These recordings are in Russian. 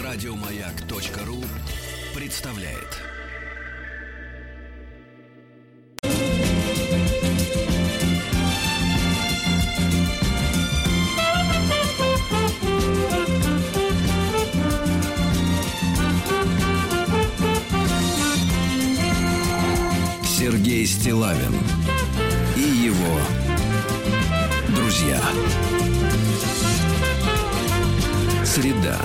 Радиомаяк.ру представляет. Сергей Стиллавин и его друзья. Среда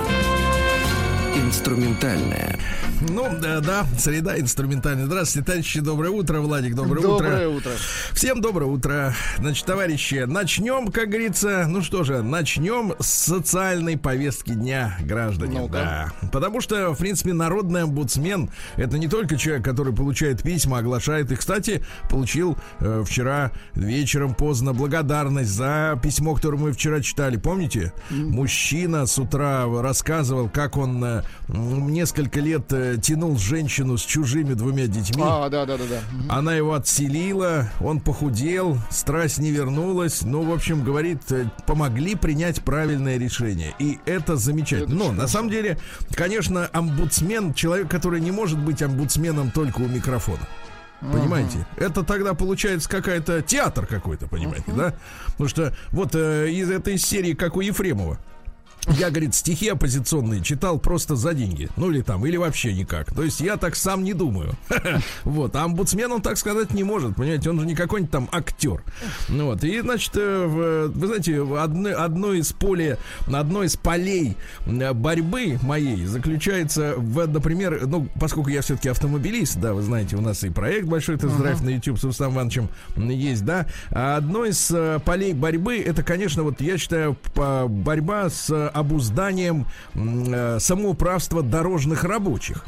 инструментальная. Ну, да, среда инструментальная. Здравствуйте, товарищи, доброе утро. Владик, доброе утро. Доброе утро. Всем доброе утро. Значит, товарищи, начнем, как говорится, начнем с социальной повестки дня, граждане. Да. Потому что, в принципе, народный омбудсмен — это не только человек, который получает письма, оглашает их. Кстати, получил вчера вечером поздно благодарность за письмо, которое мы вчера читали. Помните? Мужчина с утра рассказывал, как он несколько лет тянул женщину с чужими 2 детьми. Да. Она его отселила, он похудел, страсть не вернулась. Ну, в общем, говорит, помогли принять правильное решение. И это замечательно. Но, на самом деле, конечно, омбудсмен — человек, который не может быть омбудсменом только у микрофона. Понимаете? Это тогда получается какая-то театр какой-то, понимаете, да? Потому что вот из этой серии, как у Ефремова. Я, говорит, стихи оппозиционные читал просто за деньги. Ну или вообще никак. То есть я так сам не думаю. Вот. А омбудсмен он так сказать не может. Понимаете, он же не какой-нибудь там актер. Вот. И, значит, вы знаете, одно из полей борьбы моей заключается например, поскольку я все-таки автомобилист, да, вы знаете, у нас и проект большой «Тест-драйв» на YouTube с Рустамом Ивановичем есть, да. А одно из полей борьбы — это, конечно, вот я считаю, борьба с обузданием самоуправства дорожных рабочих,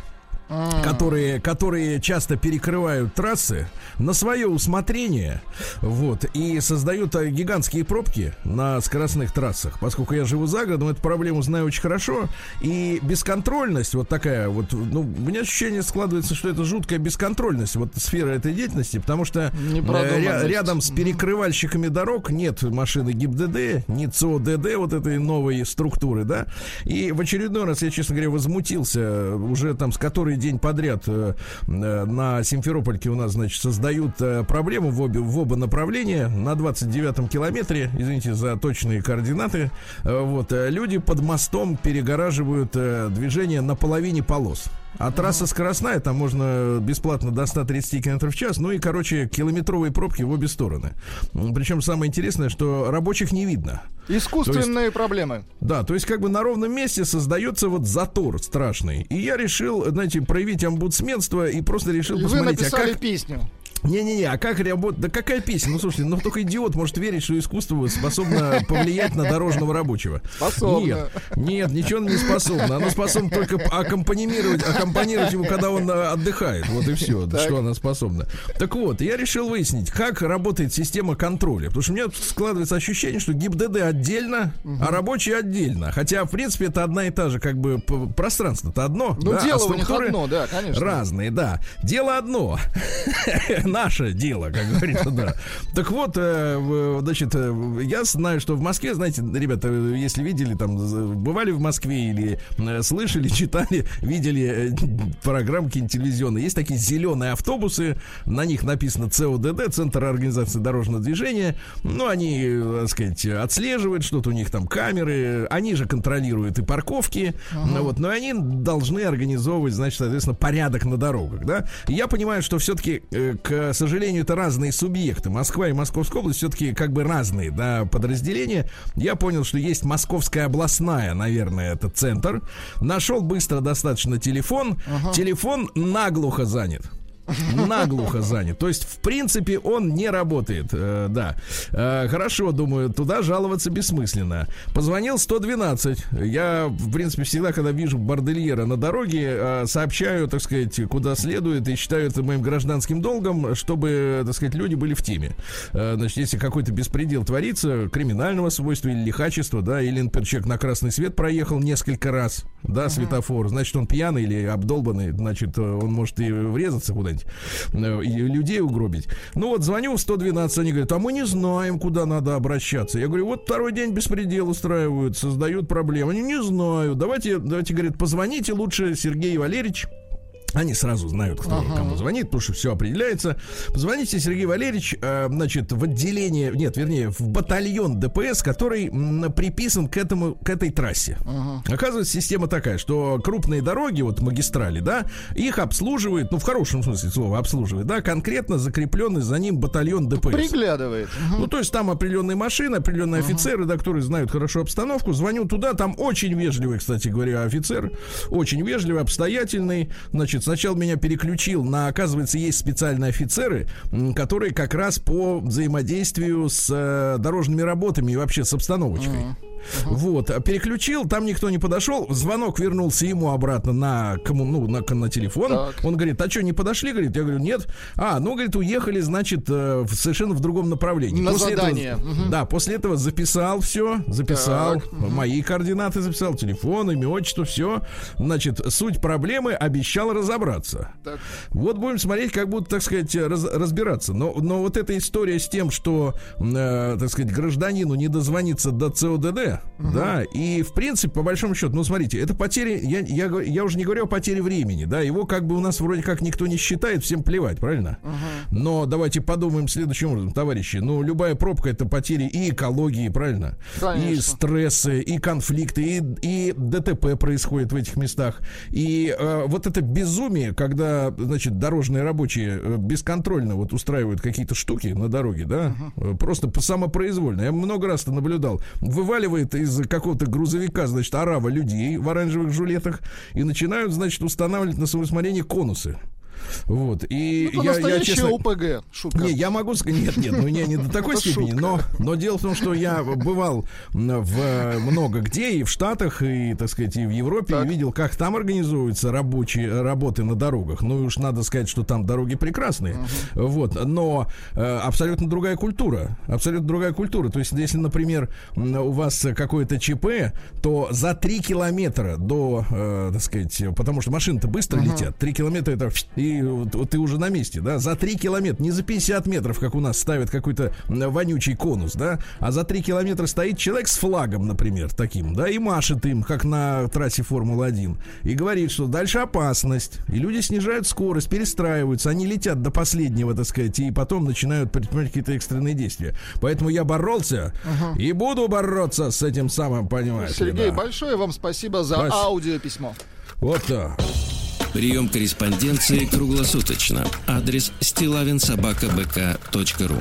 которые часто перекрывают трассы на свое усмотрение, вот, и создают гигантские пробки на скоростных трассах. Поскольку я живу за городом, эту проблему знаю очень хорошо. И бесконтрольность вот такая вот, у меня ощущение складывается, что это жуткая бесконтрольность вот сфера этой деятельности, потому что рядом с перекрывальщиками дорог нет машины ГИБДД, нет ЦОДД, вот этой новой структуры, да. И в очередной раз я, честно говоря, возмутился уже там с которой день подряд на Симферопольке у нас, значит, создают проблему в оба направления. На 29-м километре, извините за точные координаты, вот, люди под мостом перегораживают движение на половине полос. А трасса скоростная, там можно бесплатно до 130 км в час. Ну и, короче, километровые пробки в обе стороны. Причем самое интересное, что рабочих не видно. Искусственные проблемы. Да, то есть как бы на ровном месте создается вот затор страшный. И я решил, знаете, проявить омбудсменство и просто решил посмотреть, вы написали песню. Не-не-не, а как работать? Да какая песня? Слушайте, только идиот может верить, что искусство способно повлиять на дорожного рабочего. Способно. Нет, ничего оно не способно. Оно способно только аккомпанировать ему, когда он отдыхает. Вот и все, что она способна. Так вот, я решил выяснить, как работает система контроля. Потому что у меня складывается ощущение, что ГИБДД отдельно, а рабочие отдельно. Хотя, в принципе, это одна и та же, как бы, пространство-то одно. Ну, да, дело у них одно, да, конечно. Разные, да. Дело одно. Наше дело, как говорится, да. Так вот, значит, я знаю, что в Москве, знаете, ребята, если видели, там, бывали в Москве или слышали, читали, видели программки телевизионные, есть такие зеленые автобусы, на них написано ЦОДД, Центр организации дорожного движения. Ну, они, так сказать, отслеживают что-то, у них там камеры, они же контролируют и парковки, вот, но они должны организовывать, значит, соответственно, порядок на дорогах, да. И я понимаю, что все-таки, к сожалению, это разные субъекты. Москва и Московская область все-таки как бы разные, да, подразделения. Я понял, что есть Московская областная, наверное, это центр. Нашел быстро достаточно телефон. Телефон наглухо занят. Наглухо занят. То есть, в принципе, он не работает. Да. Хорошо, думаю, туда жаловаться бессмысленно. Позвонил 112. Я, в принципе, всегда, когда вижу бордельера на дороге, сообщаю, так сказать, куда следует, и считаю это моим гражданским долгом, чтобы, так сказать, люди были в теме. Значит, если какой-то беспредел творится, криминального свойства или лихачества, да, или, например, человек на красный свет проехал несколько раз, да, светофор, значит, он пьяный или обдолбанный, значит, он может и врезаться куда-нибудь, и людей угробить. Ну вот, звоню в 112, они говорят, а мы не знаем, куда надо обращаться. Я говорю, вот второй день беспредел устраивают, создают проблемы. Они не знаю, давайте, говорят, позвоните лучше, Сергей Валерьевич. Они сразу знают, кто кому звонит, потому что все определяется. Позвоните, Сергей Валерьевич, значит, в отделение, нет, вернее, в батальон ДПС, который приписан к этой трассе. Оказывается, система такая, что крупные дороги, вот магистрали, да, их обслуживает, ну, в хорошем смысле слова, обслуживает, да, конкретно закрепленный за ним батальон ДПС. Приглядывает. Ну, то есть там определенные машины, определенные офицеры, да, которые знают хорошо обстановку. Звоню туда, там очень вежливый, кстати говоря, офицер, очень вежливый, обстоятельный, значит, сначала меня переключил на, оказывается, есть специальные офицеры, которые как раз по взаимодействию с дорожными работами и вообще с обстановочкой. Вот, переключил, там никто не подошел, звонок вернулся ему обратно на телефон. Так. Он говорит, а что, не подошли? Говорит, я говорю, нет. Говорит, уехали, значит, совершенно в другом направлении. На задание. Да, после этого записал все, мои координаты записал, телефон, имя, отчество, все. Значит, суть проблемы, обещал разобраться. Так. Вот будем смотреть, как будут, так сказать, разбираться. Но вот эта история с тем, что, так сказать, гражданину не дозвониться до ЦОДД, да, и в принципе, по большому счету, ну, смотрите, это потери, я уже не говорю о потере времени, да, его как бы у нас вроде как никто не считает, всем плевать, правильно? Но давайте подумаем следующим образом, товарищи, ну, любая пробка — это потери и экологии, правильно? Конечно. И стрессы, и конфликты, и ДТП происходит в этих местах, и вот это безумие, когда, значит, дорожные рабочие бесконтрольно вот устраивают какие-то штуки на дороге, да, просто самопроизвольно, я много раз это наблюдал, вываливает из какого-то грузовика, значит, орава людей в оранжевых жилетах и начинают, значит, устанавливать на свое усмотрение конусы. Вот. И я честно... ОПГ, шутка. Не, я могу сказать, нет, ну не до такой степени, но дело в том, что я бывал много где, и в Штатах, и, так сказать, и в Европе, и видел, как там организуются работы на дорогах. Ну, уж надо сказать, что там дороги прекрасные. Вот, но абсолютно другая культура. Абсолютно другая культура. То есть, если, например, у вас какое-то ЧП, то за 3 километра до, так сказать, потому что машины-то быстро летят, 3 километра это... И ты уже на месте, да, за 3 километра, не за 50 метров, как у нас ставят какой-то вонючий конус, да, а за 3 километра стоит человек с флагом, например, таким, да, и машет им, как на трассе Формулы-1, и говорит, что дальше опасность, и люди снижают скорость, перестраиваются, они летят до последнего, так сказать, и потом начинают предпринимать какие-то экстренные действия. Поэтому я боролся и буду бороться с этим самым, понимаете. Сергей, большое вам спасибо за аудиописьмо. Вот так. Прием корреспонденции круглосуточно. Адрес stilavinsobakabk.ru.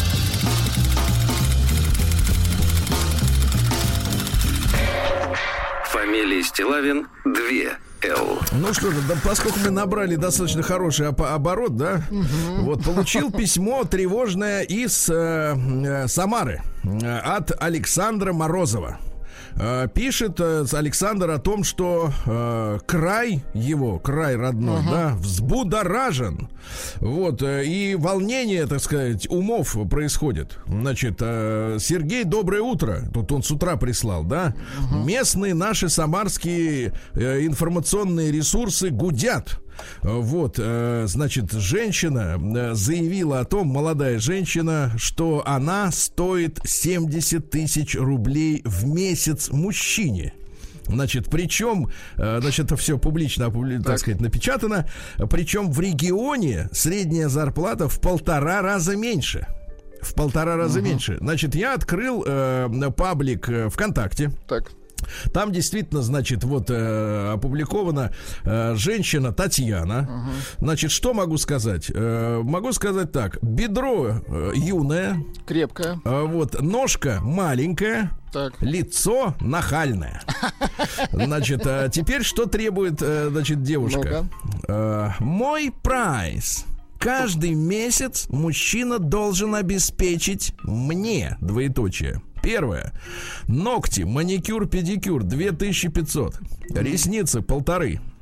Фамилия Стилавин 2 Л. Ну что же, да, поскольку мы набрали достаточно хороший оборот, да, вот получил письмо тревожное из Самары от Александра Морозова. Пишет Александр о том, что край родной, да, взбудоражен. Вот, и волнение, так сказать, умов происходит. Значит, Сергей, доброе утро. Тут он с утра прислал, да. Местные наши самарские информационные ресурсы гудят. Вот, значит, женщина заявила о том, молодая женщина, что она стоит 70 тысяч рублей в месяц мужчине. Значит, причем, значит, это все публично, так сказать, напечатано. Причем в регионе средняя зарплата в 1,5 раза меньше. В 1,5 раза меньше. Значит, я открыл паблик ВКонтакте. Так. Там действительно, значит, вот опубликована женщина Татьяна. Значит, что могу сказать? Могу сказать так: бедро юное, крепкое, вот, ножка маленькая, так. Лицо нахальное. Значит, теперь что требует, значит, девушка? Мой прайс. Каждый месяц мужчина должен обеспечить мне, двоеточие. Первое. Ногти, маникюр, педикюр 2500. Ресницы 1500.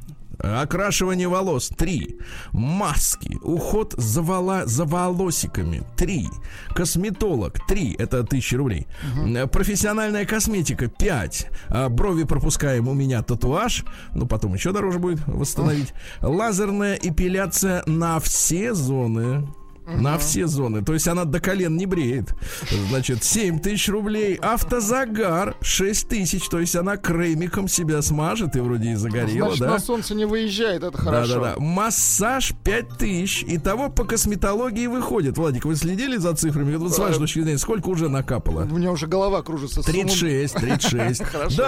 Окрашивание волос 3. Маски, уход за волосиками 3. Косметолог 3, это 1000 рублей. Профессиональная косметика 5. Брови пропускаем, у меня татуаж, ну потом еще дороже будет восстановить. Лазерная эпиляция на все зоны. На все зоны. То есть она до колен не бреет. Значит, 7000 рублей. Автозагар 6000. То есть она кремиком себя смажет и вроде и загорела. Значит, да? На солнце не выезжает, это хорошо. Да. Массаж 5000. Итого по косметологии выходит. Владик, вы следили за цифрами? Вот с вашей точки зрения, сколько уже накапало? У меня уже голова кружится. 36.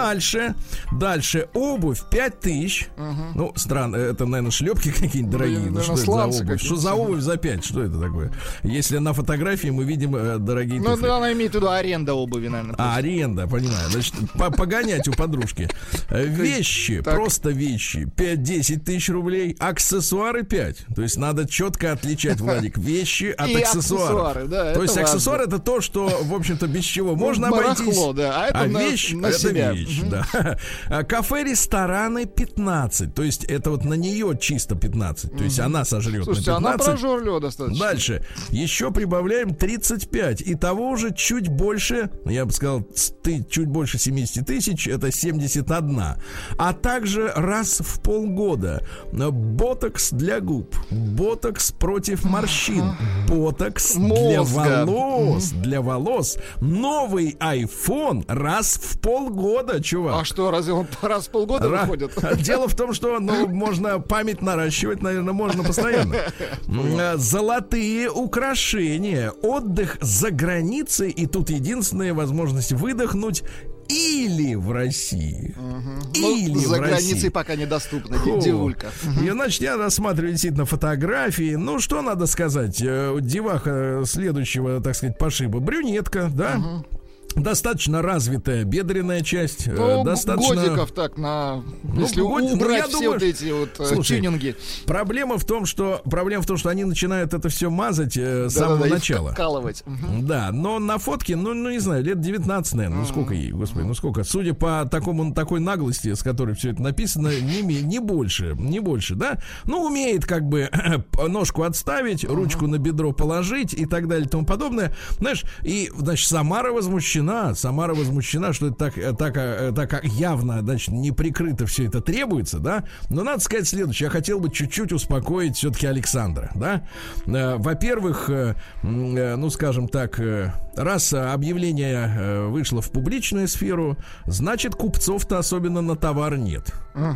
Дальше. Обувь 5000. Ну, странно. Это, наверное, шлепки какие-нибудь дорогие. Ну, что это за обувь? Что за обувь за 5? Что это такое? Если на фотографии мы видим дорогие туфли. Ну, она имеет в виду аренда обуви, наверное. Аренда, понимаю. Значит, погонять у подружки. Вещи, просто вещи 5-10 тысяч рублей. Аксессуары 5. То есть надо четко отличать, Владик, вещи от аксессуаров. Да, то есть аксессуар это то, что, в общем-то, без чего можно обойтись. Да, а вещь на это себя. Вещь, да. Кафе, рестораны 15. То есть это вот на нее чисто 15. То есть она сожрет. Слушайте, на 15. она прожорлива достаточно. Дальше. Еще прибавляем 35. Итого уже чуть больше, я бы сказал, чуть больше 70 тысяч. Это 71. А также раз в полгода ботокс для губ, ботокс против морщин, ботокс для волос, новый iPhone раз в полгода, чувак. А что, разве он раз в полгода выходит? Дело в том, что можно память наращивать, наверное, можно постоянно. Золотые украшения, отдых за границей, и тут единственная возможность выдохнуть или в России. Или за в России. границей пока недоступна девулька. И, значит, я рассматриваю действительно фотографии. Ну, что надо сказать? Деваха следующего, так сказать, пошиба. Брюнетка, да? Достаточно развитая бедренная часть. Достаточно... Годиков так на... Если убрать все вот эти вот тюнинги. Проблема в том, что они начинают это все мазать с самого начала. Вкалывать. Да, но на фотке, ну не знаю, лет 19, наверное. Ну сколько ей, господи, ну сколько? Судя по такой наглости, с которой все это написано, не больше, да? Ну, умеет как бы ножку отставить, ручку на бедро положить и так далее и тому подобное. Знаешь, и, значит, Самара возмущена, что это так явно, значит, не прикрыто все это требуется, да. Но надо сказать следующее. Я хотел бы чуть-чуть успокоить все-таки Александра, да. Во-первых, ну, скажем так, раз объявление вышло в публичную сферу, значит, купцов-то особенно на товар нет.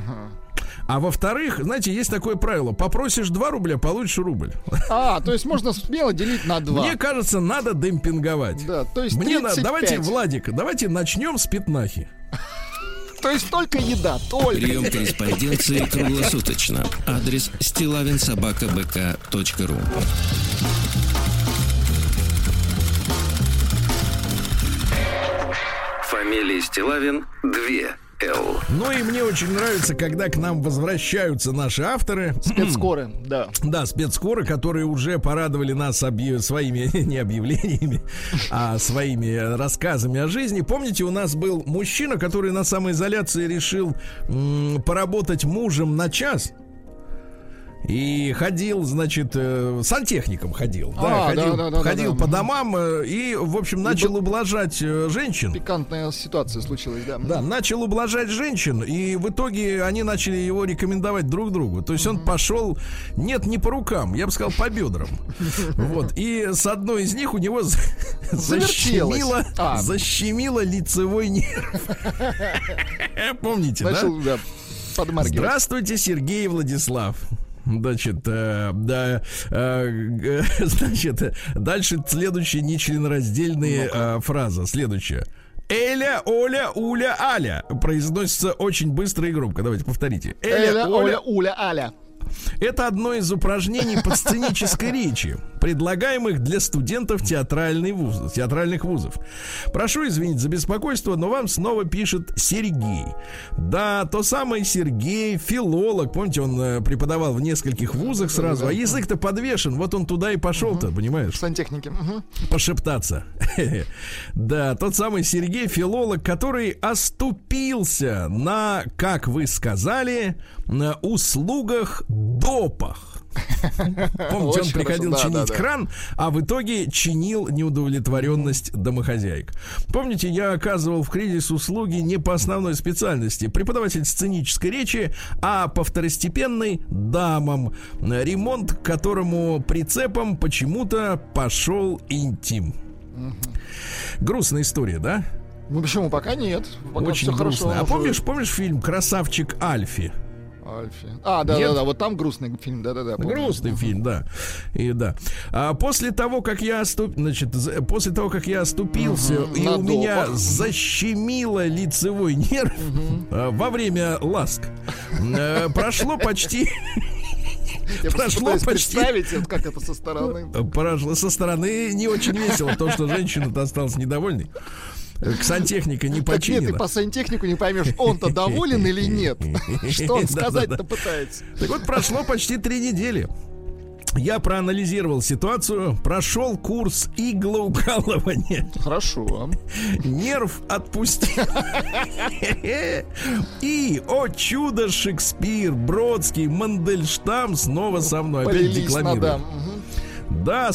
А во-вторых, знаете, есть такое правило: попросишь 2 рубля, получишь рубль. То есть можно смело делить на 2. Мне кажется, надо демпинговать. Да, то есть 35. Давайте, Владик, начнем с пятнахи. То есть только еда, только. Прием корреспонденции круглосуточно. Адрес stilavinsobakabk.ru. Фамилия Стилавин 2 Л. Ну и мне очень нравится, когда к нам возвращаются наши авторы. Спецскоры, да. Да, спецскоры, которые уже порадовали нас своими не объявлениями, а своими рассказами о жизни. Помните, у нас был мужчина, который на самоизоляции решил поработать мужем на час. И ходил, значит, сантехником ходил. Ходил по домам и, в общем, начал ублажать женщин. Пикантная ситуация случилась, да. Да, начал ублажать женщин, и в итоге они начали его рекомендовать друг другу. То есть он пошел, не по рукам, я бы сказал, по бедрам. Вот, и с одной из них у него защемило лицевой нерв. Помните, да? Начал, да, подмаргивать. Здравствуйте, Сергей и Владислав. Значит, значит, дальше следующая нечленораздельная фраза. Следующая. Эля, Оля, Уля, Аля. Произносится очень быстро и громко. Давайте повторите. Эля, Оля, Уля, Аля. Это одно из упражнений по сценической речи, предлагаемых для студентов театральных вузов. Прошу извинить за беспокойство, но вам снова пишет Сергей. Да, то самый Сергей, филолог. Помните, он преподавал в нескольких вузах сразу, а язык-то подвешен. Вот он туда и пошел-то, понимаешь? В сантехнике. Пошептаться. Да, тот самый Сергей, филолог, который оступился на, как вы сказали, на услугах допах. Помните, он приходил чинить кран, а в итоге чинил неудовлетворенность домохозяек. Помните, я оказывал в кризис услуги не по основной специальности, преподаватель сценической речи, а по второстепенной дамам, ремонт к которому прицепом почему-то пошел интим. Грустная история, да? Ну почему? Пока нет. Пока очень грустная. А помнишь фильм «Красавчик Альфи»? Да, вот там грустный фильм, да. Грустный фильм, да. И да. А после того, как я оступился, и у меня защемило лицевой нерв во время ласк, прошло почти. Представить, как это со стороны. Со стороны не очень весело, то, что женщина-то осталась недовольной. Сантехника не починила. Нет, ты по сантехнику не поймешь, он-то доволен или нет. Что он сказать-то пытается. Так вот, прошло почти 3 недели. Я проанализировал ситуацию, прошел курс иглоукалывания. Хорошо. Нерв отпустил. И, о чудо, Шекспир, Бродский, Мандельштам снова со мной. Опять декламирую. Да,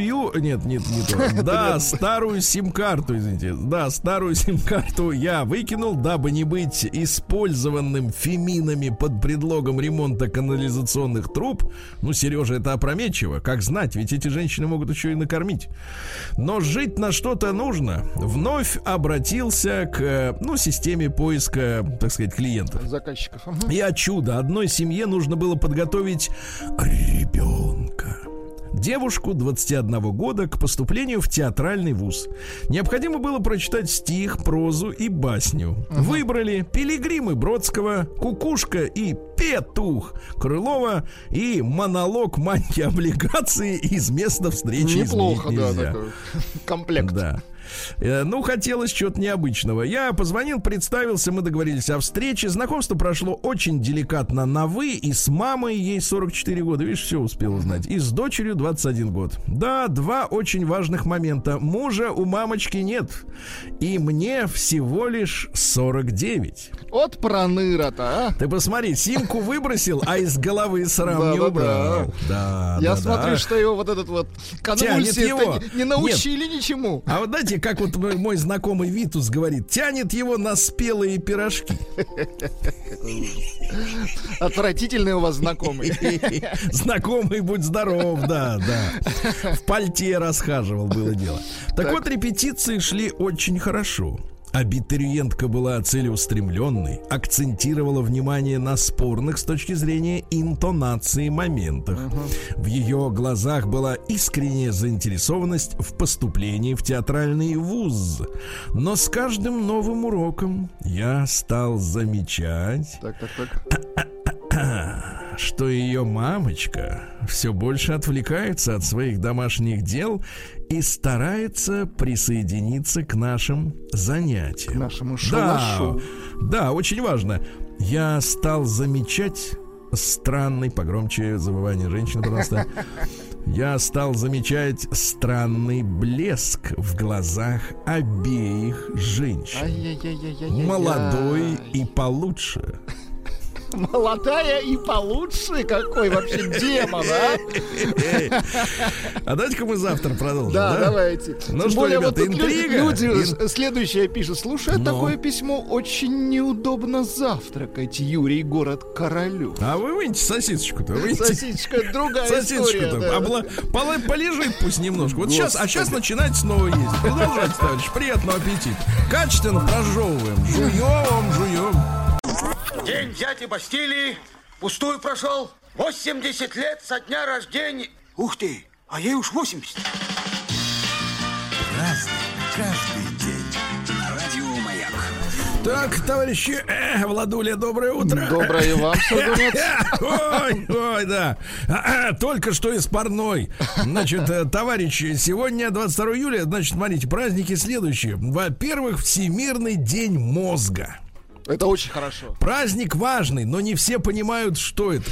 старую сим-карту, извините. Да, старую сим-карту я выкинул, дабы не быть использованным феминами под предлогом ремонта канализационных труб. Ну, Сережа, это опрометчиво. Как знать, ведь эти женщины могут еще и накормить. Но жить на что-то нужно. Вновь обратился к, системе поиска, так сказать, клиентов. Заказчиков. И о чудо, одной семье нужно было подготовить ребенка. Девушку 21 года к поступлению в театральный вуз. Необходимо было прочитать стих, прозу и басню. Выбрали «Пилигримы» Бродского, «Кукушка» и «Петух» Крылова и монолог Маньки облигации из места встречи. Неплохо, да, такой комплект. Да. Хотелось чего-то необычного. Я позвонил, представился, мы договорились о встрече. Знакомство прошло очень деликатно на «вы», и с мамой, ей 44 года, видишь, все успел узнать, и с дочерью 21 год. Да, 2 очень важных момента. Мужа у мамочки нет, и мне всего лишь 49. Вот проныра-то, а? Ты посмотри, симку выбросил, а из головы срам не убрал. Да. Я смотрю, что его вот этот вот конвульсии не научили ничему. А вот знаете, как вот мой знакомый Витус говорит, тянет его на спелые пирожки. Отвратительный у вас знакомый. Знакомый, будь здоров, да. В пальте расхаживал, было дело. Так вот, репетиции шли очень хорошо. Абитуриентка была целеустремленной, акцентировала внимание на спорных с точки зрения интонации моментах. В ее глазах была искренняя заинтересованность в поступлении в театральный вуз. Но с каждым новым уроком я стал замечать, что ее мамочка все больше отвлекается от своих домашних дел и старается присоединиться к нашим занятиям. К нашему шалашу. Да, очень важно. Я стал замечать странный, погромче забывание женщины, пожалуйста. Я стал замечать странный блеск в глазах обеих женщин. Молодой и получше. Молодая и получше? Какой вообще демон, а? А давайте-ка мы завтра продолжим. Да, давайте. Ну что, ребята, интрига? Люди следующее пишут. Слушай, такое письмо: очень неудобно завтракать, Юрий, город Королю. А вы выньте сосисочку-то. Сосисочка — другая история. Полежит пусть немножко. Вот сейчас, сейчас начинать снова есть. Продолжайте, товарищ. Приятного аппетита. Качественно прожевываем. Жуем. День дяди Бастилии пустую прошел. 80 лет со дня рождения. Ух ты, а ей уж 80. Разный каждый день. Радио Маяк. Так, товарищи, Владуля, доброе утро. Доброе и вам, Сергунец. Ой, да. Только что из парной. Значит, товарищи, сегодня 22 июля, значит, смотрите, праздники следующие. Во-первых, Всемирный день мозга. Это очень хорошо. Праздник важный, но не все понимают, что это.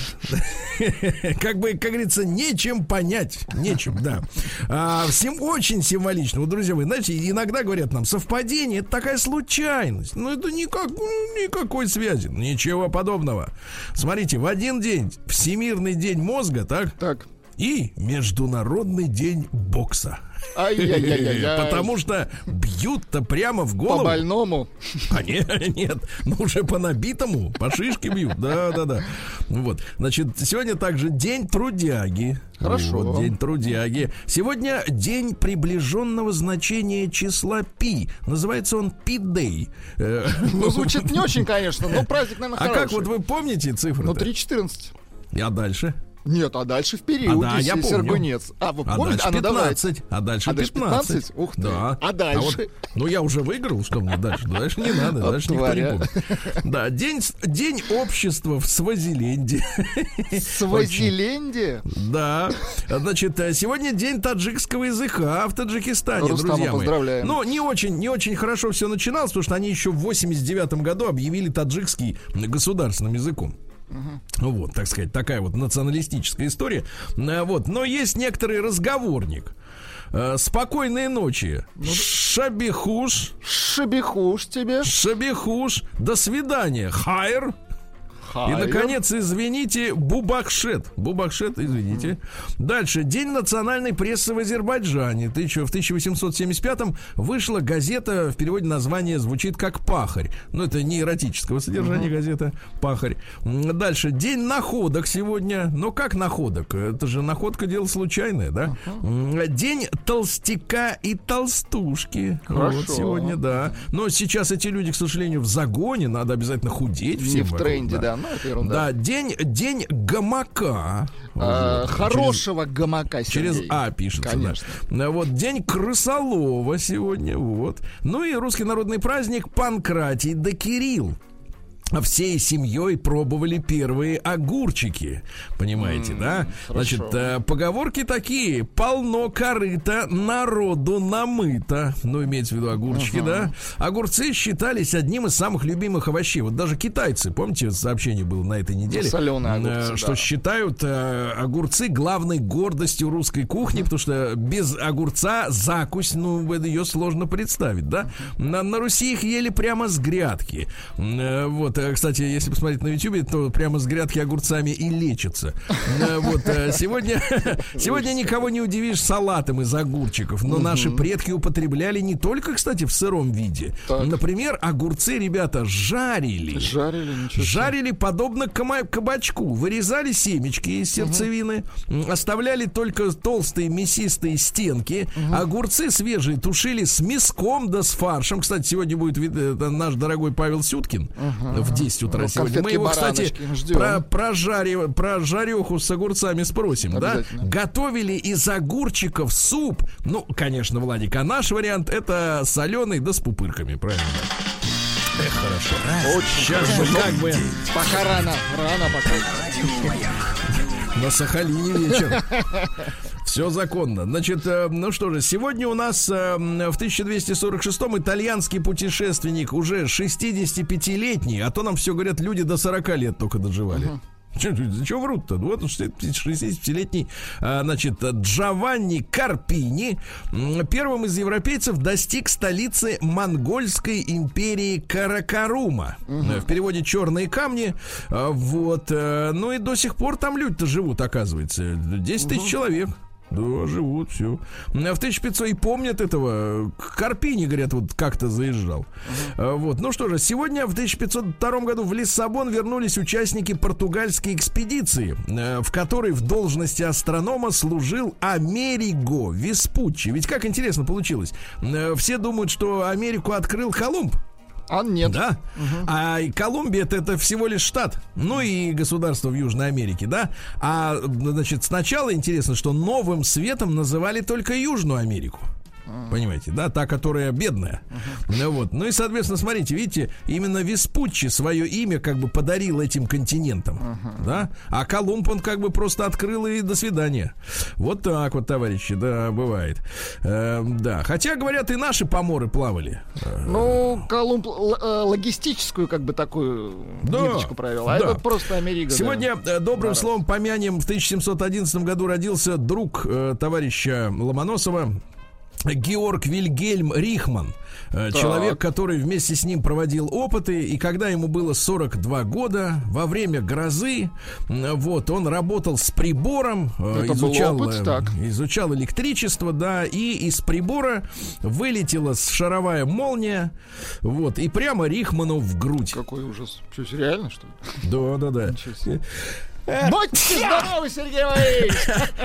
Как говорится, нечем понять. Нечем, да. Всем очень символично. Вот, друзья мои, знаете, иногда говорят нам, совпадение — это такая случайность. Но это никакой связи. Ничего подобного. Смотрите, в один день Всемирный день мозга, так? Так. И Международный день бокса. Ай-яй-яй-яй. Потому что бьют-то прямо в голову. По больному. Нет, ну уже по набитому, по шишке бьют. Да. Вот. Значит, сегодня также день трудяги. Хорошо. Вот, день трудяги. Сегодня день приближенного значения числа пи. Называется он пи-дэй. Ну, звучит не очень, конечно, но праздник, наверное, хороший. А как вот вы помните цифры? Ну, 3-14. А дальше? Нет, а дальше в периоде, я помню. Сергунец. Вы помните? Дальше 15. А дальше 15. Ух ты. Да. А дальше? Я уже выиграл, что мне дальше? Дальше не надо, дальше никто не помнит. Да, день общества в Свазиленде. Свазиленде? Да. Значит, сегодня день таджикского языка в Таджикистане, Рустама, друзья мои. поздравляем. Но не очень хорошо все начиналось, потому что они еще в 89 году объявили таджикский государственным языком. Вот, так сказать, такая вот националистическая история. Вот, но есть некоторый разговорник. Спокойной ночи. Шабихуш. Шабихуш тебе. Шабихуш. До свидания. Хайр. И, наконец, извините, Бубахшет. Бубахшет, извините. Дальше. День национальной прессы в Азербайджане. В 1875-м вышла газета, в переводе название звучит как «Пахарь». Но это не эротического содержания газета «Пахарь». Дальше. День находок сегодня. Но как находок? Это же находка — дело случайное, да? День толстяка и толстушки. Хорошо. Вот сегодня, да. Но сейчас эти люди, к сожалению, в загоне. Надо обязательно худеть. Не в тренде, да. Ну, это ерунда. Да, день гамака. Хорошего гамака, Сергей. Через А пишется. Конечно. Да. Вот день крысолова сегодня. Вот. Ну и русский народный праздник Панкратий да Кирилл. Всей семьей пробовали первые огурчики. Понимаете, да? Значит, поговорки такие: полно корыта, народу намыто. Ну, имеется в виду огурчики, да? Огурцы считались одним из самых любимых овощей. Вот даже китайцы, помните, сообщение было на этой неделе, соленые огурцы, что считают огурцы главной гордостью русской кухни, потому что без огурца закусь, ее сложно представить, да? На Руси их ели прямо с грядки. Вот. Кстати, если посмотреть на YouTube, то прямо с грядки огурцами и лечатся. Вот, сегодня никого не удивишь салатом из огурчиков, но наши предки употребляли не только, кстати, в сыром виде. Так. Например, огурцы, ребята, жарили. Жарили подобно кабачку. Вырезали семечки из сердцевины, оставляли только толстые мясистые стенки. Огурцы свежие тушили с мяском да с фаршем. Кстати, сегодня будет наш дорогой Павел Сюткин в 10 утра сегодня. Мы его, кстати, про жареху с огурцами спросим, да? Готовили из огурчиков суп. Ну, конечно, Владик, а наш вариант — это соленый, да с пупырками, правильно? Хорошо. Сейчас же как бы... Пока рано пока. На Сахалине вечер. Все законно. Значит, ну что же, сегодня у нас в 1246-м итальянский путешественник, уже 65-летний, а то нам все говорят, люди до 40 лет только доживали. Чего врут-то? Вот 65-летний, значит, Джованни Карпини первым из европейцев достиг столицы монгольской империи Каракарума. В переводе «черные камни». Вот. Ну и до сих пор там люди-то живут, оказывается. 10 тысяч человек. Да, живут, все. В 1500 и помнят этого. Карпини, говорят, вот как-то заезжал. Вот. Ну что же, сегодня в 1502 году в Лиссабон вернулись участники португальской экспедиции, в которой в должности астронома служил Америго Веспуччи. Ведь как интересно получилось. Все думают, что Америку открыл Колумб. А нет. Да. А Колумбия это всего лишь штат. Ну и государство в Южной Америке, да. А, значит, сначала интересно, что новым светом называли только Южную Америку. Понимаете, да, та, которая бедная. Вот. Ну и, соответственно, смотрите, видите, именно Веспуччи свое имя как бы подарил этим континентам, да, а Колумб он как бы просто открыл и до свидания. Вот так вот, товарищи, да, бывает. Да, хотя, говорят, и наши поморы плавали. Ну, Колумб логистическую как бы такую ниточку провел, а это просто Америка. Сегодня добрым словом помянем, в 1711 году родился друг товарища Ломоносова, Георг Вильгельм Рихман, человек, который вместе с ним проводил опыты, и когда ему было 42 года, во время грозы, вот, он работал с прибором, изучал электричество, да, и из прибора вылетела шаровая молния, вот, и прямо Рихману в грудь. Какой ужас. Что, реально, что ли? Да. Будьте здоровы, Сергей Валерьевич!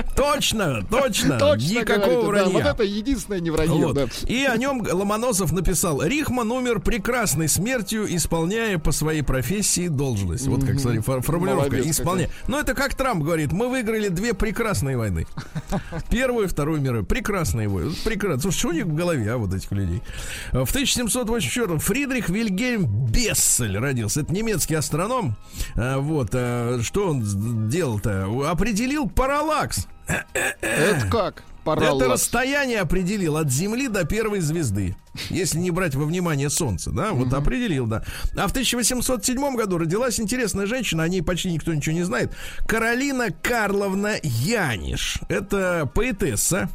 Точно, никакого вранья. Вот это единственное не вранье. Вот. Да. И о нем Ломоносов написал: Рихман умер прекрасной смертью, исполняя по своей профессии должность. Вот как, смотри, формулировка. Исполняя. Но это как Трамп говорит: мы выиграли 2 прекрасные войны. Первую и Вторую мировую. Прекрасные войны. Прекрасно. Слушай, что у них в голове, вот этих людей. В 1784-м Фридрих Вильгельм Бессель родился. Это немецкий астроном. Вот. Что он делал-то? Определил параллакс. Это как? Параллакс. Это расстояние определил от Земли до первой звезды. Если не брать во внимание Солнце, да, вот определил, да. А в 1807 году родилась интересная женщина, о ней почти никто ничего не знает. Каролина Карловна Яниш. Это поэтесса.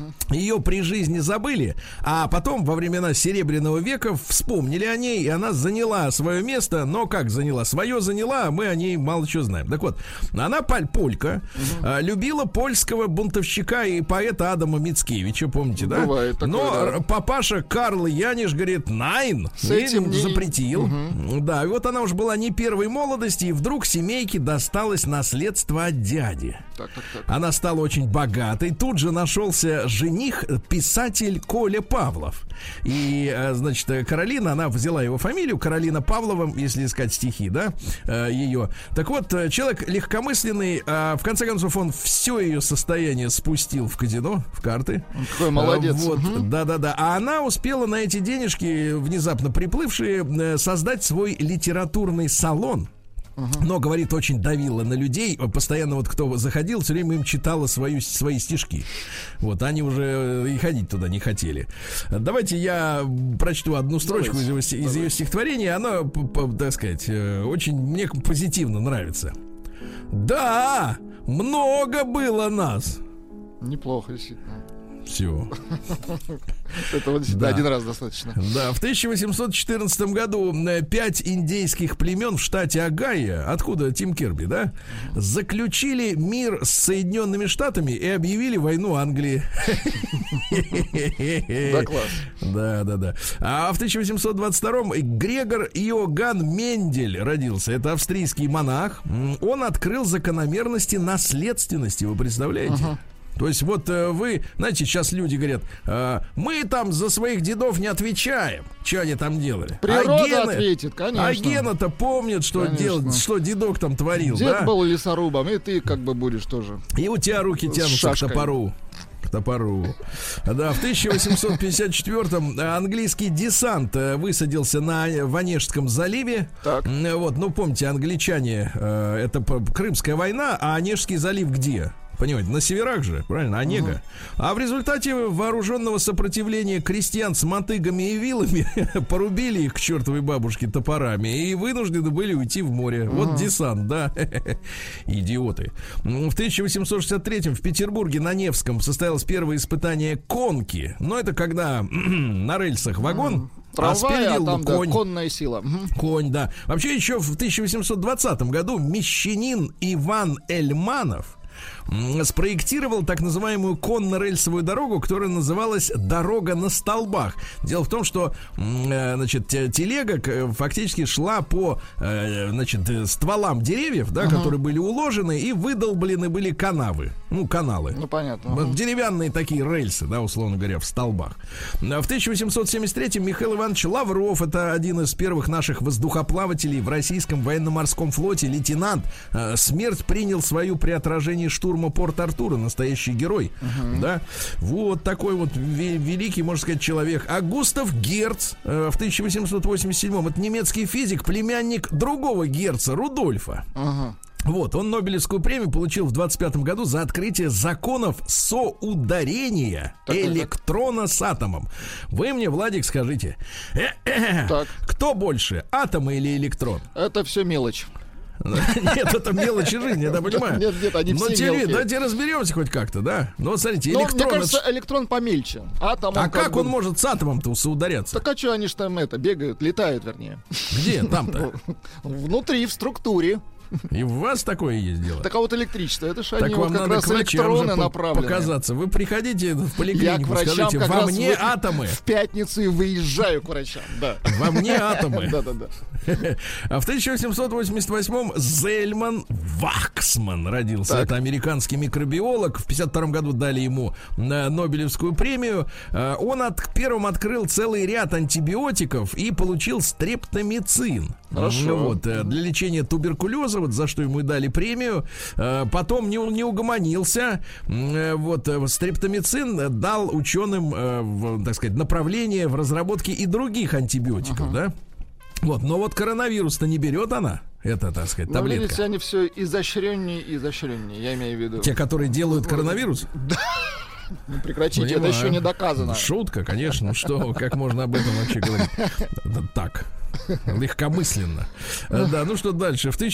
Ее при жизни забыли, а потом во времена Серебряного века вспомнили о ней, и она заняла свое место. Но как заняла? Свое заняла, а мы о ней мало чего знаем. Так вот, она полька, любила польского бунтовщика и поэта Адама Мицкевича, помните, да? Бывает такое, но да. Папаша Карл Яниш говорит: найн, с этим запретил. Да, и вот она уже была не первой молодости, и вдруг семейке досталось наследство от дяди. Так. Она стала очень богатой. Тут же нашелся жених, писатель Коля Павлов. И, значит, Каролина, она взяла его фамилию, Каролина Павлова, если искать стихи, да, ее. Так вот, человек легкомысленный, в конце концов, он все ее состояние спустил в казино, в карты. Какой молодец. Вот, да. А она успела на эти денежки, внезапно приплывшие, создать свой литературный салон. Но, говорит, очень давила на людей. Постоянно вот кто заходил, все время им читала свои стишки. Вот, они уже и ходить туда не хотели. Давайте я прочту одну строчку из ее стихотворения. Она, так сказать, очень мне позитивно нравится. Да, много было нас. Неплохо, действительно. Все. Это вот один раз достаточно. Да, в 1814 году 5 индейских племен в штате Огайо, откуда Тим Керби, да, заключили мир с Соединенными Штатами и объявили войну Англии. Да, класс. Да. А в 1822-м Грегор Иоганн Мендель родился. Это австрийский монах. Он открыл закономерности наследственности, вы представляете? То есть вот вы, знаете, сейчас люди говорят: мы там за своих дедов не отвечаем, что они там делали. Природа ответит, конечно. А Гена-то помнит, что делать, что дедок там творил. Дед да? был лесорубом, и ты как бы будешь тоже. И у тебя руки тянутся к топору. Да, в 1854-м английский десант высадился на Ванежском заливе. Так. Вот, ну помните, англичане, это Крымская война, а Онежский залив где? Понимаете, на северах же, правильно, Онега. А в результате вооруженного сопротивления крестьян с мотыгами и вилами порубили их к чертовой бабушке топорами и вынуждены были уйти в море. Вот десант, да. Идиоты. В 1863-м в Петербурге на Невском состоялось первое испытание конки. Но это когда на рельсах вагон, а спереди конь. Да, конная сила. Конь, да. Вообще еще в 1820 году мещанин Иван Эльманов спроектировал так называемую конно-рельсовую дорогу, которая называлась «Дорога на столбах». Дело в том, что, значит, телега фактически шла по, значит, стволам деревьев, да, которые были уложены, и выдолблены были канавы. Ну, каналы. Ну, понятно. Деревянные такие рельсы, да, условно говоря, в столбах. В 1873-м Михаил Иванович Лавров, это один из первых наших воздухоплавателей в российском военно-морском флоте, лейтенант, смерть принял свою при отражении штурма Порт-Артура, настоящий герой, да, вот такой вот великий, можно сказать, человек. А Густав Герц в 1887-м, это немецкий физик, племянник другого Герца, Рудольфа. Вот, он Нобелевскую премию получил в 25-м году за открытие законов соударения электрона с атомом. Вы мне, Владик, скажите, кто больше, атом или электрон? Это все мелочь. Нет, это мелочи жизни, я понимаю. Нет, они все мелкие. Давайте разберемся хоть как-то, да? Ну, смотрите, электрон... Мне кажется, электрон помельче. Атом, а как он может с атомом-то соударяться? Так а что они ж там бегают, летают, вернее. Где там-то? Внутри, в структуре. И у вас такое есть дело? Так а вот электричество, это же они вот как раз электроны направлены. Показаться. Вы приходите в поликлинику, скажите, во мне атомы. В пятницу и выезжаю к врачам, да. Во мне атомы. Да. А в 1888-м Зельман Ваксман родился. Это американский микробиолог. В 52-м году дали ему Нобелевскую премию. Он первым открыл целый ряд антибиотиков и получил стрептомицин. Хорошо. Вот, для лечения туберкулеза, вот за что ему и дали премию. Потом не угомонился. Вот, стрептомицин дал ученым, так сказать, направление в разработке и других антибиотиков, да? Вот, но вот коронавирус-то не берет она. Это, так сказать, таблетка. Но, видите, они все изощреннее, я имею в виду. Те, которые делают коронавирус? Да. Ну, прекратите, это еще не доказано. Шутка, конечно. Что, как можно об этом вообще говорить? Так. Легкомысленно. Да, ну что дальше? В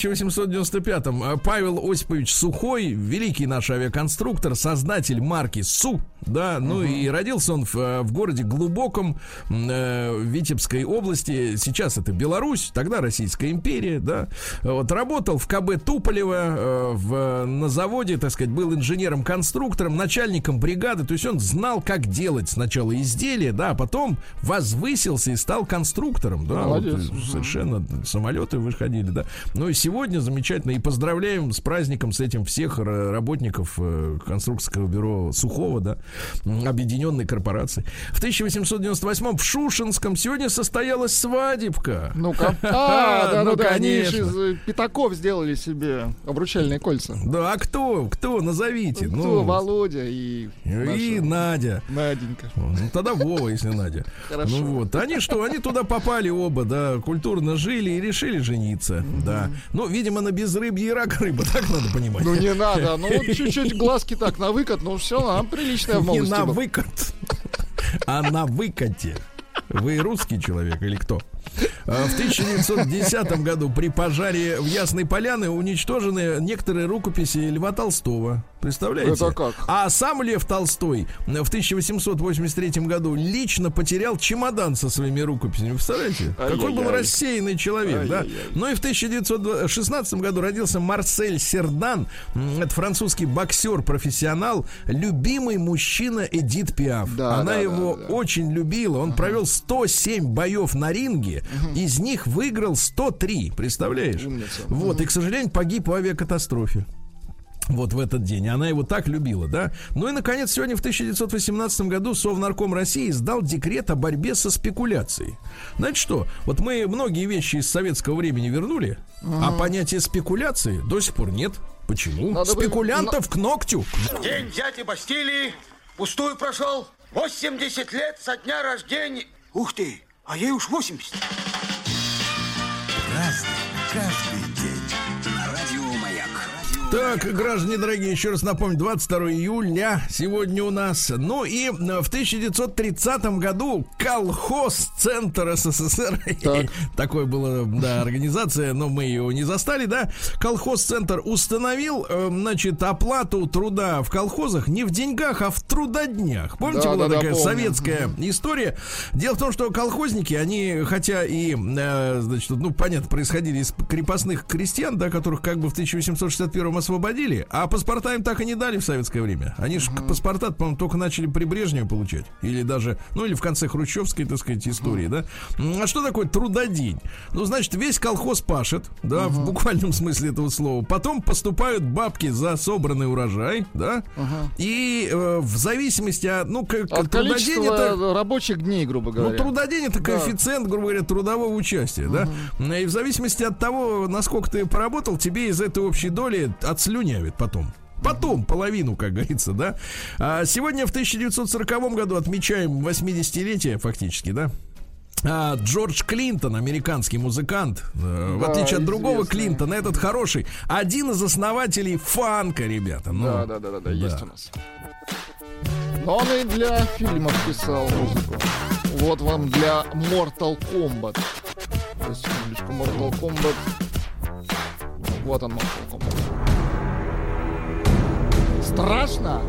1895-м Павел Осипович Сухой, великий наш авиаконструктор, создатель марки Су, да, ну и родился он в городе Глубоком Витебской области. Сейчас это Беларусь, тогда Российская империя, да. Вот, работал в КБ Туполева, на заводе, так сказать, был инженером-конструктором, начальником бригады, то есть он знал, как делать сначала изделия, да, а потом возвысился и стал конструктором, да. Вот, совершенно самолеты выходили, да. Ну и сегодня замечательно. И поздравляем с праздником, с этим всех работников конструкторского бюро Сухого, да, объединенной корпорации. В 1898-м в Шушинском сегодня состоялась свадебка. Ну-ка. Да, они же из пятаков сделали себе обручальные кольца. Да, а кто? Назовите. Кто? Володя и Надя. Наденька. Ну, тогда Вова, если Надя. Хорошо. Ну вот. Они туда попали оба, да, культурно жили и решили жениться, да. Ну, видимо, на безрыбье и рак рыба, так надо понимать. Ну, не надо, ну, вот чуть-чуть глазки так на выкат, ну, все, нам приличная в молодости. Не на выкат, а на выкате. Вы русский человек или кто? В 1910 году при пожаре в Ясной Поляне уничтожены некоторые рукописи Льва Толстого. Представляете? Это как? А сам Лев Толстой в 1883 году лично потерял чемодан со своими рукописями. Представляете? Какой был рассеянный человек, да? Ну и в 1916 году родился Марсель Сердан. Это французский боксер-профессионал, любимый мужчина Эдит Пиаф. Она его очень любила. Он провел 107 боев на ринге. Из них выиграл 103. Представляешь? Вот, и, к сожалению, погиб в авиакатастрофе. Вот в этот день. Она его так любила, да? Ну и, наконец, сегодня в 1918 году Совнарком России издал декрет о борьбе со спекуляцией. Знаете что? Вот мы многие вещи из советского времени вернули, а понятие спекуляции до сих пор нет. Почему? Спекулянтов к ногтю. День взятия Бастилии пустую прошел. 80 лет со дня рождения. Ух ты, а ей уж 80. Разный, каждый день. Так, граждане дорогие, еще раз напомню, 22 июля сегодня у нас. Ну и в 1930 году колхоз-центр СССР, такой была, да, организация, но мы его не застали, да, колхоз-центр установил, значит, оплату труда в колхозах не в деньгах, а в трудоднях. Помните, была такая советская история? Дело в том, что колхозники, они, хотя и, значит, ну, понятно, происходили из крепостных крестьян, да, которых как бы в 1861 освободили, а паспорта им так и не дали в советское время. Они же паспорта, по-моему, только начали при Брежневе получать. Или даже, ну, или в конце хрущевской, так сказать, истории, да. А что такое трудодень? Ну, значит, весь колхоз пашет, да, в буквальном смысле этого слова. Потом поступают бабки за собранный урожай, да. И в зависимости от, ну, от количества это рабочих дней, грубо говоря. Ну, трудодень — это коэффициент, грубо говоря, трудового участия, да. И в зависимости от того, насколько ты поработал, тебе из этой общей доли отслюнявит потом. Потом половину, как говорится, да. Сегодня в 1940 году отмечаем 80-летие фактически, да. Джордж Клинтон, американский музыкант, в отличие от другого Клинтона, этот хороший, один из основателей фанка, ребята. Да, есть у нас. Но он и для фильмов писал музыку. Вот вам для Mortal Kombat. Секундочку, Mortal Kombat. Вот он, Mortal Kombat. Страшно?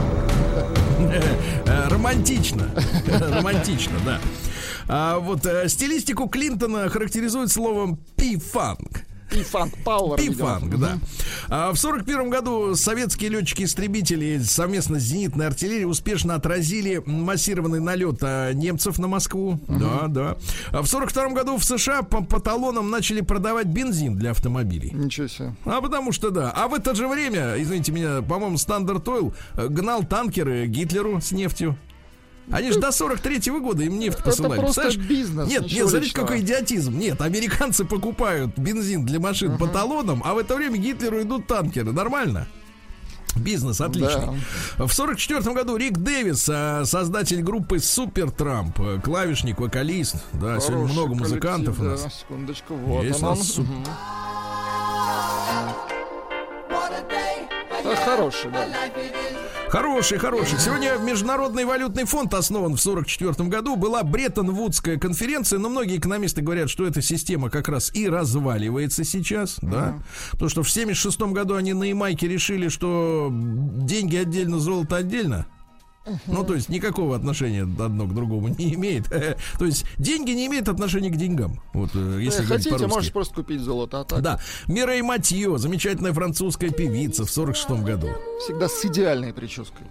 Романтично. Романтично, да. Вот стилистику Клинтона характеризует словом P-фанк. P-фанк Power. P-фанк, да. В 1941 году советские летчики-истребители совместно с зенитной артиллерией успешно отразили массированный налет немцев на Москву. Да. В 1942 году в США по талонам начали продавать бензин для автомобилей. Ничего себе. Потому что да. А в это же время, извините меня, по-моему, Standard Oil гнал танкеры Гитлеру с нефтью. Они же до 43-го года им нефть посылали. Это просто бизнес. Нет, смотрите, какой идиотизм. Нет, американцы покупают бензин для машин по талонам, а в это время Гитлеру идут танкеры. Нормально? Бизнес отличный. Да. В 1944 году Рик Дэвис, создатель группы Супер Трамп, клавишник, вокалист. Да, хороший, сегодня много музыкантов у нас. Да, секундочку, вот есть он. Хороший, да. Хороший. Сегодня Международный валютный фонд основан в 1944 году. Была Бреттон-Вудская конференция, но многие экономисты говорят, что эта система как раз и разваливается сейчас, да. Потому что в 1976 году они на Ямайке решили, что деньги отдельно, золото отдельно. Ну, то есть никакого отношения одно к другому не имеет. То есть деньги не имеют отношения к деньгам. Вот, если хотите, можешь просто купить золото. А так... Да. Мирей Матьё, замечательная французская певица в 1946 году. Всегда с идеальной прической.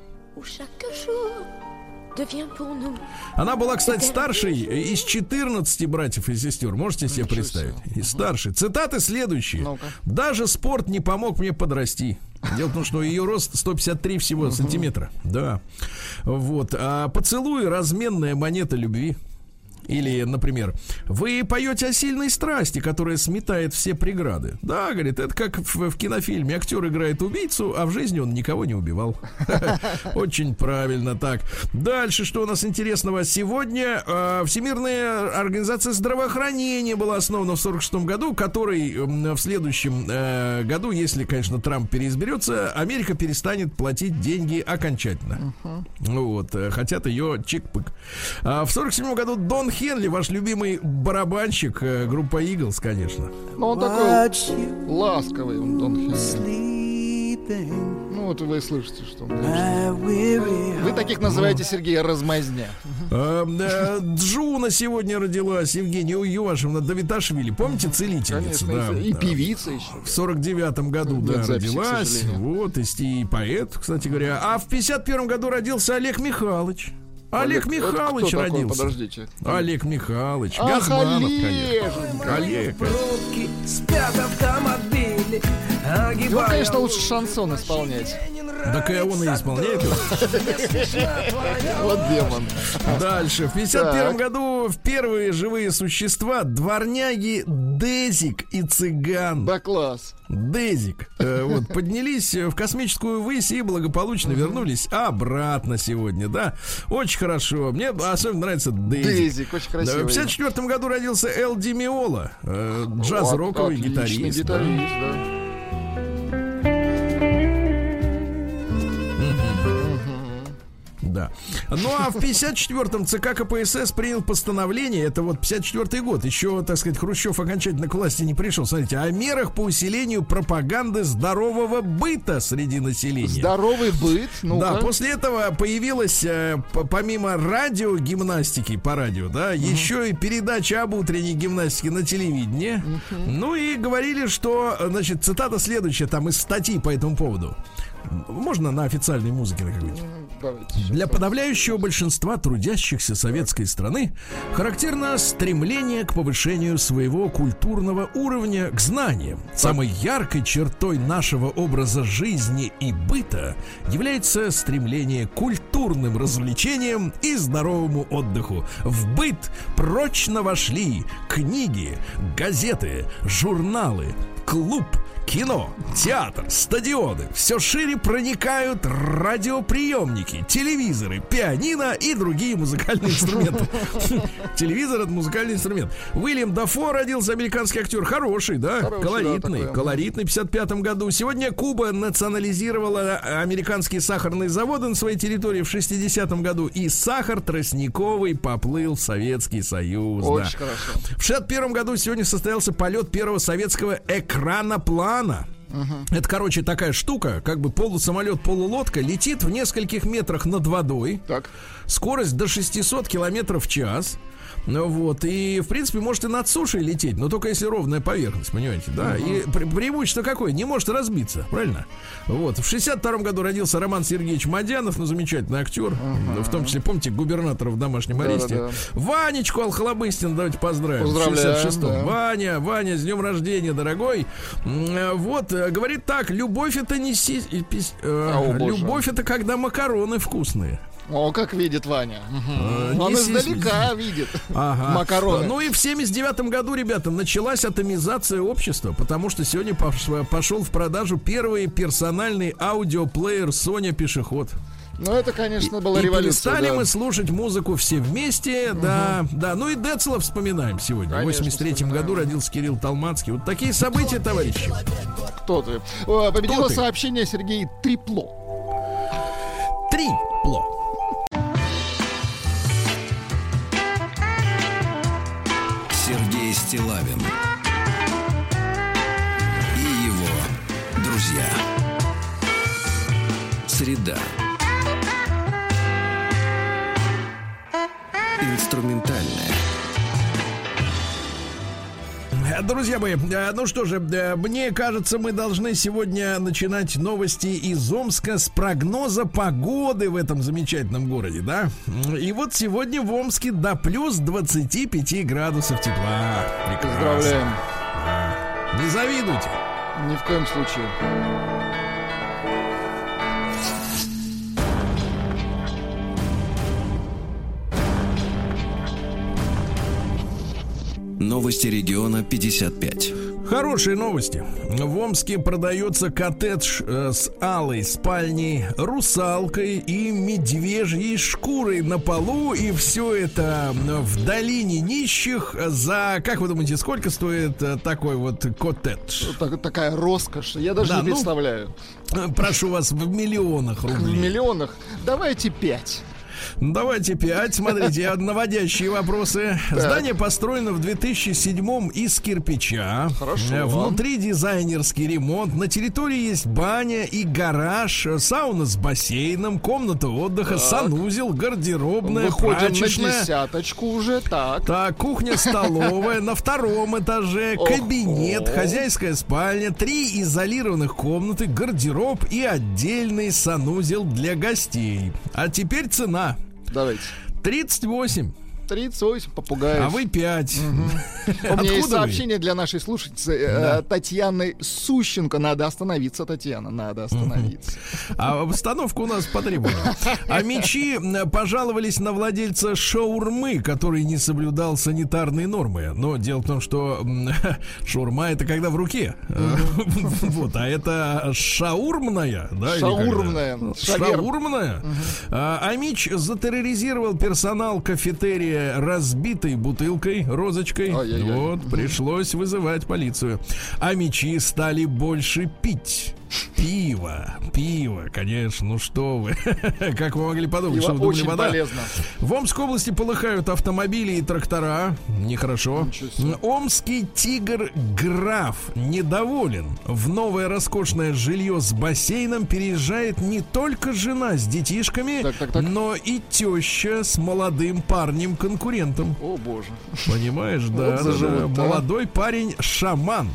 Она была, кстати, старшей из 14 братьев и сестер. Можете себе представить? И старшей. Цитаты следующие. Ну-ка. Даже спорт не помог мне подрасти. Дело в том, что ее рост 153 всего сантиметра. Да. Вот. Поцелуй — разменная монета любви. Или, например, вы поете о сильной страсти, которая сметает все преграды. Да, говорит, это как в кинофильме. Актер играет убийцу, а в жизни он никого не убивал. Очень правильно. Так, дальше, что у нас интересного? Сегодня Всемирная организация здравоохранения была основана в 1946 году, которой в следующем году, если, конечно, Трамп переизберется, Америка перестанет платить деньги окончательно. Вот, хотят ее чик-пык. В 1947 году Дон Хенли, ваш любимый барабанщик, группа Eagles, конечно. Ну, он такой ласковый, он, Дон Хенли. Ну, вот вы слышите, что он говорит. Вы таких называете, Сергей, размазня. Джуна сегодня родилась, Евгения Ювашевна Давиташвили. Помните, целительница? Конечно, да, и певица еще. В 49-м году, да, родилась. Вот, и поэт, кстати говоря. А в 51-м году родился Олег Михайлович. Олег Михайлович родился. Подождите. Олег Михайлович. Газманов, конечно. Олег. Его, конечно, лучше шансон исполнять. Так и он и исполняет его. Вот демон. Дальше. В 51 году в первые живые существа дворняги Дезик и Цыган. Да, класс. Дезик. Вот, поднялись в космическую высь и благополучно вернулись обратно сегодня, да. Очень хорошо. Мне особенно нравится Дезик. Дезик, очень красивый. В 54 году родился Эл Ди Миола, джаз-роковый гитарист. Да. Да. Ну а в 54-м ЦК КПСС принял постановление, это вот 54-й год, еще, так сказать, Хрущев окончательно к власти не пришел, смотрите, о мерах по усилению пропаганды здорового быта среди населения. Здоровый быт? Ну-ка. Да, после этого появилась, помимо радиогимнастики по радио, да, еще и передача об утренней гимнастике на телевидении. Ну и говорили, что, значит, цитата следующая, там из статьи по этому поводу. Можно на официальной музыке какой-нибудь? Для подавляющего большинства трудящихся советской страны характерно стремление к повышению своего культурного уровня к знаниям. Самой яркой чертой нашего образа жизни и быта является стремление к культурным развлечениям и здоровому отдыху. В быт прочно вошли книги, газеты, журналы, клуб, кино, театр, стадионы. Все шире проникают радиоприемники, телевизоры, пианино и другие музыкальные инструменты. Телевизор — это музыкальный инструмент. Уильям Дафо родился, американский актер. Хороший, да? Колоритный. Да, колоритный, в 55-м году. Сегодня Куба национализировала американские сахарные заводы на своей территории в 60-м году. И сахар тростниковый поплыл в Советский Союз. Очень хорошо. В 61-м году сегодня состоялся полет первого советского экраноплана. Это, короче, такая штука, как бы полусамолет, полулодка, летит в нескольких метрах над водой. Так. Скорость до 600 километров в час. Вот, и, в принципе, может и над сушей лететь, но только если ровная поверхность, понимаете, да? И преимущество какое? Не может разбиться, правильно? Вот, в 62-м году родился Роман Сергеевич Мадянов, ну, замечательный актер, в том числе, помните, губернатора в «Домашнем аресте». Да. Ванечку Алхолобыстина давайте поздравим. Поздравляем, в 66-м. Ваня, с днем рождения, дорогой. Вот, говорит так, любовь это не любовь это когда макароны вкусные. О, как видит Ваня. Он издалека видит макароны. Ну и в 79-м году, ребята, началась атомизация общества, потому что сегодня пошел в продажу первый персональный аудиоплеер Sony Пешеход. Ну, это, конечно, была революция. Перестали мы слушать музыку все вместе, да. Ну и Децла вспоминаем сегодня. Конечно, в 83-м году родился Кирилл Талмацкий. Вот такие события, товарищи. Кто ты? Победило сообщение Сергей Трипло. Трипло. Сергей Стиллавин и его друзья. Среда. Инструментальная. Друзья мои, ну что же, мне кажется, мы должны сегодня начинать новости из Омска с прогноза погоды в этом замечательном городе, да? И вот сегодня в Омске до плюс 25 градусов тепла. Прекрасно. Поздравляем. Не завидуйте. Ни в коем случае. Новости региона 55. Хорошие новости. В Омске продается коттедж с алой спальней, русалкой и медвежьей шкурой на полу. И все это в долине нищих за, как вы думаете, сколько стоит такой вот коттедж? Такая роскошь. Я даже не представляю. Прошу вас, в миллионах рублей. В миллионах? Давайте 5. Давайте 5. Смотрите, наводящие вопросы. Так. Здание построено в 2007-м из кирпича. Хорошо. Внутри дизайнерский ремонт. На территории есть баня и гараж, сауна с бассейном, комната отдыха, так. Санузел, гардеробная, выходим прачечная. На десяточку уже, так. Так, кухня-столовая. На втором этаже кабинет, хозяйская спальня, 3 изолированных комнаты, гардероб и отдельный санузел для гостей. А теперь цена. Давайте. 38. 38, попугаев. А вы 5. У меня есть сообщение для нашей слушательницы Татьяны Сущенко. Надо остановиться, Татьяна, надо остановиться. А обстановка у нас потребована. А мечи пожаловались на владельца шаурмы, который не соблюдал санитарные нормы. Но дело в том, что шаурма — это когда в руке. Вот, а это шаурмная. Шаурмная. Шаурмная. А Мич затерроризировал персонал кафетерия разбитой бутылкой, розочкой. Вот, пришлось вызывать полицию. А мечи стали больше пить. Пиво, конечно, ну что вы. Как вы могли подумать, что вы думали, вода? Полезно. В Омской области полыхают автомобили и трактора. Нехорошо. Омский тигр Граф недоволен. В новое роскошное жилье с бассейном переезжает не только жена с детишками, но и теща с молодым парнем-конкурентом. О, боже. Понимаешь, да. Молодой парень шаман.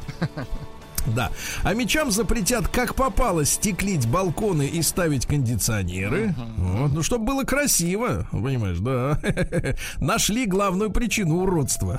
Да. А мечам запретят, как попало, стеклить балконы и ставить кондиционеры. Вот. Ну, чтобы было красиво, понимаешь, да. Нашли главную причину уродства.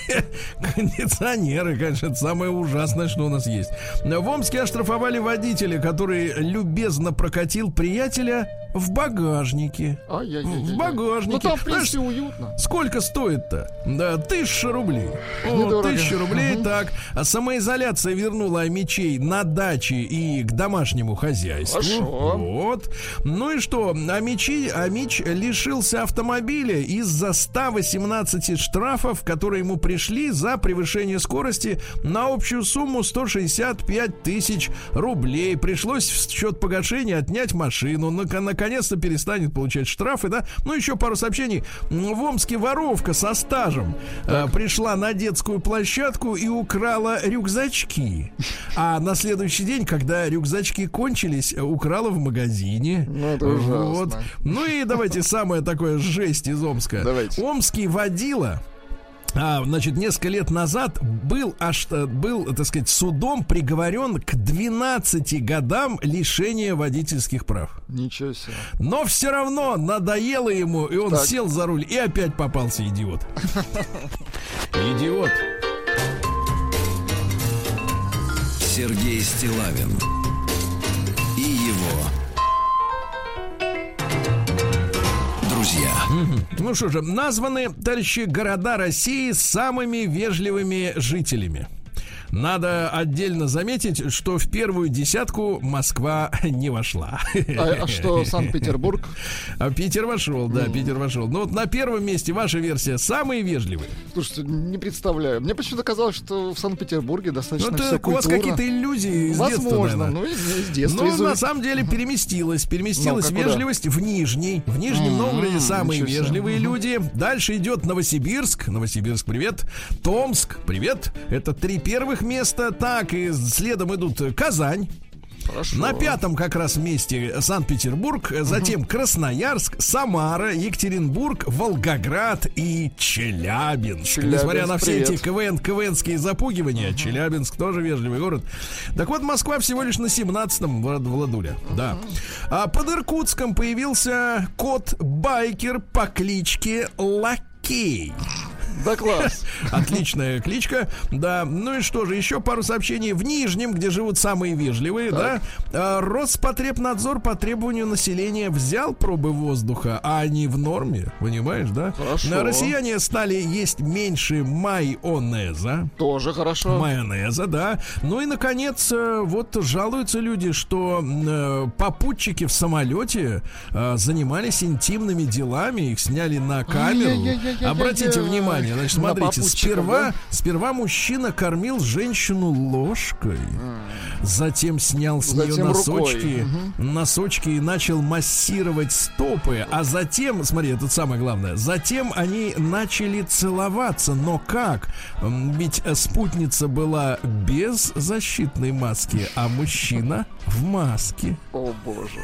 Кондиционеры, конечно, это самое ужасное, что у нас есть. В Омске оштрафовали водителя, который любезно прокатил приятеля в багажнике. В багажнике. Ну там, в принципе, уютно. Сколько стоит-то? Да, 1000 рублей. О, 1000 рублей, так. А самоизоляция вернула Амичей на даче и к домашнему хозяйству. Хорошо. Вот. Ну и что? Амич лишился автомобиля из-за 118 штрафов, которые ему пришли за превышение скорости на общую сумму 165 тысяч рублей. Пришлось в счет погашения отнять машину. Наконец-то перестанет получать штрафы, да? Ну, еще пару сообщений. В Омске воровка со стажем пришла на детскую площадку и украла рюкзачки. А на следующий день, когда рюкзачки кончились, украла в магазине. Ну, это ужасно. Вот. Ну и давайте самое такое жесть из Омска. Давайте. Омский водила, значит, несколько лет назад был, так сказать, судом приговорен к 12 годам лишения водительских прав. Ничего себе. Но все равно надоело ему, и он сел за руль, и опять попался идиот. Идиот. Сергей Стиллавин и его друзья. Ну что же, названы, товарищи, города России с самыми вежливыми жителями. Надо отдельно заметить, что в первую десятку Москва не вошла. А что Санкт-Петербург? Питер вошел, да, Питер вошел. Но вот на первом месте ваша версия самые вежливые. Слушайте, не представляю. Мне почему-то казалось, что в Санкт-Петербурге достаточно все культурно. У вас какие-то иллюзии из детства, возможно, ну из детства. Но на самом деле переместилась вежливость в Нижний. В Нижнем Новгороде самые вежливые люди. Дальше идет Новосибирск. Новосибирск, привет. Томск, привет. Это 3 первых места. Так, и следом идут Казань. Хорошо. На 5-м как раз месте Санкт-Петербург, затем Красноярск, Самара, Екатеринбург, Волгоград и Челябинск. Несмотря на все эти КВНские запугивания, Челябинск тоже вежливый город. Так вот, Москва всего лишь на 17-м, Владуля. Да. А под Иркутском появился кот-байкер по кличке Лакей. Да, класс. Отличная кличка. Да, ну и что же, еще пару сообщений. В Нижнем, где живут самые вежливые, так. Да, Роспотребнадзор по требованию населения взял пробы воздуха, а они в норме, понимаешь, да? Хорошо. Россияне стали есть меньше майонеза. Тоже хорошо. Майонеза, да. Ну и, наконец, вот жалуются люди, что попутчики в самолете занимались интимными делами, их сняли на камеру. Обратите внимание. Значит, смотрите, сперва мужчина кормил женщину ложкой, затем снял с нее носочки и начал массировать стопы, а затем, смотри, это самое главное, затем они начали целоваться, но как? Ведь спутница была без защитной маски, а мужчина в маске. О, боже.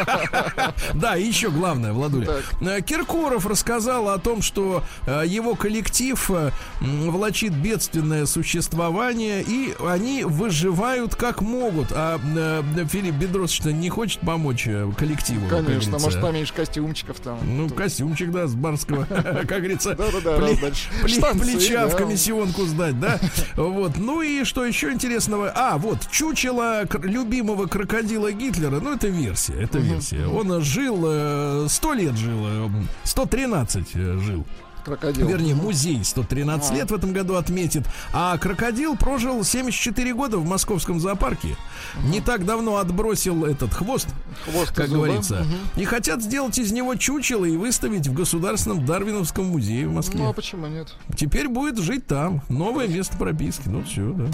Да, и еще главное, Владуля. Киркоров рассказал о том, что его коллектив влачит бедственное существование, и они выживают как могут. А Филипп Бедросович не хочет помочь коллективу? Конечно, может, поменьше костюмчиков там. Ну, костюмчик, да, с барского, как говорится, плеча в комиссионку сдать, да? Вот. Ну и что еще интересного? Вот, чучело любимого крокодила Гитлера, ну, это версия. Он жил, 100 лет жил, 113 жил. Крокодил. Вернее, музей 113 лет в этом году отметит. А крокодил прожил 74 года в московском зоопарке. Не так давно отбросил этот хвост как говорится. И хотят сделать из него чучело и выставить в Государственном Дарвиновском музее в Москве. Ну, а почему нет? Теперь будет жить там. Новое место прописки. Ну, все, да.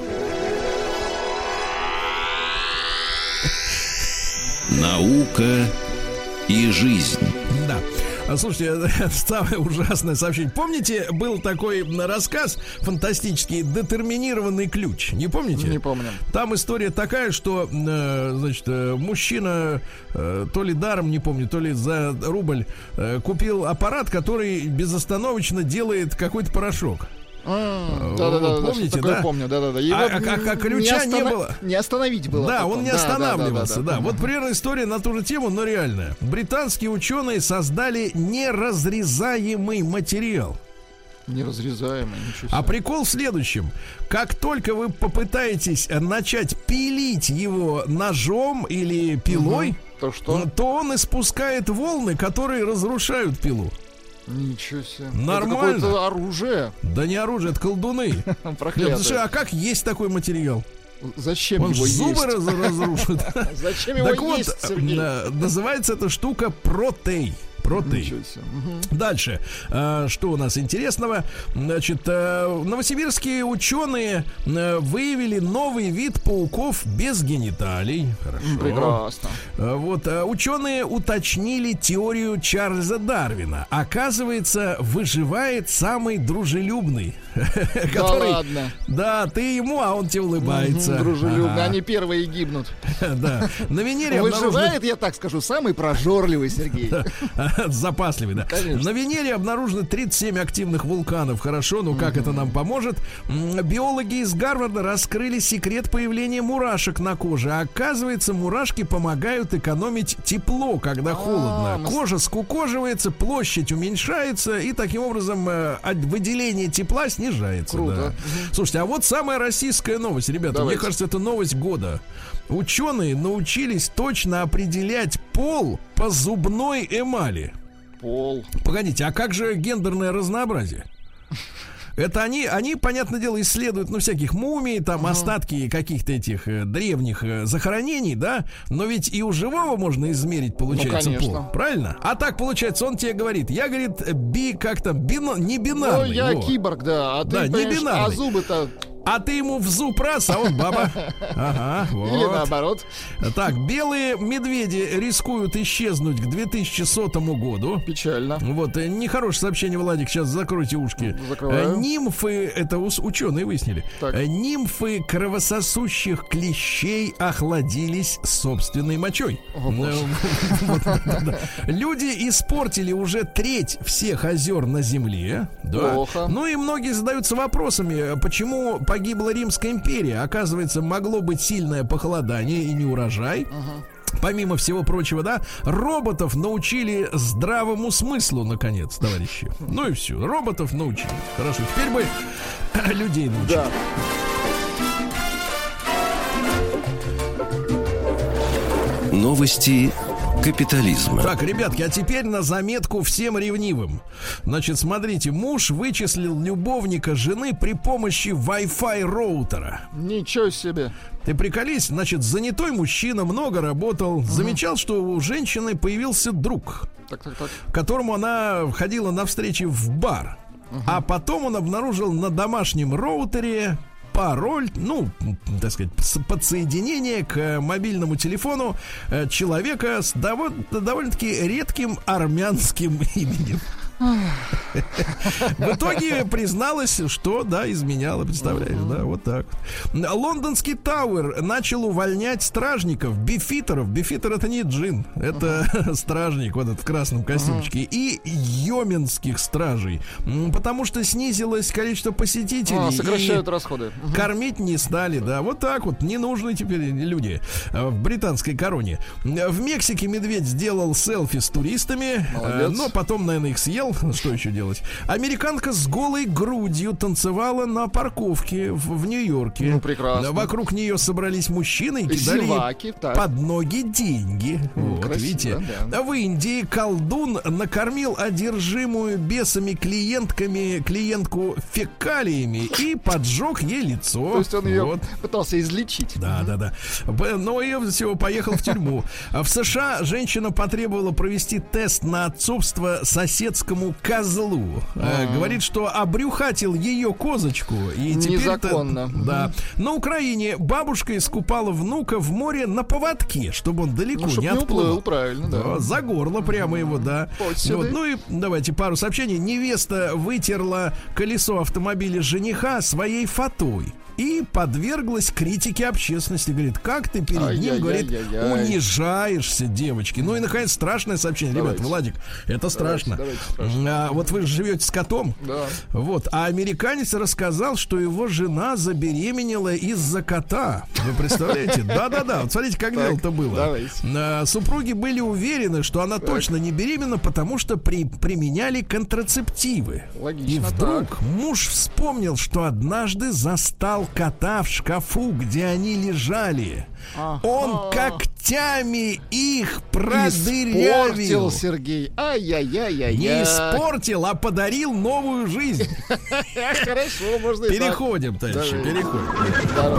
Наука и жизнь. Да. Слушайте, самое ужасное сообщение. Помните, был такой рассказ фантастический «Детерминированный ключ»? Не помните? Не помню. Там история такая, что, значит, мужчина то ли даром, не помню, то ли за рубль купил аппарат, который безостановочно делает какой-то порошок. Да, помните, да? Помню, да. А ключа не было. Не остановить было. Да, потом. Он не останавливался. Да. Вот примерно история на ту же тему, но реальная. Британские ученые создали неразрезаемый материал. Неразрезаемый, ничего себе. А прикол в следующем. Как только вы попытаетесь начать пилить его ножом или пилой, То что? То он испускает волны, которые разрушают пилу. Ничего себе. Нормально. Это какое-то оружие. Да не оружие, это колдуны. Проклятое. А как есть такой материал? Зачем Он его зубы есть? разрушит. Зачем его Так вот, есть, Сергей? называется эта штука протей. Ничего себе. Дальше. Что у нас интересного? Значит, новосибирские ученые выявили новый вид пауков без гениталий. Хорошо. Прекрасно. Вот, ученые уточнили теорию Чарльза Дарвина. Оказывается, выживает самый дружелюбный. Да ладно. Да, ты ему, а он тебе улыбается. Дружелюбно. Они первые гибнут. Да. На Венере Выживает, я так скажу, самый прожорливый Сергей. запасливый, да. Конечно. На Венере обнаружено 37 активных вулканов. Хорошо, ну как это нам поможет? Биологи из Гарварда раскрыли секрет появления мурашек на коже. Оказывается, мурашки помогают экономить тепло, когда холодно. Кожа скукоживается, площадь уменьшается, и таким образом выделение тепла снижается. Круто. Да. Слушайте, а вот самая российская новость, ребята. Давайте. Мне кажется, это новость года. Ученые научились точно определять пол по зубной эмали. Пол. Погодите, а как же гендерное разнообразие? Это они, понятное дело, исследуют, всяких мумий, там, остатки каких-то этих древних захоронений, да? Но ведь и у живого можно измерить, получается, пол. Правильно? А так, получается, он тебе говорит, я, говорит, не бинарный. Ну, я киборг, да. А ты, да, не бинарный. А зубы-то... А ты ему в зуб раз, а он баба. Ага, вот. Или наоборот. Так, белые медведи рискуют исчезнуть к 2100 году. Печально. Вот, нехорошее сообщение, Владик, сейчас закройте ушки. Закрываю. Нимфы, это ученые выяснили. Так. Нимфы кровососущих клещей охладились собственной мочой. Люди испортили уже треть всех озер на Земле. Плохо. Ну и многие задаются вопросами, почему погибла Римская империя. Оказывается, могло быть сильное похолодание и неурожай. Помимо всего прочего, да, роботов научили здравому смыслу, наконец, товарищи. Ну и все, роботов научили. Хорошо, теперь бы людей научили. Да. Новости капитализма. Так, ребятки, а теперь на заметку всем ревнивым. Значит, смотрите, муж вычислил любовника жены при помощи Wi-Fi роутера. Ничего себе. Ты приколись, значит, занятой мужчина, много работал, замечал, что у женщины появился друг, Так. которому она ходила на встречи в бар. А потом он обнаружил на домашнем роутере пароль, так сказать, подсоединение к мобильному телефону человека с довольно-таки редким армянским именем. В итоге призналась, что, да, изменяла, представляешь, да, вот так. Лондонский Тауэр начал увольнять стражников, бифитеров. Бифитер — это не джин, это стражник, вот этот в красном костюмчике, и йеменских стражей, потому что снизилось количество посетителей. Сокращают расходы. Кормить не стали, да, вот так вот, не нужны теперь люди в британской короне. В Мексике медведь сделал селфи с туристами, но потом, наверное, их съел. Что еще делать? Американка с голой грудью танцевала на парковке в Нью-Йорке. Ну, прекрасно. Вокруг нее собрались мужчины и кидали зеваки, под ноги деньги. Вот, красиво, видите? да. В Индии колдун накормил одержимую бесами клиентку фекалиями и поджег ей лицо. То есть он ее пытался излечить. Да. Но ее всего поехал в тюрьму. В США женщина потребовала провести тест на отцовство соседскому козлу. Говорит, что обрюхатил ее козочку. И незаконно. Да. На Украине бабушка искупала внука в море на поводке, чтобы он далеко не отплыл. Правильно, да. За горло прямо его, да. Вот. Ну и давайте пару сообщений. Невеста вытерла колесо автомобиля жениха своей фатой и подверглась критике общественности. Говорит, как ты перед ним, говорит, унижаешься, девочки. Ну и, наконец, страшное сообщение. Ребят, Владик, это страшно. Вот вы живете с котом. Да. Вот. А американец рассказал, что его жена забеременела из-за кота. Вы представляете? Да-да-да. Вот смотрите, как дело-то было. Супруги были уверены, что она точно не беременна, потому что применяли контрацептивы. Логично. И вдруг муж вспомнил, что однажды застал кота в шкафу, где они лежали. Он когтями их продырявил. Испортил, Сергей. Ай-яй-яй-яй. Не испортил, а подарил новую жизнь. Хорошо, можно и так. Переходим, товарищи, переходим. Здорово.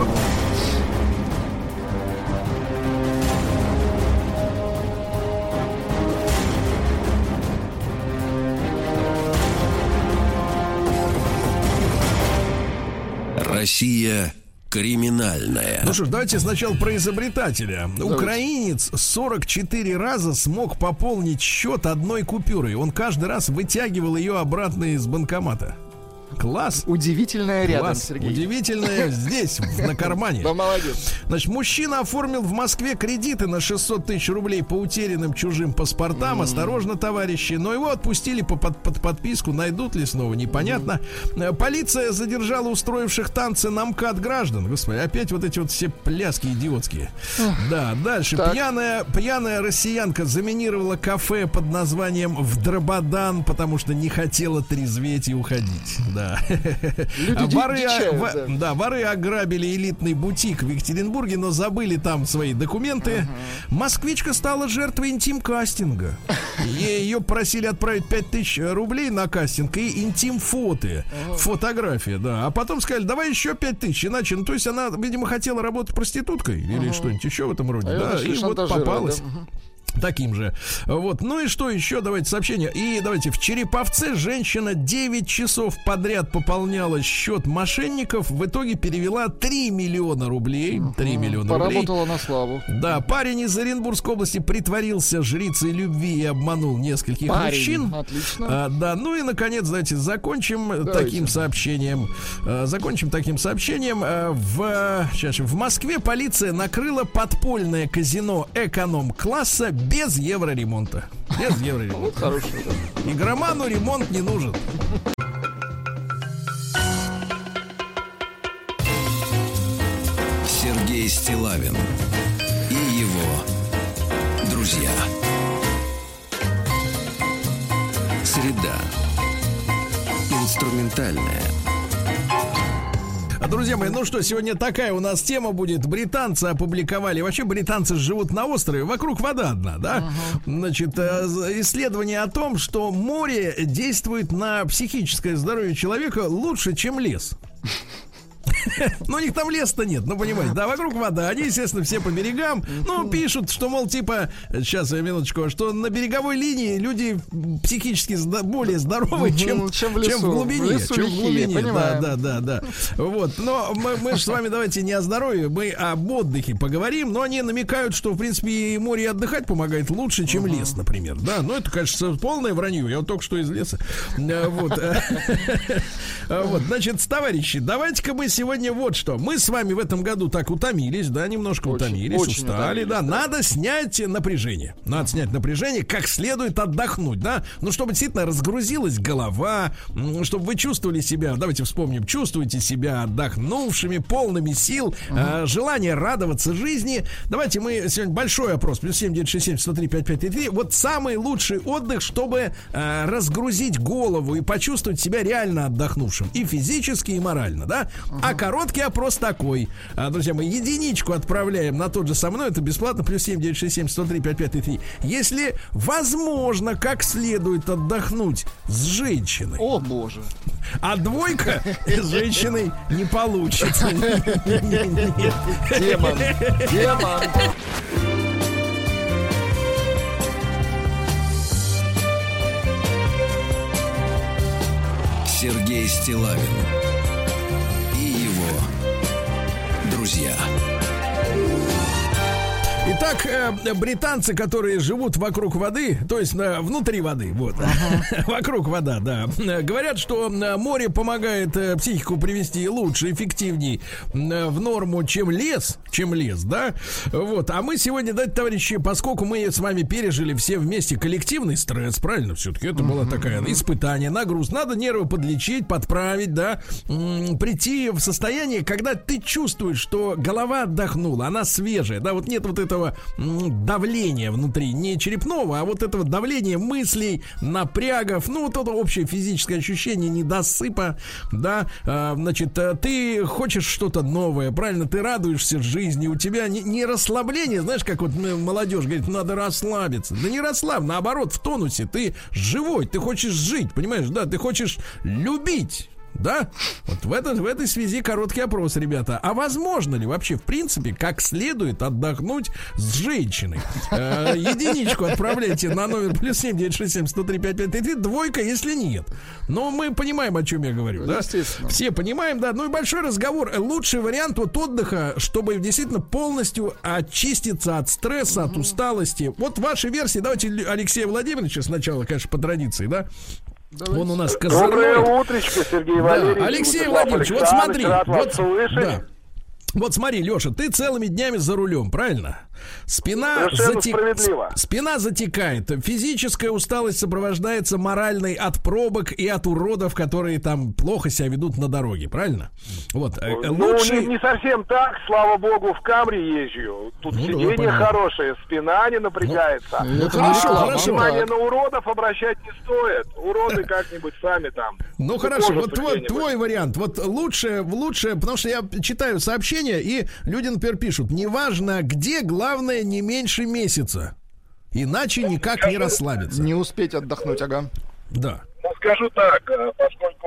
Россия криминальная. Ну что ж, давайте сначала про изобретателя. Давайте. Украинец 44 раза смог пополнить счет одной купюрой. Он каждый раз вытягивал ее обратно из банкомата. Класс. Удивительное рядом, Класс. Сергей. Удивительное здесь, на кармане. Да, молодец. Значит, мужчина оформил в Москве кредиты на 600 тысяч рублей по утерянным чужим паспортам. Осторожно, товарищи. Но его отпустили под подписку. Найдут ли снова, непонятно. Полиция задержала устроивших танцы на МКАД граждан. Господи, опять вот эти вот все пляски идиотские. Да, дальше. Так. Пьяная россиянка заминировала кафе под названием «Вдрободан», потому что не хотела трезветь и уходить. Да. Люди дичают, Воры ограбили элитный бутик в Екатеринбурге, но забыли там свои документы. Москвичка стала жертвой интим-кастинга. Ее просили отправить 5000 рублей на кастинг и интим-фото. Фотография, да. А потом сказали, давай еще 5000, иначе, ну, то есть она, видимо, хотела работать проституткой или что-нибудь еще в этом роде. Да, и вот попалась. Таким же. Вот. Ну и что еще? Давайте сообщение. И давайте. В Череповце женщина 9 часов подряд пополняла счет мошенников. В итоге перевела 3 миллиона рублей. 3 миллиона рублей. Поработала на славу. Да, парень из Оренбургской области притворился жрицей любви и обманул нескольких мужчин. Отлично. Да, ну и, наконец, давайте закончим таким сообщением. В Москве полиция накрыла подпольное казино эконом-класса без евроремонта. Без евроремонта. Хорошо. Игроману ремонт не нужен. Сергей Стиллавин и его друзья. Среда. Инструментальная. Друзья мои, ну что, сегодня такая у нас тема будет. Британцы опубликовали. Вообще британцы живут на острове, вокруг вода одна, да? Значит, исследование о том, что море действует на психическое здоровье человека лучше, чем лес. Ну, у них там леса-то нет, ну, понимаете, да, вокруг вода, они, естественно, все по берегам, ну, пишут, что, мол, типа, сейчас, минуточку, что на береговой линии люди психически более здоровые, чем в глубине, да, вот, но мы же с вами давайте не о здоровье, мы об отдыхе поговорим, но они намекают, что, в принципе, и море отдыхать помогает лучше, чем лес, например, да, ну, это, конечно, полное вранье, я вот только что из леса, вот, значит, товарищи, давайте-ка мы сегодня вот что. Мы с вами в этом году так утомились, да, немножко утомились, устали, да. Надо снять напряжение. Надо снять напряжение, как следует отдохнуть, да. Ну, чтобы действительно разгрузилась голова, чтобы вы чувствовали себя, давайте вспомним, чувствуете себя отдохнувшими, полными сил, желание радоваться жизни. Давайте мы сегодня большой опрос, плюс 7967-103-5533. Вот самый лучший отдых, чтобы разгрузить голову и почувствовать себя реально отдохнувшим. И физически, и морально, да. А короткий опрос такой. Друзья, мы единичку отправляем на тот же со мной. Это бесплатно. Плюс 7967-103-5533. Если возможно, как следует отдохнуть с женщиной. О, боже. А двойка с женщиной не получится. Демон. Сергей Стиллавин и его друзья. Итак, британцы, которые живут вокруг воды, то есть внутри воды, вот, вокруг вода, да, говорят, что море помогает психику привести лучше, эффективней в норму, чем лес, да, вот, а мы сегодня, да, товарищи, поскольку мы с вами пережили все вместе коллективный стресс, правильно, все-таки это было такое испытание, нагруз, надо нервы подлечить, подправить, да, прийти в состояние, когда ты чувствуешь, что голова отдохнула, она свежая, да, вот нет вот этого такого давления внутри, не черепного, а вот этого давления мыслей, напрягов, ну, вот это общее физическое ощущение недосыпа, да, значит, ты хочешь что-то новое, правильно, ты радуешься жизни, у тебя не расслабление, знаешь, как вот молодежь говорит, надо расслабиться, да не расслабь, наоборот, в тонусе, ты живой, ты хочешь жить, понимаешь, да, ты хочешь любить. Да? Вот в этой связи короткий опрос, ребята. А возможно ли вообще, в принципе, как следует отдохнуть с женщиной? Единичку отправляйте на номер +7 967 103 5533, двойка, если нет. Но мы понимаем, о чем я говорю, да? Все понимаем, да. Ну и большой разговор. Лучший вариант вот отдыха, чтобы действительно полностью очиститься от стресса, от усталости. Вот ваши версии. Давайте Алексея Владимировича сначала, конечно, по традиции, да? Давайте. Он у нас козырной. Доброе утречко, Сергей Валерьевич. Алексей Владимирович, вот смотри. Вот смотри, Леша, ты целыми днями за рулем, правильно? Спина затекает. Физическая усталость сопровождается моральной от пробок и от уродов, которые там плохо себя ведут на дороге, правильно? Вот. Лучше... не совсем так, слава богу, в Камри езжу. Тут сиденье хорошее, спина не напрягается. Хорошо. Внимание на уродов обращать не стоит. Уроды как-нибудь сами там. Ну хорошо, вот твой вариант. Вот лучше, потому что я читаю сообщения, и люди, например, пишут: неважно где, главное не меньше месяца. Иначе никак не расслабиться. Не успеть отдохнуть, ага. Да. Ну, скажу так, поскольку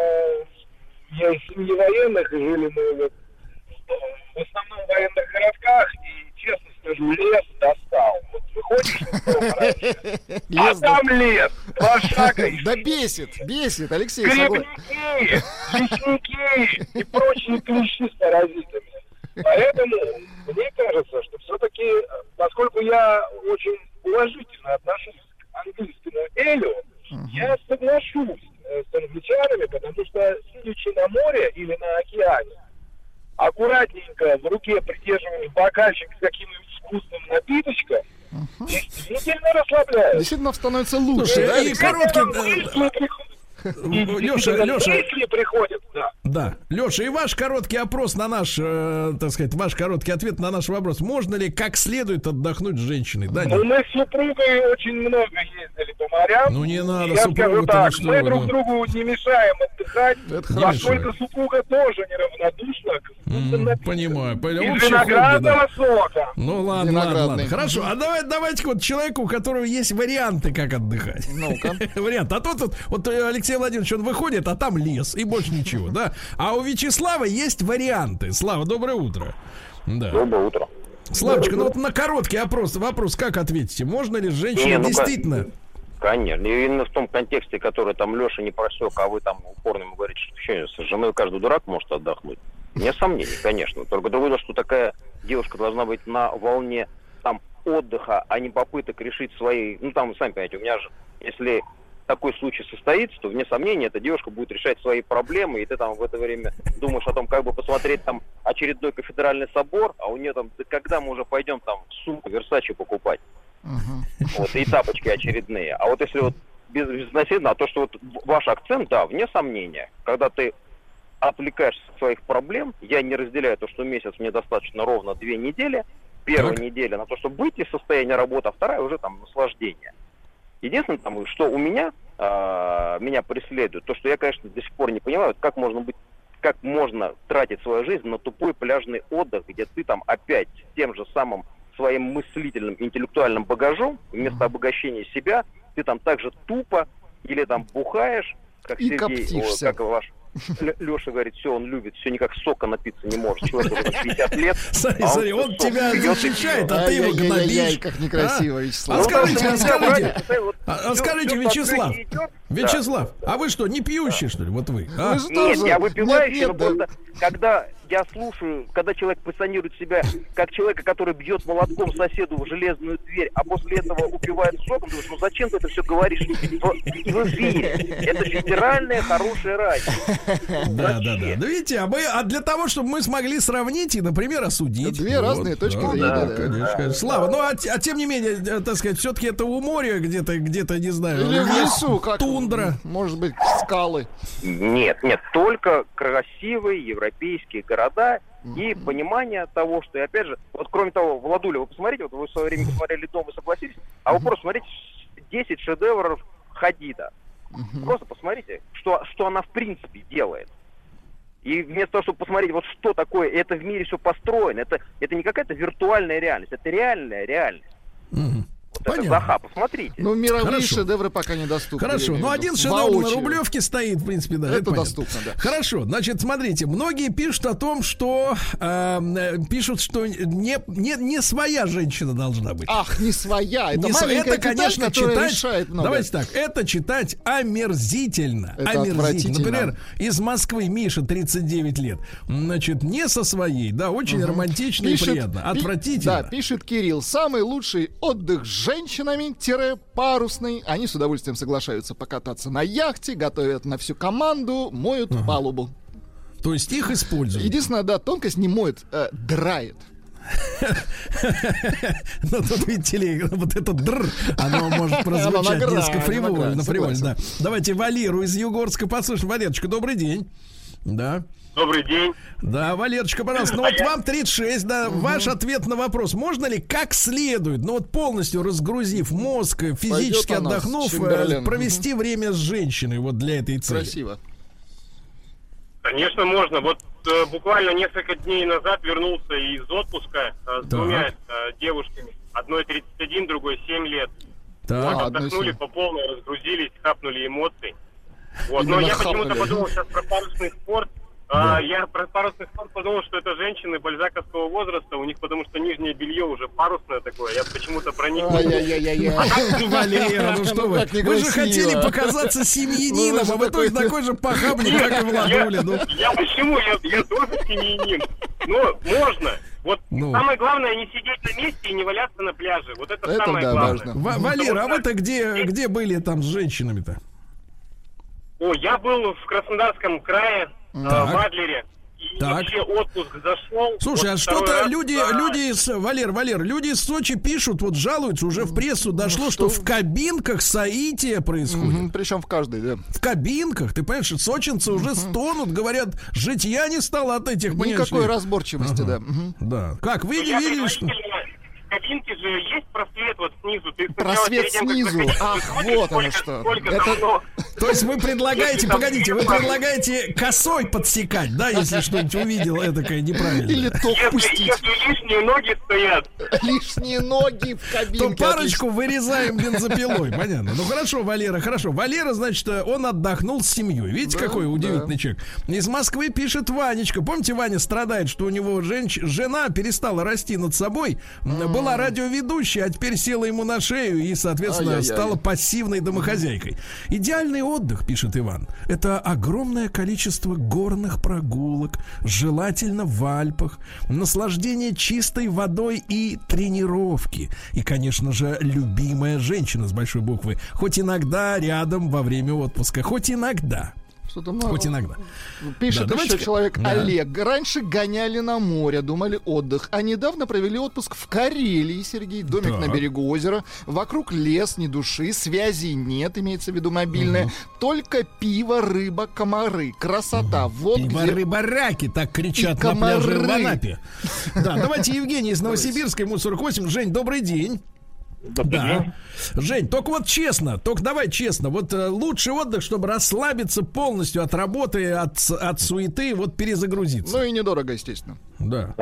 я из семьи военных, и жили мы в основном в военных городках, и, честно скажу, лес достал. Вот выходишь, а там лес, 2 шага. Да бесит, Алексей. Грибники, лесники и прочие клещи с паразитами. Поэтому мне кажется, что все-таки, поскольку я очень уважительно отношусь к английскому элю, я соглашусь с англичанами, потому что, сидячи на море или на океане, аккуратненько в руке придерживая бокальчик с каким-нибудь вкусным напиточком, действительно расслабляет. Действительно становится лучше. Слушай, да, и короткий... Леша, приходят, да. Леша, и ваш короткий опрос на наш, так сказать, ваш короткий ответ на наш вопрос: можно ли как следует отдохнуть с женщиной? Да, ну, мы с супругой очень много ездили по морям. Ну не надо, я скажу так, что, мы друг другу не мешаем отдыхать, поскольку супруга тоже неравнодушна к понимаю. Из виноградного сока. Ну ладно. Хорошо, а давайте вот человеку, у которого есть варианты, как отдыхать. Ну-ка. Вариант. А тот вот Алексей Владимирович, он выходит, а там лес и больше ничего, да? А у Вячеслава есть варианты. Слава, доброе утро. Да. Доброе утро. Славочка, ну вот на короткий вопрос как ответите? Можно ли женщина действительно... Конечно. И именно в том контексте, который там Леша не просек, а вы там упорно ему говорите, что с женой каждый дурак может отдохнуть. Нет сомнений, конечно. Только другое, что такая девушка должна быть на волне там отдыха, а не попыток решить свои... Ну там, вы сами понимаете, у меня же, если такой случай состоится, то, вне сомнения, эта девушка будет решать свои проблемы, и ты там в это время думаешь о том, как бы посмотреть там очередной кафедральный собор, а у нее там, да когда мы уже пойдем там сумку Версачи покупать? Вот, и тапочки очередные. А вот если вот безнаседно, а то, что вот ваш акцент, да, вне сомнения, когда ты отвлекаешься от своих проблем, я не разделяю то, что месяц мне достаточно ровно 2 недели, первая неделя на то, чтобы выйти из состояния работы, а вторая уже там наслаждение. Единственное, там, что у меня преследует, то, что я, конечно, до сих пор не понимаю, как можно тратить свою жизнь на тупой пляжный отдых, где ты там опять с тем же самым своим мыслительным, интеллектуальным багажом, вместо обогащения себя, ты там так же тупо или там бухаешь, как и Сергей, как ваш Леша говорит, все, он любит, все никак сока напиться не может. Человек уже 50 лет. Смотри, он тебя защищает, а ты его гнобишь. Как некрасиво, Вячеслав. Скажите, Вячеслав, а вы что, не пьющий, что ли? Вот вы. Нет, я выпивающий, но просто когда я слушаю, когда человек позиционирует себя как человека, который бьет молотком соседу в железную дверь, а после этого упивает соком, думаешь, ну зачем ты это все говоришь в эфире? Это федеральное хорошее радио. Да. Ну видите, а для того, чтобы мы смогли сравнить и, например, осудить. Две разные точки зрения. Конечно. Слава, ну а тем не менее, так сказать, все-таки это у моря где-то, не знаю, или в лесу, как тундра. Может быть, скалы. Нет, только красивые европейские города и понимание того, что, и опять же, вот кроме того, Владуля, вы посмотрите, вот вы в свое время посмотрели «Дом» и согласились, а вы просто смотрите 10 шедевров Хадида. Просто посмотрите, что она в принципе делает. И вместо того, чтобы посмотреть, вот что такое, это в мире все построено, это не какая-то виртуальная реальность, это реальная реальность. Вот это Заха, посмотрите. Ну, мировые шедевры пока недоступны. Хорошо, но один шедевр на Рублевке стоит, в принципе, да. Это доступно, да. Хорошо, значит, смотрите, многие пишут о том, что не своя женщина должна быть. Ах, не своя, это маленькая деталь, конечно, читать, решает много. Давайте так, это читать омерзительно. Это омерзительно. Например, из Москвы Миша, 39 лет. Значит, не со своей, да, очень романтично и приятно. Отвратительно. Да, пишет Кирилл, самый лучший отдых с женщинами-парусный. Они с удовольствием соглашаются покататься на яхте, готовят на всю команду, моют палубу. То есть их используют. Единственная, да, тонкость не моет, драет. Но тут, видите ли, вот это др, оно может прозвучать несколько фривольно. Да. Давайте Валеру из Югорска послушаем. Валерочка, добрый день. Да. Добрый день. Да, Валерочка, пожалуйста. Ну вот вам 36, да, ваш ответ на вопрос. Можно ли как следует, ну вот полностью разгрузив мозг, физически отдохнув, провести время с женщиной вот для этой цели? Красиво. Конечно, можно. Вот буквально несколько дней назад вернулся из отпуска с двумя девушками. Одной 31, другой 7 лет. Вот, отдохнули по полной, разгрузились, хапнули эмоций. Вот. Но я почему-то подумал сейчас про парусный спорт. Я про парусный спорт подумал, что это женщины бальзаковского возраста, у них потому что нижнее белье уже парусное такое, я почему-то про них... Валера, ну что вы, вы же хотели показаться семьянином, а вы тоже такой же похабник, как и Владуля. Я почему? Я тоже семьянин. Но можно. Вот самое главное не сидеть на месте и не валяться на пляже. Вот это самое главное. Валера, а вы-то где были там с женщинами-то? О, я был в Краснодарском крае, в Адлере. И вообще отпуск зашел. Слушай, а что-то люди из Валер, люди из Сочи пишут, вот жалуются, уже в прессу дошло, что в кабинках соитие происходит. Причем в каждой, да. В кабинках, ты понимаешь, сочинцы уже стонут, говорят, житья не стало от этих, никакой разборчивости, да. Да. Как вы не видели, что... В кабинке же есть просвет вот снизу. Просвет снизу. Ах, вот оно что. То есть вы предлагаете, погодите, вы предлагаете косой подсекать, да, если что-нибудь увидел этакое неправильно. Или ток пустить. Если лишние ноги стоят. Лишние ноги в кабинке. То парочку вырезаем бензопилой, понятно. Ну хорошо, Валера, хорошо. Валера, значит, он отдохнул с семьей. Видите, какой удивительный человек. Из Москвы пишет Ванечка. Помните, Ваня страдает, что у него жена перестала расти над собой. Была радиоведущей, а теперь села ему на шею и, соответственно, стала пассивной домохозяйкой. Идеальный отдых, пишет Иван, это огромное количество горных прогулок, желательно в Альпах, наслаждение чистой водой и тренировки. И, конечно же, любимая женщина с большой буквы. Хоть иногда рядом во время отпуска, хоть иногда. Хоть иногда. Пишет еще человек Олег. Раньше гоняли на море, думали отдых. А недавно провели отпуск в Карелии, Сергей. Домик на берегу озера. Вокруг лес, ни души, связи нет, имеется в виду мобильная. Только пиво, рыба, комары. Красота. Вот пиво, рыба, раки, так кричат на пляже в Анапе. Да, давайте Евгений из Новосибирска, ему 48. Жень, добрый день. Да. Жень, только вот честно, давай честно, вот лучший отдых, чтобы расслабиться полностью от работы, от суеты, вот перезагрузиться. Ну и недорого, естественно. Да.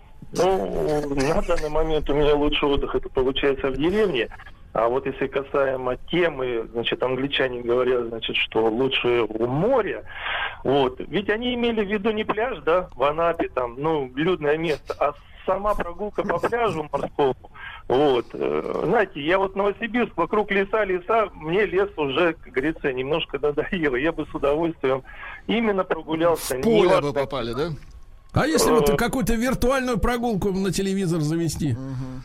Ну, на данный момент у меня лучший отдых, это получается в деревне. А вот если касаемо темы, значит, англичане говорят, значит, что лучше у моря. Вот. Ведь они имели в виду не пляж, да, в Анапе, там, ну, людное место, а сама прогулка по пляжу морскому. Вот. Знаете, я вот Новосибирск, вокруг леса, мне лес уже, как говорится, немножко надоело. Я бы с удовольствием именно прогулялся. В поле бы попали, да? А если вот какую-то виртуальную прогулку на телевизор завести?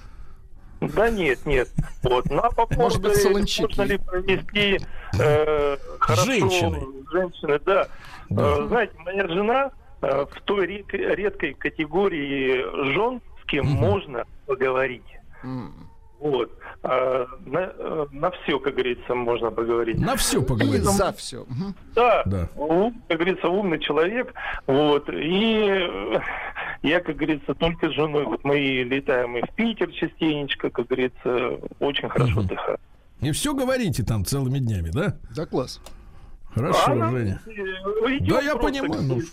Да нет. Вот. Ну, а по поводу, можно ли провести хорошо женщины, да. Знаете, моя жена в той редкой категории жен, с кем можно поговорить. Вот. На все, как говорится, можно поговорить. На все поговорить. За все. Да. Как говорится, умный человек. Вот. И я, как говорится, только с женой. Вот мы летаем и в Питер частенечко, как говорится, очень хорошо отдыхаем. И все говорите там целыми днями, да? Да, класс. Хорошо, Женя. Да, я понимаю.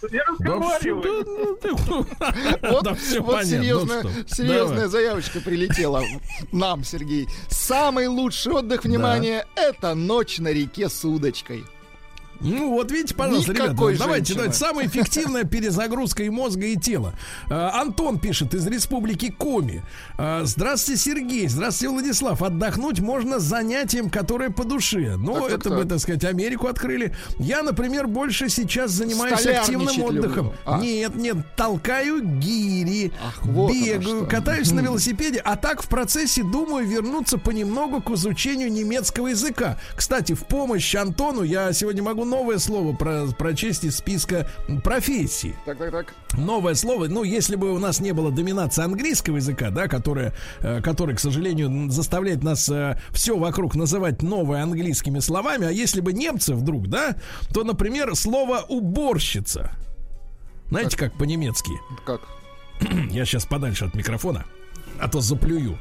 Вот серьезная заявочка прилетела нам, Сергей. Самый лучший отдых, внимание, это ночь на реке с удочкой. Ну вот видите, пожалуйста, ребята, давайте, самая эффективная перезагрузка и мозга, и тела. Антон пишет из республики Коми. Здравствуйте, Сергей, здравствуйте, Владислав. Отдохнуть можно занятием, которое по душе. Ну, это мы, так сказать, Америку открыли. Я, например, больше сейчас занимаюсь активным отдыхом. Нет, толкаю гири, бегаю, катаюсь на велосипеде, а так в процессе думаю вернуться понемногу к изучению немецкого языка. Кстати, в помощь Антону я сегодня могу новое слово прочесть из списка профессий. Так. Новое слово, ну, если бы у нас не было доминации английского языка, да, который, к сожалению, заставляет нас все вокруг называть новые английскими словами, а если бы немцы вдруг, да, то, например, слово «уборщица». Знаете, как по-немецки? Как? Я сейчас подальше от микрофона, а то заплюю.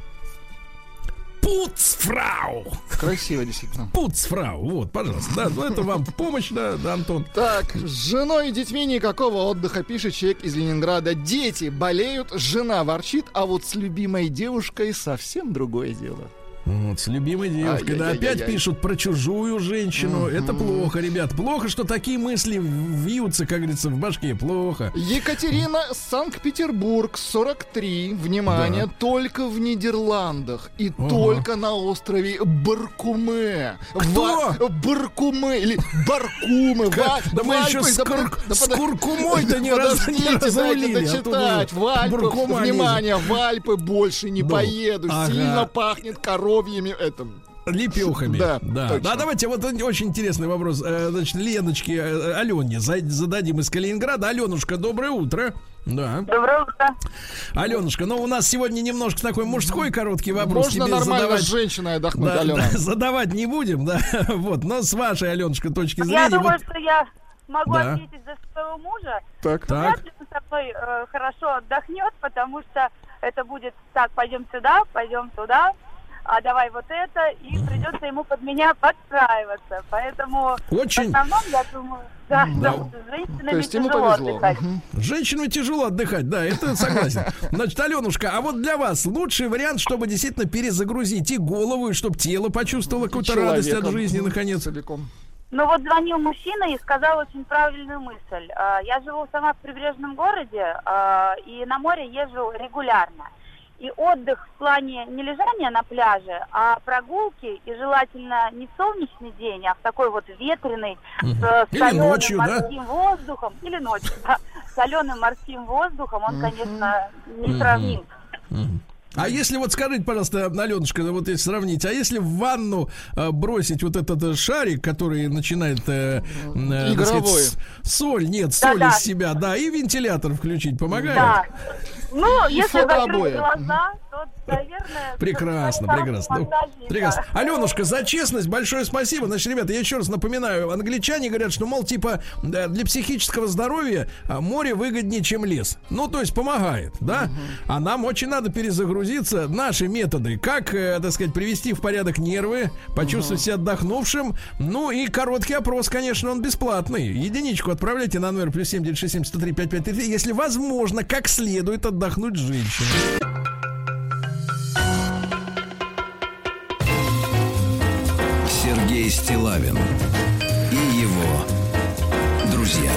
Пуцфрау. Красиво, действительно. Пуцфрау. Вот, пожалуйста. Да, это вам в помощь, да, Антон. Так, с женой и детьми никакого отдыха, пишет человек из Ленинграда. Дети болеют, жена ворчит, а вот с любимой девушкой совсем другое дело. Вот, с любимой девушкой. Да, опять пишут про чужую женщину. Это плохо, ребят. Плохо, что такие мысли вьются, как говорится, в башке. Плохо. Екатерина, Санкт-Петербург, 43. Внимание, только в Нидерландах. И только на острове Баркуме. Кто? Баркуме или Баркуме. Да мы еще с куркумой-то не разрулили. Дайте дочитать. В Альпы, внимание, в Альпы больше не поеду. Сильно пахнет коровой. Лепехами. Да. Давайте, вот очень интересный вопрос. Значит, Леночке, Алене зададим из Калининграда. Аленушка, доброе утро. Да. Доброе утро. Аленушка, ну у нас сегодня немножко такой мужской короткий вопрос. Можно тебе нормально задавать... с женщиной отдохнуть, да, Алена. Да, задавать не будем, да. Вот, но с вашей, Аленушка, точки зрения. Я думаю, что я могу ответить за своего мужа. Так. Вряд ли он со мной хорошо отдохнет, потому что это будет так: пойдем сюда, пойдем туда. А давай вот это, и придется ему под меня подстраиваться. Поэтому в основном, я думаю, с женщинами тяжело отдыхать. Женщинам тяжело отдыхать, да, это согласен. Значит, Аленушка, а вот для вас лучший вариант, чтобы действительно перезагрузить и голову, и чтобы тело почувствовало какую-то радость от жизни, наконец. Целиком. Ну вот звонил мужчина и сказал очень правильную мысль. Я живу сама в прибрежном городе, и на море езжу регулярно. И отдых в плане не лежания на пляже, а прогулки, и желательно не в солнечный день, а в такой вот ветреный, с соленым морским воздухом, или ночью, да, с соленым морским воздухом, он, конечно, не сравним. А если вот скажите, пожалуйста, Аленушка, вот если сравнить, а если в ванну бросить вот этот шарик, который начинает игровой соль из себя, да, и вентилятор включить, помогает? Да. Ну, если закрыть глаза, то, наверное... Прекрасно. Аленушка, за честность большое спасибо. Значит, ребята, я еще раз напоминаю, англичане говорят, что, мол, типа, для психического здоровья море выгоднее, чем лес. Ну, то есть помогает, да? А нам очень надо перезагрузиться. Наши методы, как, так сказать, привести в порядок нервы, почувствовать себя отдохнувшим. Ну, и короткий опрос, конечно, он бесплатный. Единичку отправляйте на номер +7 967 103 5533, если возможно, как следует отдохнуть с женщиной. Сергей Стиллавин и его друзья.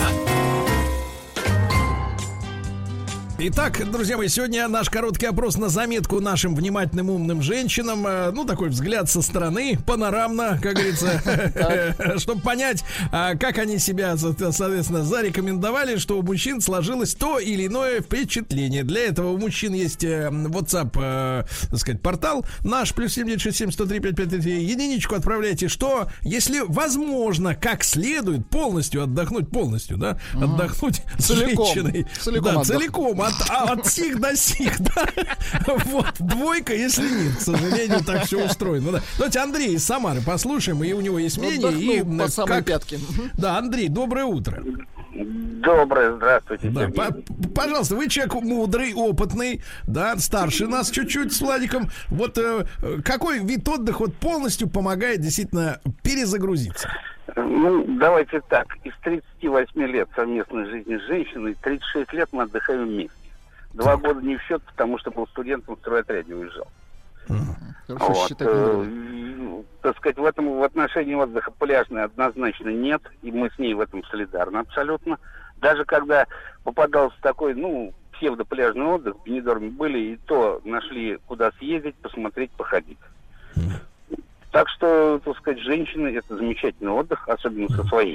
Итак, друзья мои, сегодня наш короткий опрос на заметку нашим внимательным умным женщинам. Ну, такой взгляд со стороны, панорамно, как говорится, чтобы понять, как они себя, соответственно, зарекомендовали, что у мужчин сложилось то или иное впечатление. Для этого у мужчин есть WhatsApp, так сказать, портал наш, +7 967 103 5533. Единичку отправляйте, что, если возможно, как следует полностью отдохнуть, да, отдохнуть с женщиной. Целиком от сих до сих, да. Вот, двойка, если нет, к сожалению, так все устроено. Да. Давайте Андрей из Самары послушаем, и у него есть мнение. И по самой пятке. Да, Андрей, доброе утро. Доброе, здравствуйте. Да, пожалуйста, вы человек мудрый, опытный, да, старше нас чуть-чуть с Владиком. Вот какой вид отдыха вот полностью помогает действительно перезагрузиться? Ну, давайте так. Из 38 лет совместной жизни с женщиной 36 лет мы отдыхаем вместе. 2 года не в счет, потому что был студентом, в стройотряде уезжал. Вот. Так сказать, в отношении отдыха пляжный однозначно нет, и мы с ней в этом солидарны абсолютно. Даже когда попадался такой, псевдопляжный отдых, в Бенидорме были, и то нашли, куда съездить, посмотреть, походить. Так что, так сказать, женщины — это замечательный отдых, особенно со своей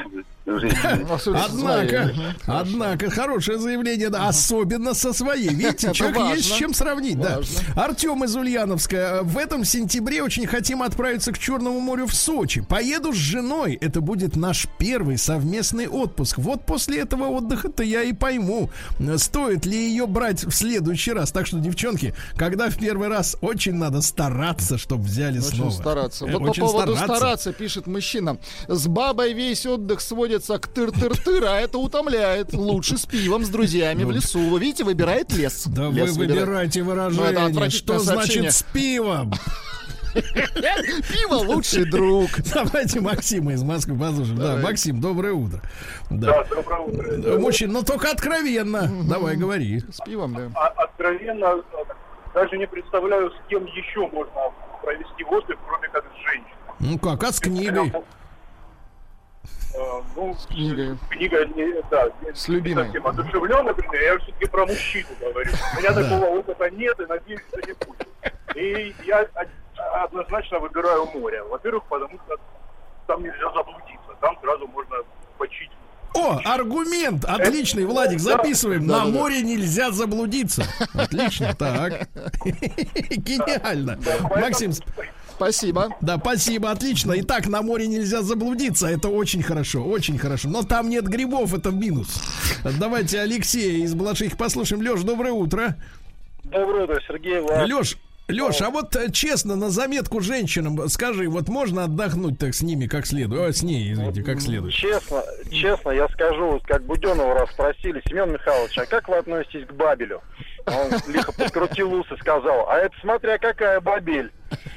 женщиной. Однако, хорошее заявление, да, особенно со своей. Видите, человек есть с чем сравнить, да. Артем из Ульяновска. В этом сентябре очень хотим отправиться к Черному морю в Сочи. Поеду с женой, это будет наш первый совместный отпуск. Вот после этого отдыха-то я и пойму, стоит ли ее брать в следующий раз. Так что, девчонки, когда в первый раз, очень надо стараться, чтобы взяли снова. Стараться. Вот по поводу стараться пишет мужчина. С бабой весь отдых сводится к тыр-тыр-тыр, а это утомляет. Лучше с пивом, с друзьями в лесу. Вы видите, выбирает лес. Да вы выбираете выражение. Что значит с пивом? Пиво лучший друг. Давайте Максима из Москвы послушаем. Да, Максим, доброе утро. Да, доброе утро. Мужчина, но только откровенно. Давай, говори. С пивом, да. Откровенно, даже не представляю, с кем еще можно провести отдых, кроме как с женщиной. Ну как, а с книгой? С книгой. Книга, да. С любимой. Совсем одушевлен, например, я все-таки про мужчину говорю. У меня такого опыта нет, и надеюсь, что не будет. И я однозначно выбираю море. Во-первых, потому что там нельзя заблудиться. Там сразу можно почить. О, аргумент отличный, Владик, записываем. На море нельзя заблудиться. Отлично, так. Гениально. Максим, спасибо. Да, спасибо, отлично. Итак, на море нельзя заблудиться. Это очень хорошо, очень хорошо. Но там нет грибов, это минус. Давайте Алексея из Балашихи послушаем. Леш, доброе утро. Доброе утро, Сергей. Леш, а вот честно, на заметку женщинам скажи, вот можно отдохнуть так с ними как следует? С ней, извините, как следует. Честно, я скажу, вот как Буденова раз спросили, Семен Михайлович, а как вы относитесь к Бабелю? Он лихо подкрутил ус и сказал, а это смотря какая Бабель.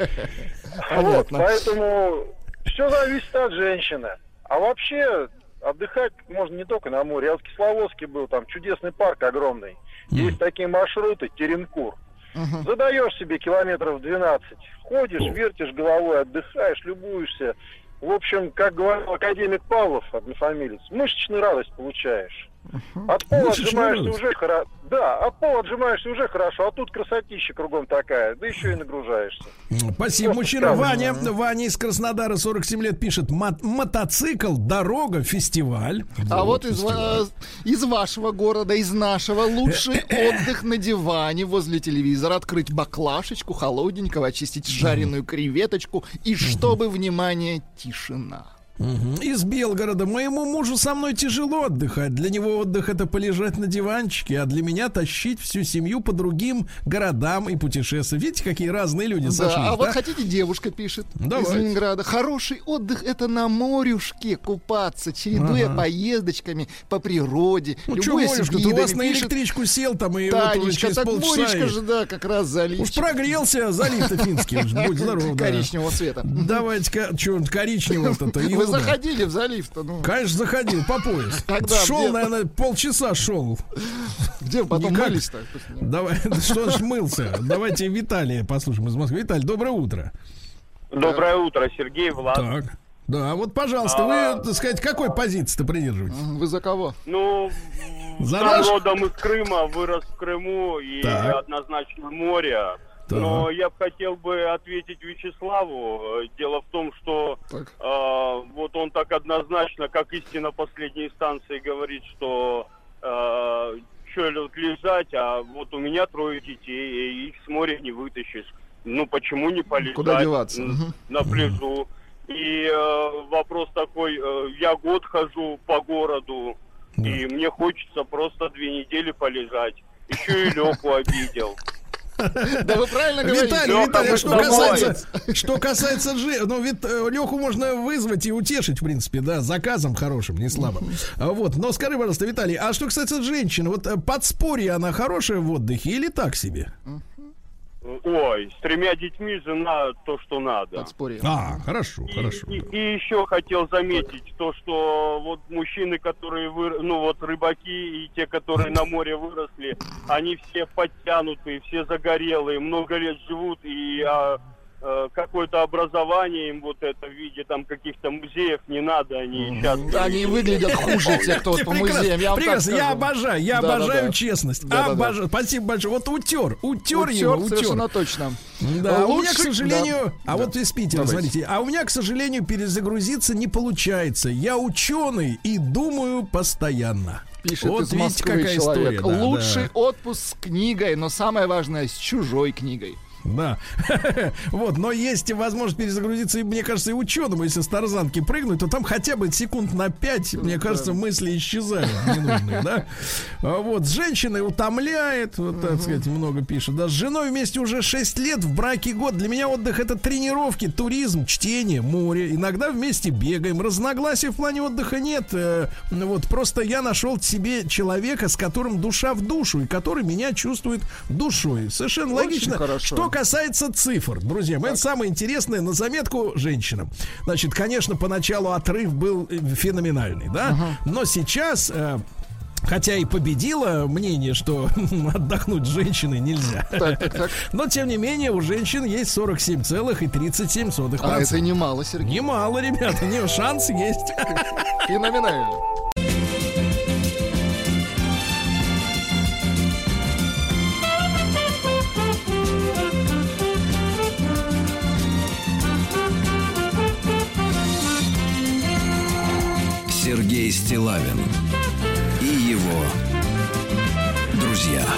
Вот, поэтому все зависит от женщины. А вообще, отдыхать можно не только на море. Я в Кисловодске был, там чудесный парк огромный. Есть такие маршруты, Теренкур. Задаешь себе километров 12, ходишь, вертишь головой, отдыхаешь, любуешься. В общем, как говорил академик Павлов, однофамилец, мышечную радость получаешь. От пола отжимаешься уже хорошо. Да, от пола отжимаешься уже хорошо, а тут красотища кругом такая, да еще и нагружаешься. Спасибо, мужчина. Ваня из Краснодара, 47 лет, пишет: мотоцикл, дорога, фестиваль. А вот из вашего города, из нашего, лучший отдых на диване возле телевизора, открыть баклашечку холодненького, очистить жареную креветочку и чтобы, внимание, тишина. Из Белгорода. Моему мужу со мной тяжело отдыхать. Для него отдых — это полежать на диванчике, а для меня тащить всю семью по другим городам и путешествовать. Видите, какие разные люди сошлись. А вот хотите, девушка пишет из Ленинграда. Хороший отдых — это на морюшке купаться, чередуя поездочками по природе. Ну что, морюшка, ты у вас на электричку сел там и Танечка, вот, так моречка же, да, как раз залив. Уж прогрелся залив-то финский. Будь здоров, да. Коричневого цвета. Давайте-ка, что коричневого-то? Вы заходили в залив-то? Ну. Конечно, заходил по пояс. Шел, наверное, полчаса шел. Где потом мылись-то? Давай, что ж мылся? Давайте Виталия послушаем из Москвы. Виталий, доброе утро. Доброе утро, Сергей, Влад. Так. Да, вот, пожалуйста, вы, так сказать, какой позиции-то придерживаетесь? Вы за кого? Ну, сам родом из Крыма, вырос в Крыму и однозначно море. Но я бы хотел бы ответить Вячеславу. Дело в том, что вот он так однозначно, как истина последней инстанции, говорит, что что лежать, а вот у меня 3 детей, и их с моря не вытащишь. Ну почему не полежать? Куда деваться? На пляжу? И вопрос такой, я год хожу по городу, И мне хочется просто 2 недели полежать. Еще и Леху обидел. Да вы правильно говорите. Виталий, что касается ну ведь Леху можно вызвать и утешить, в принципе, да, заказом хорошим, не слабым. Вот, но скажи, пожалуйста, Виталий, а что касается женщины, вот подспорье, она хорошая в отдыхе или так себе? Ой, с 3 детьми жена то, что надо. Подспорье. Хорошо. И еще хотел заметить то, что вот мужчины, которые рыбаки и те, которые на море выросли, они все подтянутые, все загорелые, много лет живут, и какое-то образование им вот это в виде там каких-то музеев не надо, они сейчас... Они выглядят хуже, те, кто по музеям. Я обожаю честность. Обожаю. Спасибо большое. Вот утер его. Совершенно точно. Да, у меня, к сожалению... Вот из Питера, смотрите. А у меня, к сожалению, перезагрузиться не получается. Я ученый и думаю постоянно. Пишет вот из Москвы человек. Лучший отпуск с книгой, но самое важное, с чужой книгой. Да, вот, но есть возможность перезагрузиться, и, мне кажется, и ученому, если с тарзанки прыгнуть, то там хотя бы секунд на 5, мне кажется, мысли исчезают ненужные, да. Вот, с женщиной утомляет, вот, так сказать, много пишет, да, с женой вместе уже 6 лет, в браке год, для меня отдых — это тренировки, туризм, чтение, море, иногда вместе бегаем, разногласий в плане отдыха нет, вот, просто я нашел себе человека, с которым душа в душу, и который меня чувствует душой, совершенно логично. Что касается цифр, друзья, это самое интересное, на заметку женщинам. Значит, конечно, поначалу отрыв был феноменальный, да, но сейчас... Хотя и победило мнение, что отдохнуть с женщиной нельзя. Но, тем не менее, у женщин есть 47,37%. А это немало, Сергей. Немало, ребята, шанс есть. Феноменально. Сергей Стиллавин и его друзья.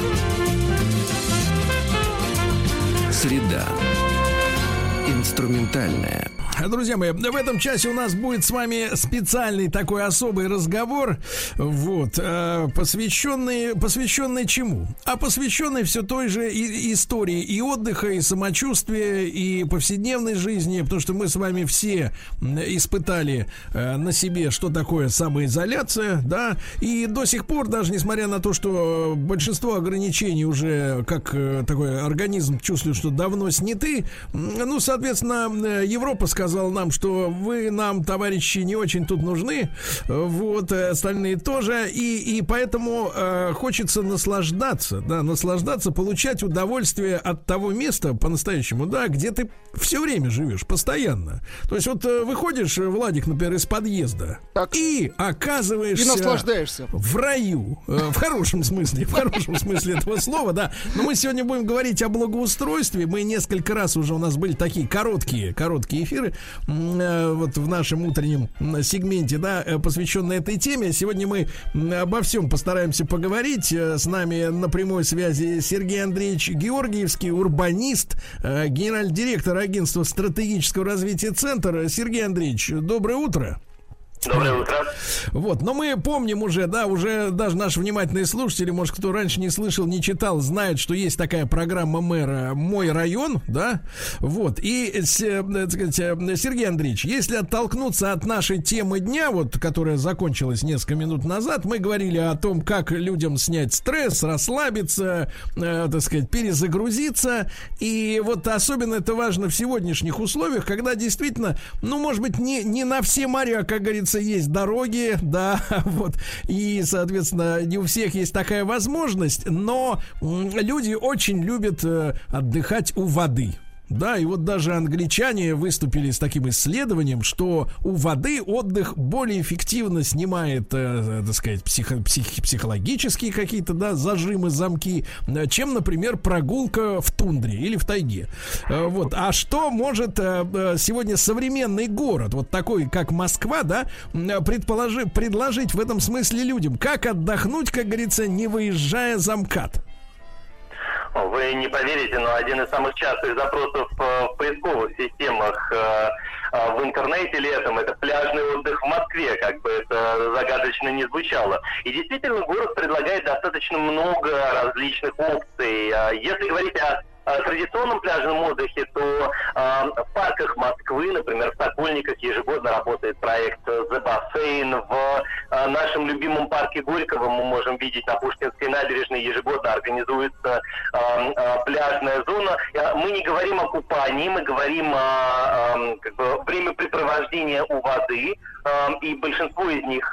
Среда. Инструментальная. Друзья мои, в этом часе у нас будет с вами специальный такой особый разговор, вот, посвященный чему? А посвященный все той же истории и отдыха, и самочувствия, и повседневной жизни, потому что мы с вами все испытали на себе, что такое самоизоляция, да, и до сих пор, даже несмотря на то, что большинство ограничений уже, как такой организм чувствует, что давно сняты, ну, соответственно, Европа сказала нам, что вы нам, товарищи, не очень тут нужны, вот, остальные тоже, и поэтому хочется наслаждаться, получать удовольствие от того места по-настоящему, да, где ты все время живешь, постоянно. То есть вот выходишь, Владик, например, из подъезда и оказываешься и наслаждаешься в раю, в хорошем смысле этого слова, да. Но мы сегодня будем говорить о благоустройстве. Мы несколько раз уже, у нас были такие короткие эфиры, вот в нашем утреннем сегменте, да, посвященные этой теме. Сегодня мы обо всем постараемся поговорить. С нами на прямой связи Сергей Андреевич Георгиевский, урбанист, генеральный директор агентства стратегического развития «Центр». Сергей Андреевич, доброе утро. Доброе утро. Вот, но мы помним уже, да, уже даже наши внимательные слушатели, может, кто раньше не слышал, не читал, знают, что есть такая программа мэра «Мой район», да, вот, и, Сергей Андреевич, если оттолкнуться от нашей темы дня, вот, которая закончилась несколько минут назад, мы говорили о том, как людям снять стресс, расслабиться, так сказать, перезагрузиться, и вот особенно это важно в сегодняшних условиях, когда действительно, ну, может быть, не на все моря, как говорится, есть дороги, да, вот, и, соответственно, не у всех есть такая возможность, но люди очень любят отдыхать у воды. Да, и вот даже англичане выступили с таким исследованием, что у воды отдых более эффективно снимает, так сказать, психологические какие-то, да, зажимы, замки, чем, например, прогулка в тундре или в тайге. Вот. А что может сегодня современный город, вот такой, как Москва, да, предложить в этом смысле людям? Как отдохнуть, как говорится, не выезжая за МКАД? Вы не поверите, но один из самых частых запросов в поисковых системах в интернете летом, это пляжный отдых в Москве, как бы это загадочно не звучало. И действительно, город предлагает достаточно много различных опций. Если говорить о традиционном пляжном отдыхе, то в парках Москвы, например, в Сокольниках ежегодно работает проект The Bassin. В нашем любимом парке Горького мы можем видеть на Пушкинской набережной ежегодно организуется пляжная зона. Мы не говорим о купании, мы говорим о времяпрепровождении у воды. И большинство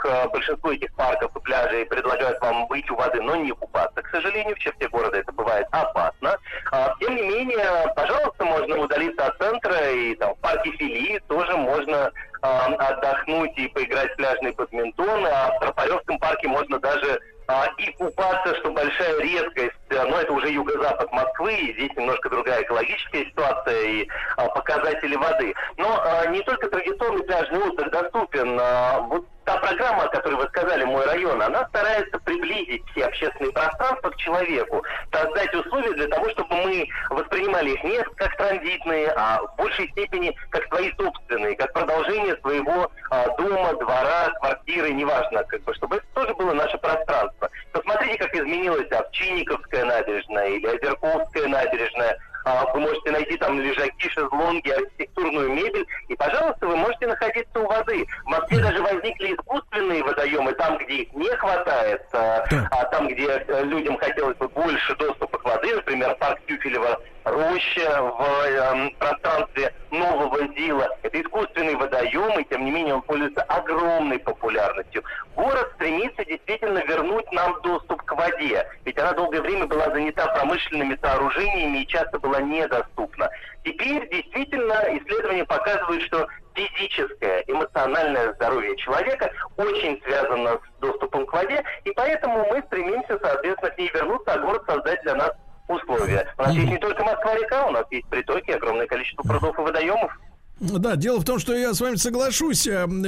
этих парков и пляжей предлагают вам быть у воды, но не купаться. К сожалению, в черте города это бывает опасно. Тем не менее, пожалуйста, можно удалиться от центра, и там в парке Филии тоже можно отдохнуть и поиграть в пляжный бадминтон, а в Тропаревском парке можно даже и купаться, что большая редкость, но это уже юго-запад Москвы, и здесь немножко другая экологическая ситуация и показатели воды. Но не только традиционный пляжный отдых доступен. Вот та программа, о которой вы сказали, «Мой район», она старается приблизить все общественные пространства к человеку, создать условия для того, чтобы мы воспринимали их не как транзитные, а в большей степени как свои собственные, как продолжение своего дома, двора, квартиры, неважно, чтобы это тоже было наше пространство. Посмотрите, как изменилась Овчинниковская набережная или Озерковская набережная. Вы можете найти там лежаки, шезлонги, архитектурную мебель, и, пожалуйста, вы можете находиться у воды. В Москве даже возникли искусственные водоемы, там, где их не хватает, а там, где людям хотелось бы больше доступа к воде, например, парк Тюфелева роща в пространстве Нового Зила. Это искусственный водоем, и тем не менее он пользуется огромной популярностью. Город стремится действительно вернуть нам доступ к воде, ведь она долгое время была занята промышленными сооружениями и часто была недоступна. Теперь действительно исследования показывают, что физическое, эмоциональное здоровье человека очень связано с доступом к воде, и поэтому мы стремимся, соответственно, к ней вернуться, а город создать для нас условия. У нас есть не только Москва-река, у нас есть притоки, огромное количество прудов и водоемов. Да, дело в том, что я с вами соглашусь.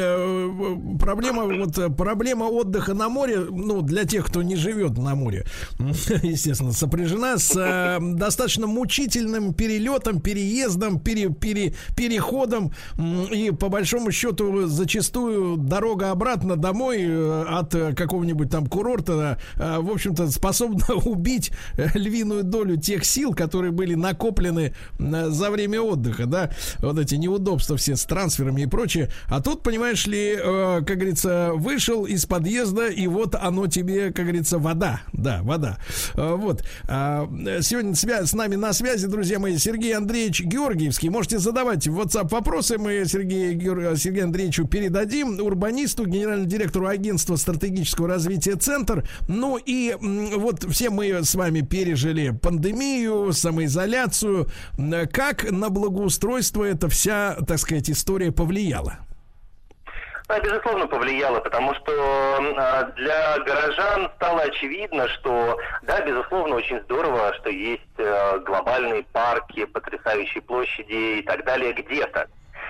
Проблема отдыха на море, ну, для тех, кто не живет на море, естественно, сопряжена с достаточно мучительным перелетом, переездом, переходом. И по большому счету зачастую дорога обратно домой от какого-нибудь там курорта, в общем-то, способна убить львиную долю тех сил, которые были накоплены за время отдыха, да, вот эти неудобства все с трансферами и прочее. А тут, понимаешь ли, как говорится, вышел из подъезда, и вот оно тебе, как говорится, вода. Да, вода. Вот. Сегодня с нами на связи, друзья мои, Сергей Андреевич Георгиевский. Можете задавать в WhatsApp вопросы. Мы Сергею Андреевичу передадим. Урбанисту, генеральному директору агентства стратегического развития «Центр». Ну и вот все мы с вами пережили пандемию, самоизоляцию. Как на благоустройство эта вся, так сказать, история повлияла? Безусловно, повлияло, потому что для горожан стало очевидно, что, да, безусловно, очень здорово, что есть глобальные парки, потрясающие площади и так далее где-то.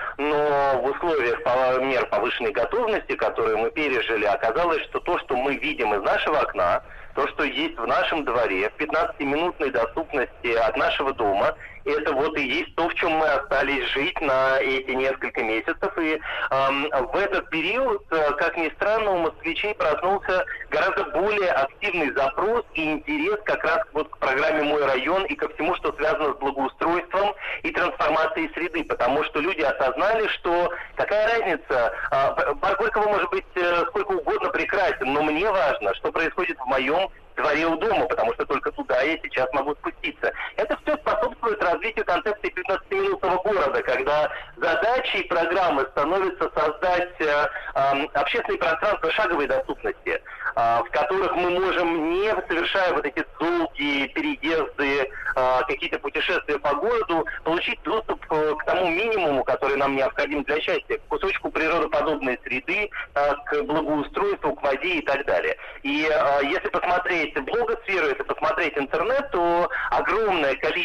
Но в условиях мер повышенной готовности, которые мы пережили, оказалось, что то, что мы видим из нашего окна, то, что есть в нашем дворе, в 15-минутной доступности от нашего дома, это вот и есть то, в чем мы остались жить на эти несколько месяцев. И в этот период, как ни странно, у москвичей проснулся гораздо более активный запрос и интерес как раз вот к программе «Мой район» и ко всему, что связано с благоустройством и трансформацией среды. Потому что люди осознали, что какая разница, парк Горького может быть сколько угодно прекрасен, но мне важно, что происходит в моем дворе у дома, потому что только туда я сейчас могу спуститься. Это все способствует развитию концепции 15-минутного города, когда задачей программы становится создать общественные пространства шаговой доступности, в которых мы можем, не совершая вот эти долгие переезды, какие-то путешествия по городу, получить доступ к тому минимуму, который нам необходим для счастья, к кусочку природоподобной среды, к благоустройству, к воде и так далее. И если посмотреть блогосферу, если посмотреть интернет, то огромное количество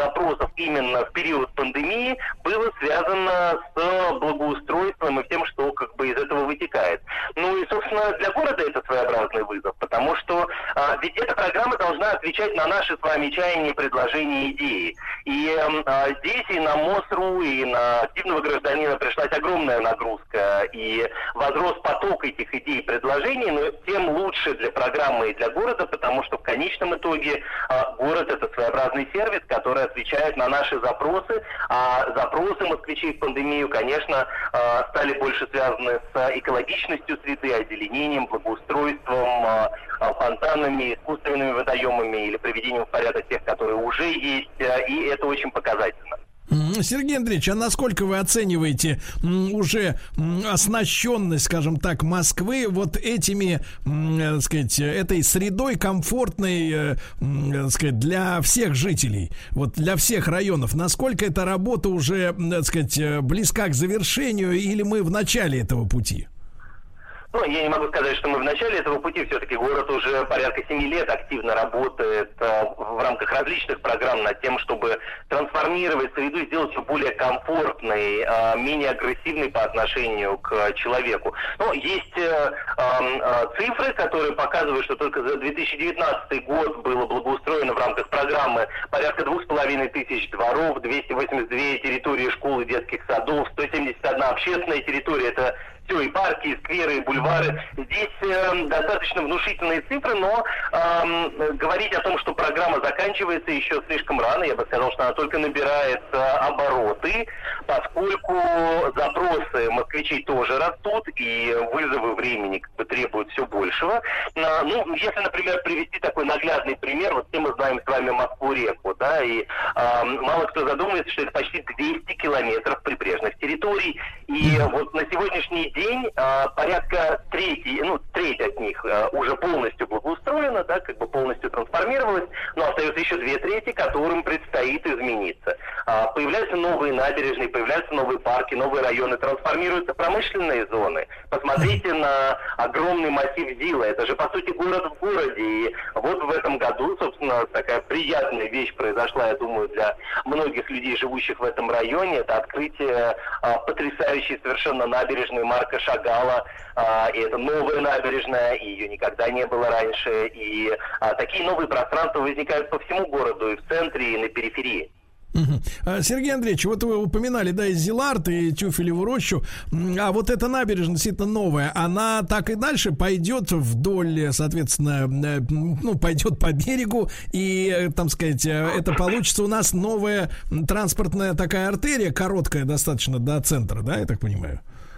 запросов именно в период пандемии было связано с благоустройством и тем, что как бы из этого вытекает. Ну и, собственно, для города это своеобразный вызов, потому что ведь эта программа должна отвечать на наши с вами чаяния, предложения, идеи. И здесь и на МОСРУ, и на активного гражданина пришлась огромная нагрузка, и возрос поток этих идей и предложений, но тем лучше для программы и для города, потому что в конечном итоге город — это своеобразный сервис, который отвечает на наши запросы, а запросы москвичей в пандемию, конечно, стали больше связаны с экологичностью среды, озеленением, благоустройством, фонтанами, искусственными водоемами или приведением в порядок тех, которые уже есть, и это очень показательно. Сергей Андреевич, а насколько вы оцениваете уже оснащенность, скажем так, Москвы вот этими, так сказать, этой средой комфортной, так сказать, для всех жителей, вот для всех районов? Насколько эта работа уже, так сказать, близка к завершению, или мы в начале этого пути? Ну, я не могу сказать, что мы в начале этого пути. Все-таки город уже порядка 7 лет активно работает в рамках различных программ над тем, чтобы трансформировать среду, сделать ее более комфортной, менее агрессивной по отношению к человеку. Но есть цифры, которые показывают, что только за 2019 год было благоустроено в рамках программы порядка 2500 дворов, 282 территории школ и детских садов, 171 общественная территория. Это все, и парки, и скверы, и бульвары. Здесь достаточно внушительные цифры, но говорить о том, что программа заканчивается, еще слишком рано. Я бы сказал, что она только набирает обороты, поскольку запросы москвичей тоже растут, и вызовы времени как бы требуют все большего. Ну, если, например, привести такой наглядный пример, вот все мы знаем с вами Москву-реку, да, и мало кто задумывается, что это почти 200 километров прибрежных территорий, и вот на сегодняшний день порядка треть от них уже полностью благоустроена, да, как бы полностью трансформировалась, но остается еще 2/3, которым предстоит измениться. Появляются новые набережные, появляются новые парки, новые районы, трансформируются промышленные зоны. Посмотрите на огромный массив ЗИЛа, это же, по сути, город в городе. И вот в этом году, собственно, такая приятная вещь произошла, я думаю, для многих людей, живущих в этом районе. Это открытие потрясающей совершенно набережной Марка Шагала. И это новая набережная, и ее никогда не было раньше. И такие новые пространства возникают по всему городу, и в центре, и на периферии. Сергей Андреевич, вот вы упоминали, да, и Зиларт, и Тюфелеву рощу. А вот эта набережная действительно новая, она так и дальше пойдет вдоль, соответственно, ну, пойдет по берегу, и, там сказать, это получится у нас новая транспортная такая артерия, короткая достаточно до центра, да, я так понимаю?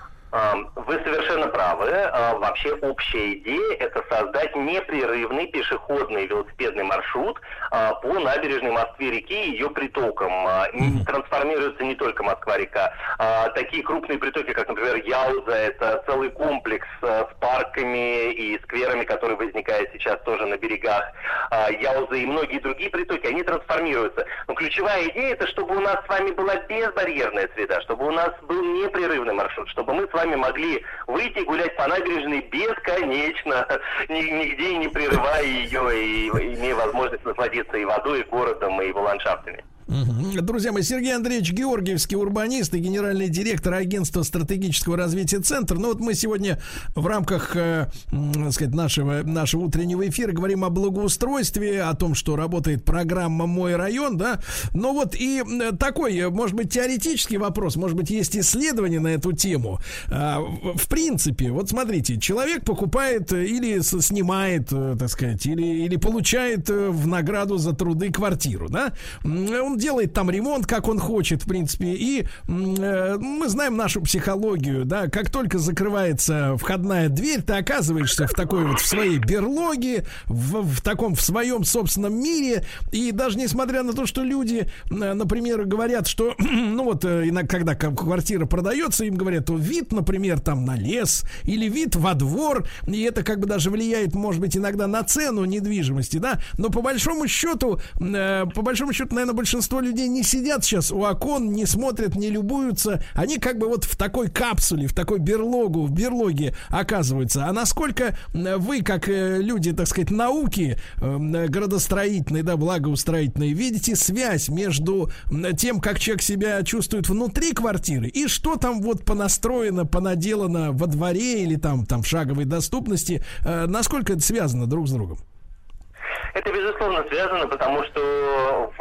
Вы совершенно правы. Вообще общая идея — это создать непрерывный пешеходный велосипедный маршрут по набережной Москвы-реки и ее притокам. Трансформируется не только Москва-река. Такие крупные притоки, как, например, Яуза, это целый комплекс с парками и скверами, который возникает сейчас тоже на берегах Яузы, и многие другие притоки, они трансформируются. Но ключевая идея — это чтобы у нас с вами была безбарьерная среда, чтобы у нас был непрерывный маршрут, чтобы мы с вами могли выйти гулять по набережной бесконечно, нигде не прерывая ее и имея возможность насладиться и водой, и городом, и его ландшафтами. Друзья мои, Сергей Андреевич Георгиевский, урбанист и генеральный директор агентства стратегического развития «Центр». Ну вот мы сегодня в рамках, так сказать, нашего утреннего эфира говорим о благоустройстве, о том, что работает программа «Мой район», да. Но вот и такой, может быть, теоретический вопрос, может быть, есть исследование на эту тему. В принципе, вот смотрите, человек покупает или снимает, так сказать, или получает в награду за труды квартиру, да. Он делает там ремонт, как он хочет, в принципе, и мы знаем нашу психологию, да, как только закрывается входная дверь, ты оказываешься в такой вот, в своей берлоге, в таком, в своем собственном мире, и даже несмотря на то, что люди, например, говорят, что, ну вот, когда квартира продается, им говорят, вид, например, там на лес, или вид во двор, и это как бы даже влияет, может быть, иногда на цену недвижимости, да, но по большому счету, наверное, большинство большинство людей не сидят сейчас у окон, не смотрят, не любуются. Они как бы вот в такой капсуле, в такой берлоге оказываются. А насколько вы, как люди, так сказать, науки градостроительной, да, благоустроительной, видите связь между тем, как человек себя чувствует внутри квартиры и что там вот понастроено, понаделано во дворе или там в шаговой доступности, насколько это связано друг с другом? Это, безусловно, связано, потому что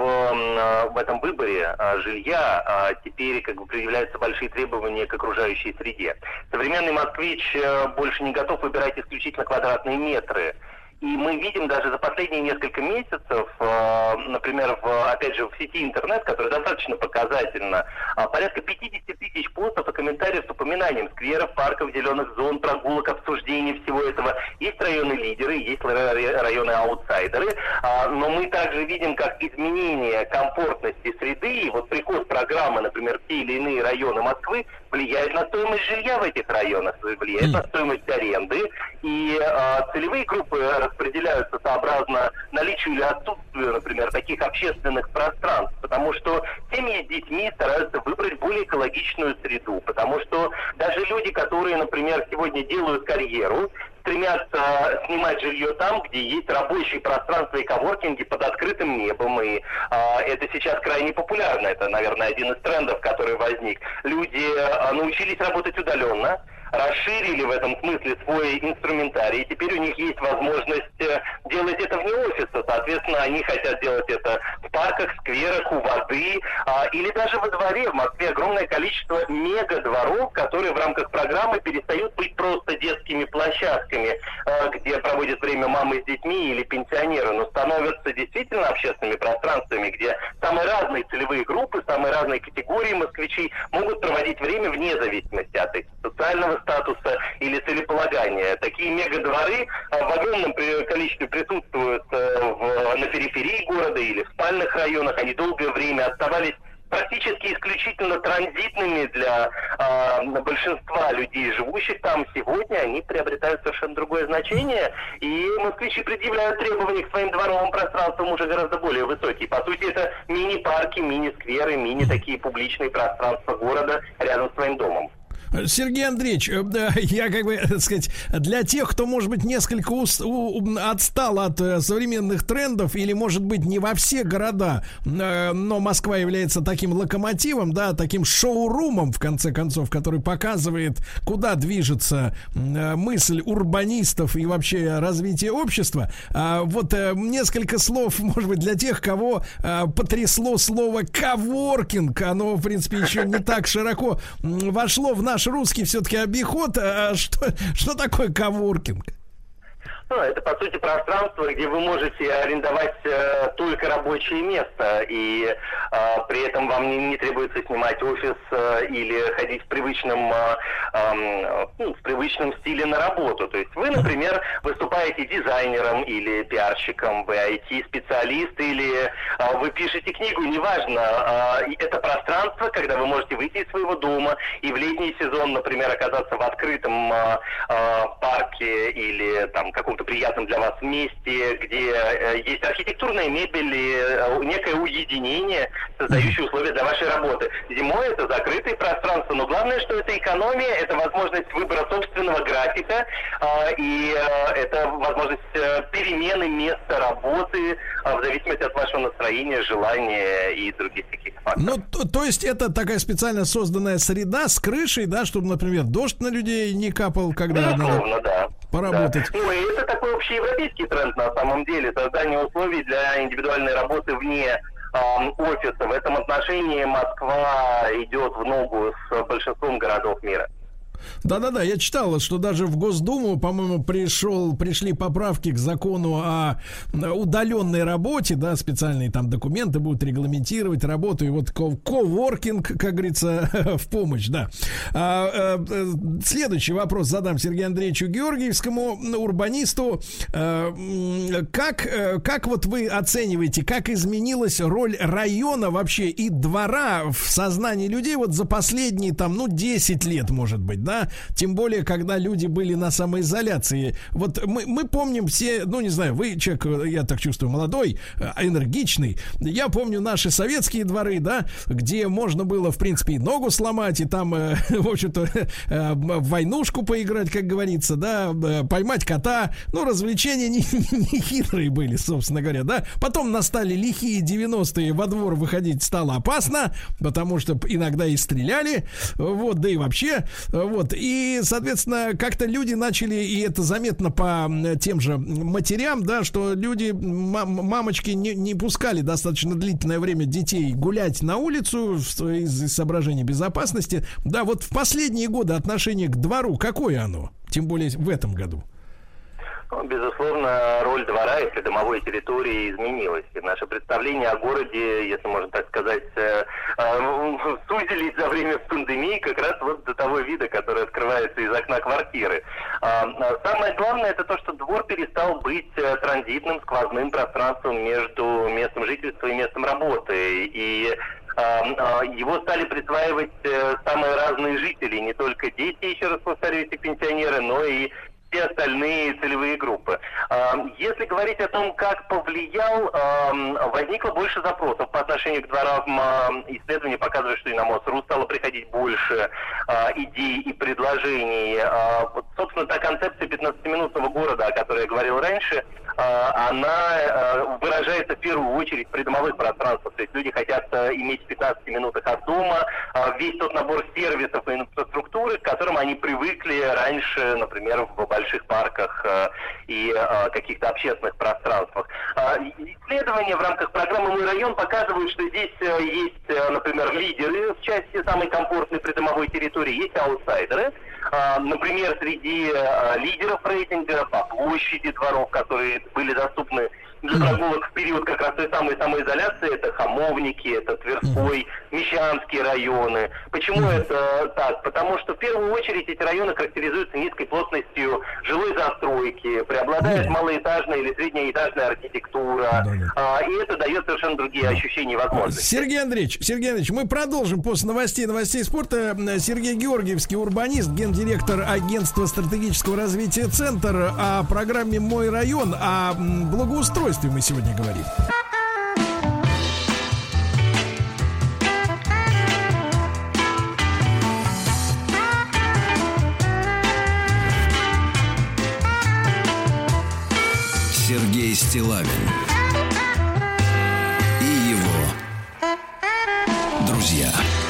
в этом выборе жилья теперь как бы предъявляются большие требования к окружающей среде. Современный москвич больше не готов выбирать исключительно квадратные метры. И мы видим даже за последние несколько месяцев, например, опять же, в сети интернет, которая достаточно показательна, порядка 50 тысяч постов и комментариев с упоминанием скверов, парков, зеленых зон, прогулок, обсуждений всего этого. Есть районы-лидеры, есть районы-аутсайдеры, но мы также видим, как изменение комфортности среды и вот приход программы, например, в те или иные районы Москвы, влияет на стоимость жилья в этих районах, влияет на стоимость аренды, и целевые группы распределяются сообразно наличию или отсутствию, например, таких общественных пространств, потому что семьи с детьми стараются выбрать более экологичную среду, потому что даже люди, которые, например, сегодня делают карьеру, стремятся снимать жилье там, где есть рабочие пространства и коворкинги под открытым небом, и это сейчас крайне популярно, это, наверное, один из трендов, который возник. Люди научились работать удаленно, расширили в этом смысле свой инструментарий, и теперь у них есть возможность делать это вне офиса. Соответственно, они хотят делать это в парках, скверах, у воды, или даже во дворе. В Москве огромное количество мега-дворов, которые в рамках программы перестают быть просто детскими площадками, где проводят время мамы с детьми или пенсионеры, но становятся действительно общественными пространствами, где самые разные целевые группы, самые разные категории москвичей могут проводить время вне зависимости от их социального статуса или целеполагания. Такие мегадворы в огромном количестве присутствуют на периферии города или в спальных районах. Они долгое время оставались практически исключительно транзитными для большинства людей, живущих там. Сегодня они приобретают совершенно другое значение, и москвичи предъявляют требования к своим дворовым пространствам уже гораздо более высокие. По сути, это мини-парки, мини-скверы, мини-такие публичные пространства города рядом с своим домом. Сергей Андреевич, я как бы, так сказать, для тех, кто, может быть, несколько отстал от современных трендов, или, может быть, не во все города, но Москва является таким локомотивом, да, таким шоурумом, в конце концов, который показывает, куда движется мысль урбанистов и вообще развитие общества. Вот несколько слов, может быть, для тех, кого потрясло слово «коворкинг». Оно, в принципе, еще не так широко вошло в наш русский все-таки обиход. Что такое коворкинг? Это, по сути, пространство, где вы можете арендовать только рабочее место, и при этом вам не требуется снимать офис или ходить в привычном стиле на работу. То есть вы, например, выступаете дизайнером или пиарщиком, вы IT-специалист или вы пишете книгу, неважно. Это пространство, когда вы можете выйти из своего дома и в летний сезон, например, оказаться в открытом парке или там каком-то приятном для вас месте, где есть архитектурная мебель и некое уединение, создающее условия для вашей работы. Зимой это закрытые пространства, но главное, что это экономия, это возможность выбора собственного графика, и это возможность перемены места работы в зависимости от вашего настроения, желания и других таких факторов. Ну, то есть это такая специально созданная среда с крышей, да, чтобы, например, дождь на людей не капал, когда надо поработать. Да. Ну, и это такой общеевропейский тренд на самом деле, создание условий для индивидуальной работы вне офиса. В этом отношении Москва идет в ногу с большинством городов мира. Да-да-да, я читал, что даже в Госдуму, по-моему, пришли поправки к закону о удаленной работе, да, специальные там документы будут регламентировать работу, и вот коворкинг, как говорится, в помощь, да. Следующий вопрос задам Сергею Андреевичу Георгиевскому, урбанисту. Как вот вы оцениваете, как изменилась роль района вообще и двора в сознании людей вот за последние там, 10 лет, может быть, да? да, тем более, когда люди были на самоизоляции. Вот мы помним все, ну, не знаю, вы человек, я так чувствую, молодой, энергичный. Я помню наши советские дворы, да, где можно было, в принципе, и ногу сломать, и там, в общем-то, в войнушку поиграть, как говорится, да, поймать кота. Ну, развлечения не хитрые были, собственно говоря, да. Потом настали лихие 90-е, во двор выходить стало опасно, потому что иногда и стреляли, вот, да и вообще, вот. И, соответственно, как-то люди начали, и это заметно по тем же матерям, да, что люди, мамочки не пускали достаточно длительное время детей гулять на улицу из соображений безопасности. Да, вот в последние годы отношение к двору, какое оно? Тем более в этом году. Безусловно, роль двора и придомовой территории изменилась. И наше представление о городе, если можно так сказать, сузились за время пандемии как раз вот до того вида, который открывается из окна квартиры. Самое главное, это то, что двор перестал быть транзитным, сквозным пространством между местом жительства и местом работы. И его стали присваивать самые разные жители, не только дети, еще раз повторюсь, и пенсионеры, но и все остальные целевые группы. Если говорить о том, как повлиял, возникло больше запросов по отношению к дворам. Исследования показывают, что и на МОСРУ стало приходить больше идей и предложений. Вот, собственно, та концепция 15-минутного города, о которой я говорил раньше, она выражается в первую очередь в придомовых пространствах. То есть люди хотят иметь в 15 минутах от дома весь тот набор сервисов и инфраструктуры, к которым они привыкли раньше, например, в больших парках и каких-то общественных пространствах. Исследования в рамках программы «Мой район» показывают, что здесь есть, например, лидеры в части самой комфортной придомовой территории, есть аутсайдеры. Например, среди лидеров рейтинга по площади дворов, которые были доступны для прогулок в период как раз той самой самоизоляции, это Хамовники, это Тверской, Мещанские районы. Почему это так? Потому что в первую очередь эти районы характеризуются низкой плотностью жилой застройки, преобладает малоэтажная или среднеэтажная архитектура, и это дает совершенно другие ощущения и возможности. Сергей Андреевич, мы продолжим после новостей спорта. Сергей Георгиевский, урбанист, гендиректор агентства стратегического развития «Центр». О программе «Мой район», о благоустройстве мы сегодня говорим. Сергей Стиллавин и его друзья.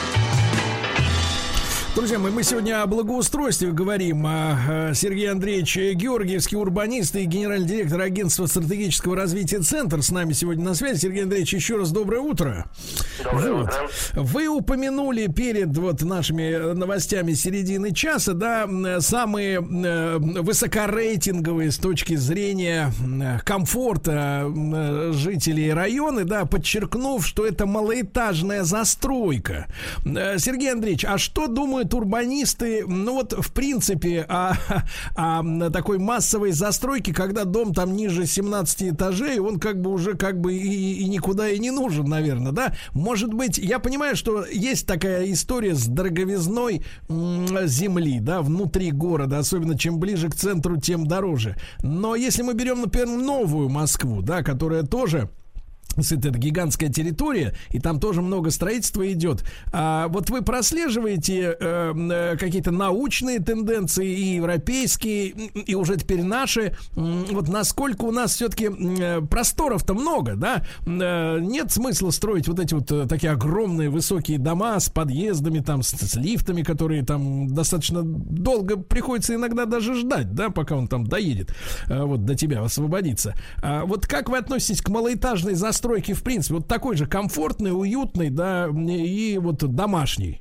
Друзья мои, мы сегодня о благоустройстве говорим. Сергей Андреевич Георгиевский, урбанист и генеральный директор агентства стратегического развития «Центр» с нами сегодня на связи. Сергей Андреевич, еще раз доброе утро. Доброе утро. Вы упомянули перед нашими новостями середины часа, да, самые высокорейтинговые с точки зрения комфорта жителей района, да, подчеркнув, что это малоэтажная застройка. Сергей Андреевич, а что думают урбанисты, ну вот в принципе о такой массовой застройке, когда дом там ниже 17 этажей, он как бы уже и никуда и не нужен, наверное, да? Может быть, я понимаю, что есть такая история с дороговизной земли, да, внутри города, особенно чем ближе к центру, тем дороже. Но если мы берем, например, новую Москву, да, которая тоже... Это гигантская территория, и там тоже много строительства идет. Вот вы прослеживаете какие-то научные тенденции, и европейские, и уже теперь наши. Вот насколько у нас все-таки просторов-то много, да? Нет смысла строить вот эти вот такие огромные высокие дома с подъездами, там, с лифтами, которые там достаточно долго приходится иногда даже ждать, да, пока он там доедет, вот до тебя освободиться. Вот как вы относитесь к малоэтажной застройке? В принципе, вот такой же комфортный, уютный, да, и вот домашний.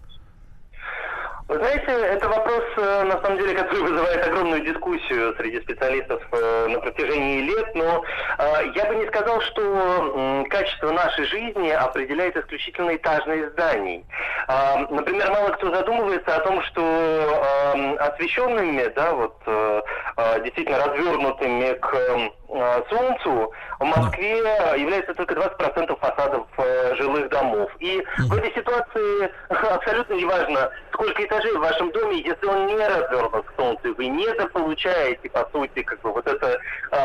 Вы знаете, это вопрос, на самом деле, который вызывает огромную дискуссию среди специалистов на протяжении лет, но я бы не сказал, что качество нашей жизни определяет исключительно этажные здания. Например, мало кто задумывается о том, что освещенными, да, вот действительно развернутыми к Солнцу в Москве является только 20% фасадов жилых домов. И в этой ситуации абсолютно неважно, сколько этажей в вашем доме, если он не развернут к солнцу, вы недополучаете, по сути, как бы вот это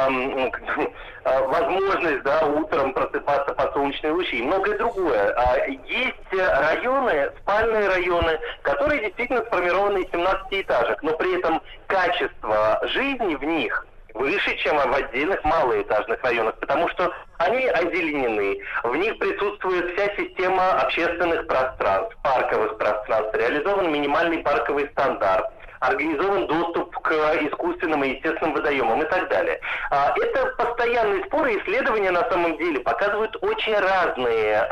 возможность, да, утром просыпаться под солнечные лучи и многое другое. Есть районы, спальные районы, которые действительно сформированы из 17-этажек, но при этом качество жизни в них выше, чем в отдельных малоэтажных районах, потому что они озеленены, в них присутствует вся система общественных пространств, парковых пространств, реализован минимальный парковый стандарт, организован доступ к искусственным и естественным водоемам и так далее. Это постоянные споры, исследования на самом деле показывают очень разные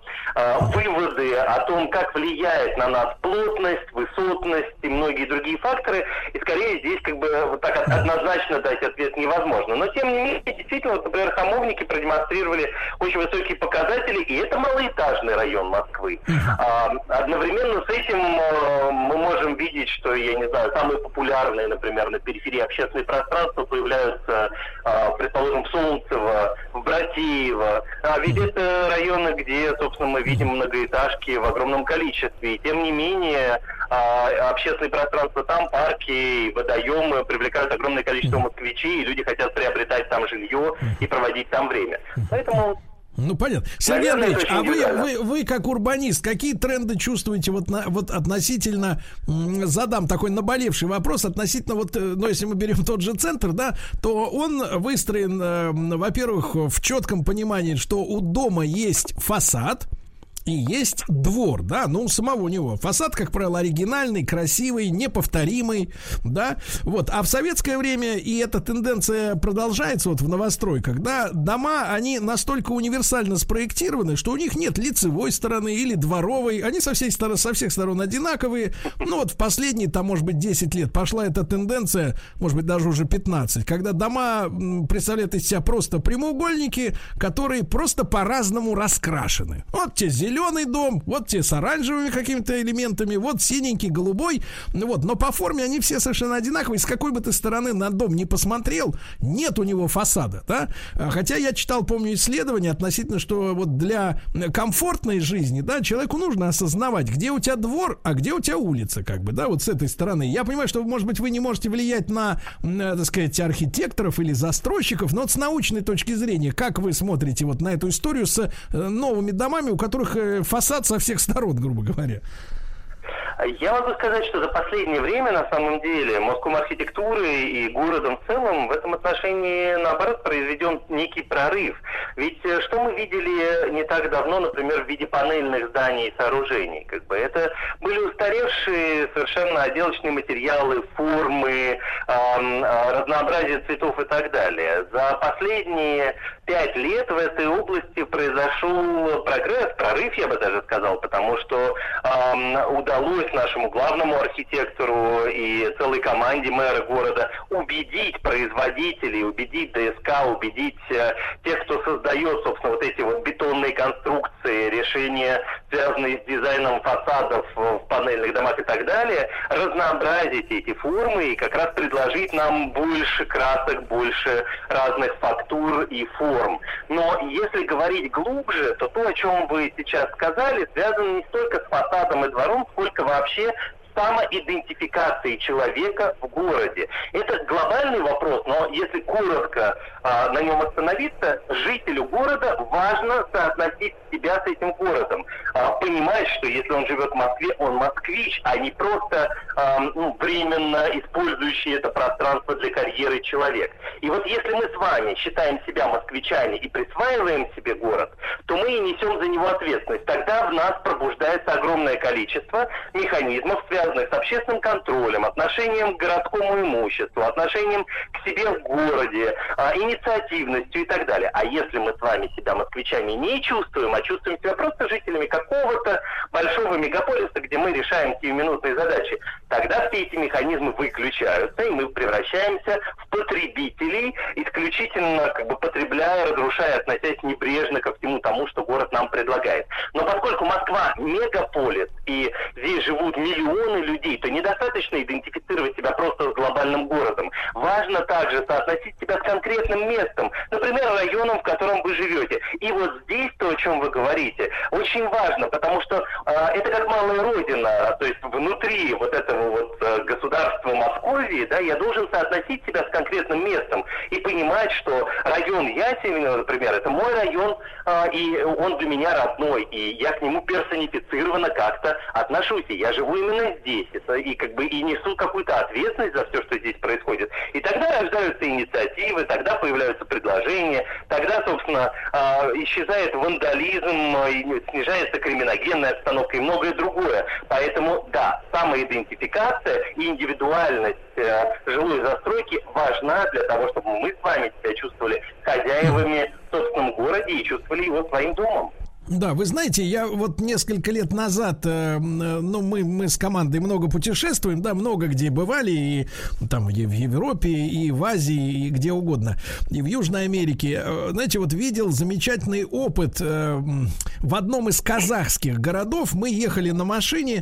выводы о том, как влияет на нас плотность, высотность и многие другие факторы. И скорее здесь как бы вот так однозначно дать ответ невозможно. Но тем не менее, действительно, вот, например, Хамовники продемонстрировали очень высокие показатели, и это малоэтажный район Москвы. Одновременно с этим мы можем видеть, что, я не знаю, самые популярные, например, на периферии общественные пространства появляются, предположим, в Солнцево, в Братеево. Ведь это районы, где, собственно, мы видим многоэтажки в огромном количестве. И тем не менее, общественные пространства там, парки, водоемы привлекают огромное количество москвичей, и люди хотят приобретать там жилье и проводить там время. Поэтому... Ну, понятно. Сергей Андреевич, а вы как урбанист, какие тренды чувствуете вот относительно, задам такой наболевший вопрос, относительно вот, ну, если мы берем тот же центр, да, то он выстроен, во-первых, в четком понимании, что у дома есть фасад, и есть двор, да, ну, у самого него фасад, как правило, оригинальный, красивый, неповторимый, да, вот, а в советское время, и эта тенденция продолжается вот в новостройках, да, дома, они настолько универсально спроектированы, что у них нет лицевой стороны или дворовой, они со всех сторон одинаковые, ну, вот в последние, там, может быть, 10 лет пошла эта тенденция, может быть, даже уже 15, когда дома представляют из себя просто прямоугольники, которые просто по-разному раскрашены, вот те зеленый дом, вот те с оранжевыми какими-то элементами, вот синенький, голубой, вот, но по форме они все совершенно одинаковые, с какой бы ты стороны на дом не посмотрел, нет у него фасада, да, хотя я читал, помню, исследования относительно, что вот для комфортной жизни, да, человеку нужно осознавать, где у тебя двор, а где у тебя улица, как бы, да, вот с этой стороны. Я понимаю, что, может быть, вы не можете влиять на, так сказать, архитекторов или застройщиков, но вот с научной точки зрения, как вы смотрите вот на эту историю с новыми домами, у которых фасад со всех сторон, грубо говоря? Я могу сказать, что за последнее время, на самом деле, Москвой архитектуры и городом в целом в этом отношении, наоборот, произведен некий прорыв. Ведь что мы видели не так давно, например, в виде панельных зданий и сооружений? Как бы это были устаревшие совершенно отделочные материалы, формы, разнообразие цветов и так далее. За последние 5 лет в этой области произошел прогресс, прорыв, я бы даже сказал, потому что удалось нашему главному архитектору и целой команде мэра города убедить производителей, убедить ДСК, убедить тех, кто создает, собственно, вот эти вот бетонные конструкции, решения, связанные с дизайном фасадов в панельных домах и так далее, разнообразить эти формы и как раз предложить нам больше красок, больше разных фактур и форм. Но если говорить глубже, то то, о чем вы сейчас сказали, связано не столько с фасадом и двором, сколько вообще самоидентификации человека в городе. Это глобальный вопрос, но если коротко на нем остановиться, жителю города важно соотносить себя с этим городом. Понимать, что если он живет в Москве, он москвич, а не просто временно использующий это пространство для карьеры человек. И вот если мы с вами считаем себя москвичами и присваиваем себе город, то мы и несем за него ответственность. Тогда в нас пробуждается огромное количество механизмов, связанных с общественным контролем, отношением к городскому имуществу, отношением к себе в городе, инициативностью и так далее. А если мы с вами себя москвичами не чувствуем, а чувствуем себя просто жителями какого-то большого мегаполиса, где мы решаем сиюминутные задачи, тогда все эти механизмы выключаются, и мы превращаемся в потребителей, исключительно как бы потребляя, разрушая, относясь небрежно ко всему тому, что город нам предлагает. Но поскольку Москва мегаполис, и здесь живут миллионы людей, то недостаточно идентифицировать себя просто с глобальным городом. Важно также соотносить себя с конкретным местом, например, районом, в котором вы живете. И вот здесь то, о чем вы говорите, очень важно, потому что это как малая родина, то есть внутри вот этого вот государства Московии, да, я должен соотносить себя с конкретным местом и понимать, что район Ясенева, например, это мой район, и он для меня родной, и я к нему персонифицированно как-то отношусь, и я живу именно здесь, и как бы и несу какую-то ответственность за все, что здесь происходит. И тогда рождаются инициативы, тогда появляются предложения, тогда, собственно, исчезает вандализм, снижается криминогенная обстановка и многое другое. Поэтому, да, самоидентификация и индивидуальность жилой застройки важна для того, чтобы мы с вами себя чувствовали хозяевами в собственном городе и чувствовали его своим домом. Да, вы знаете, я вот несколько лет назад, мы с командой много путешествуем, да, много где бывали, и там и в Европе, и в Азии, и где угодно, и в Южной Америке. Знаете, вот видел замечательный опыт в одном из казахских городов. Мы ехали на машине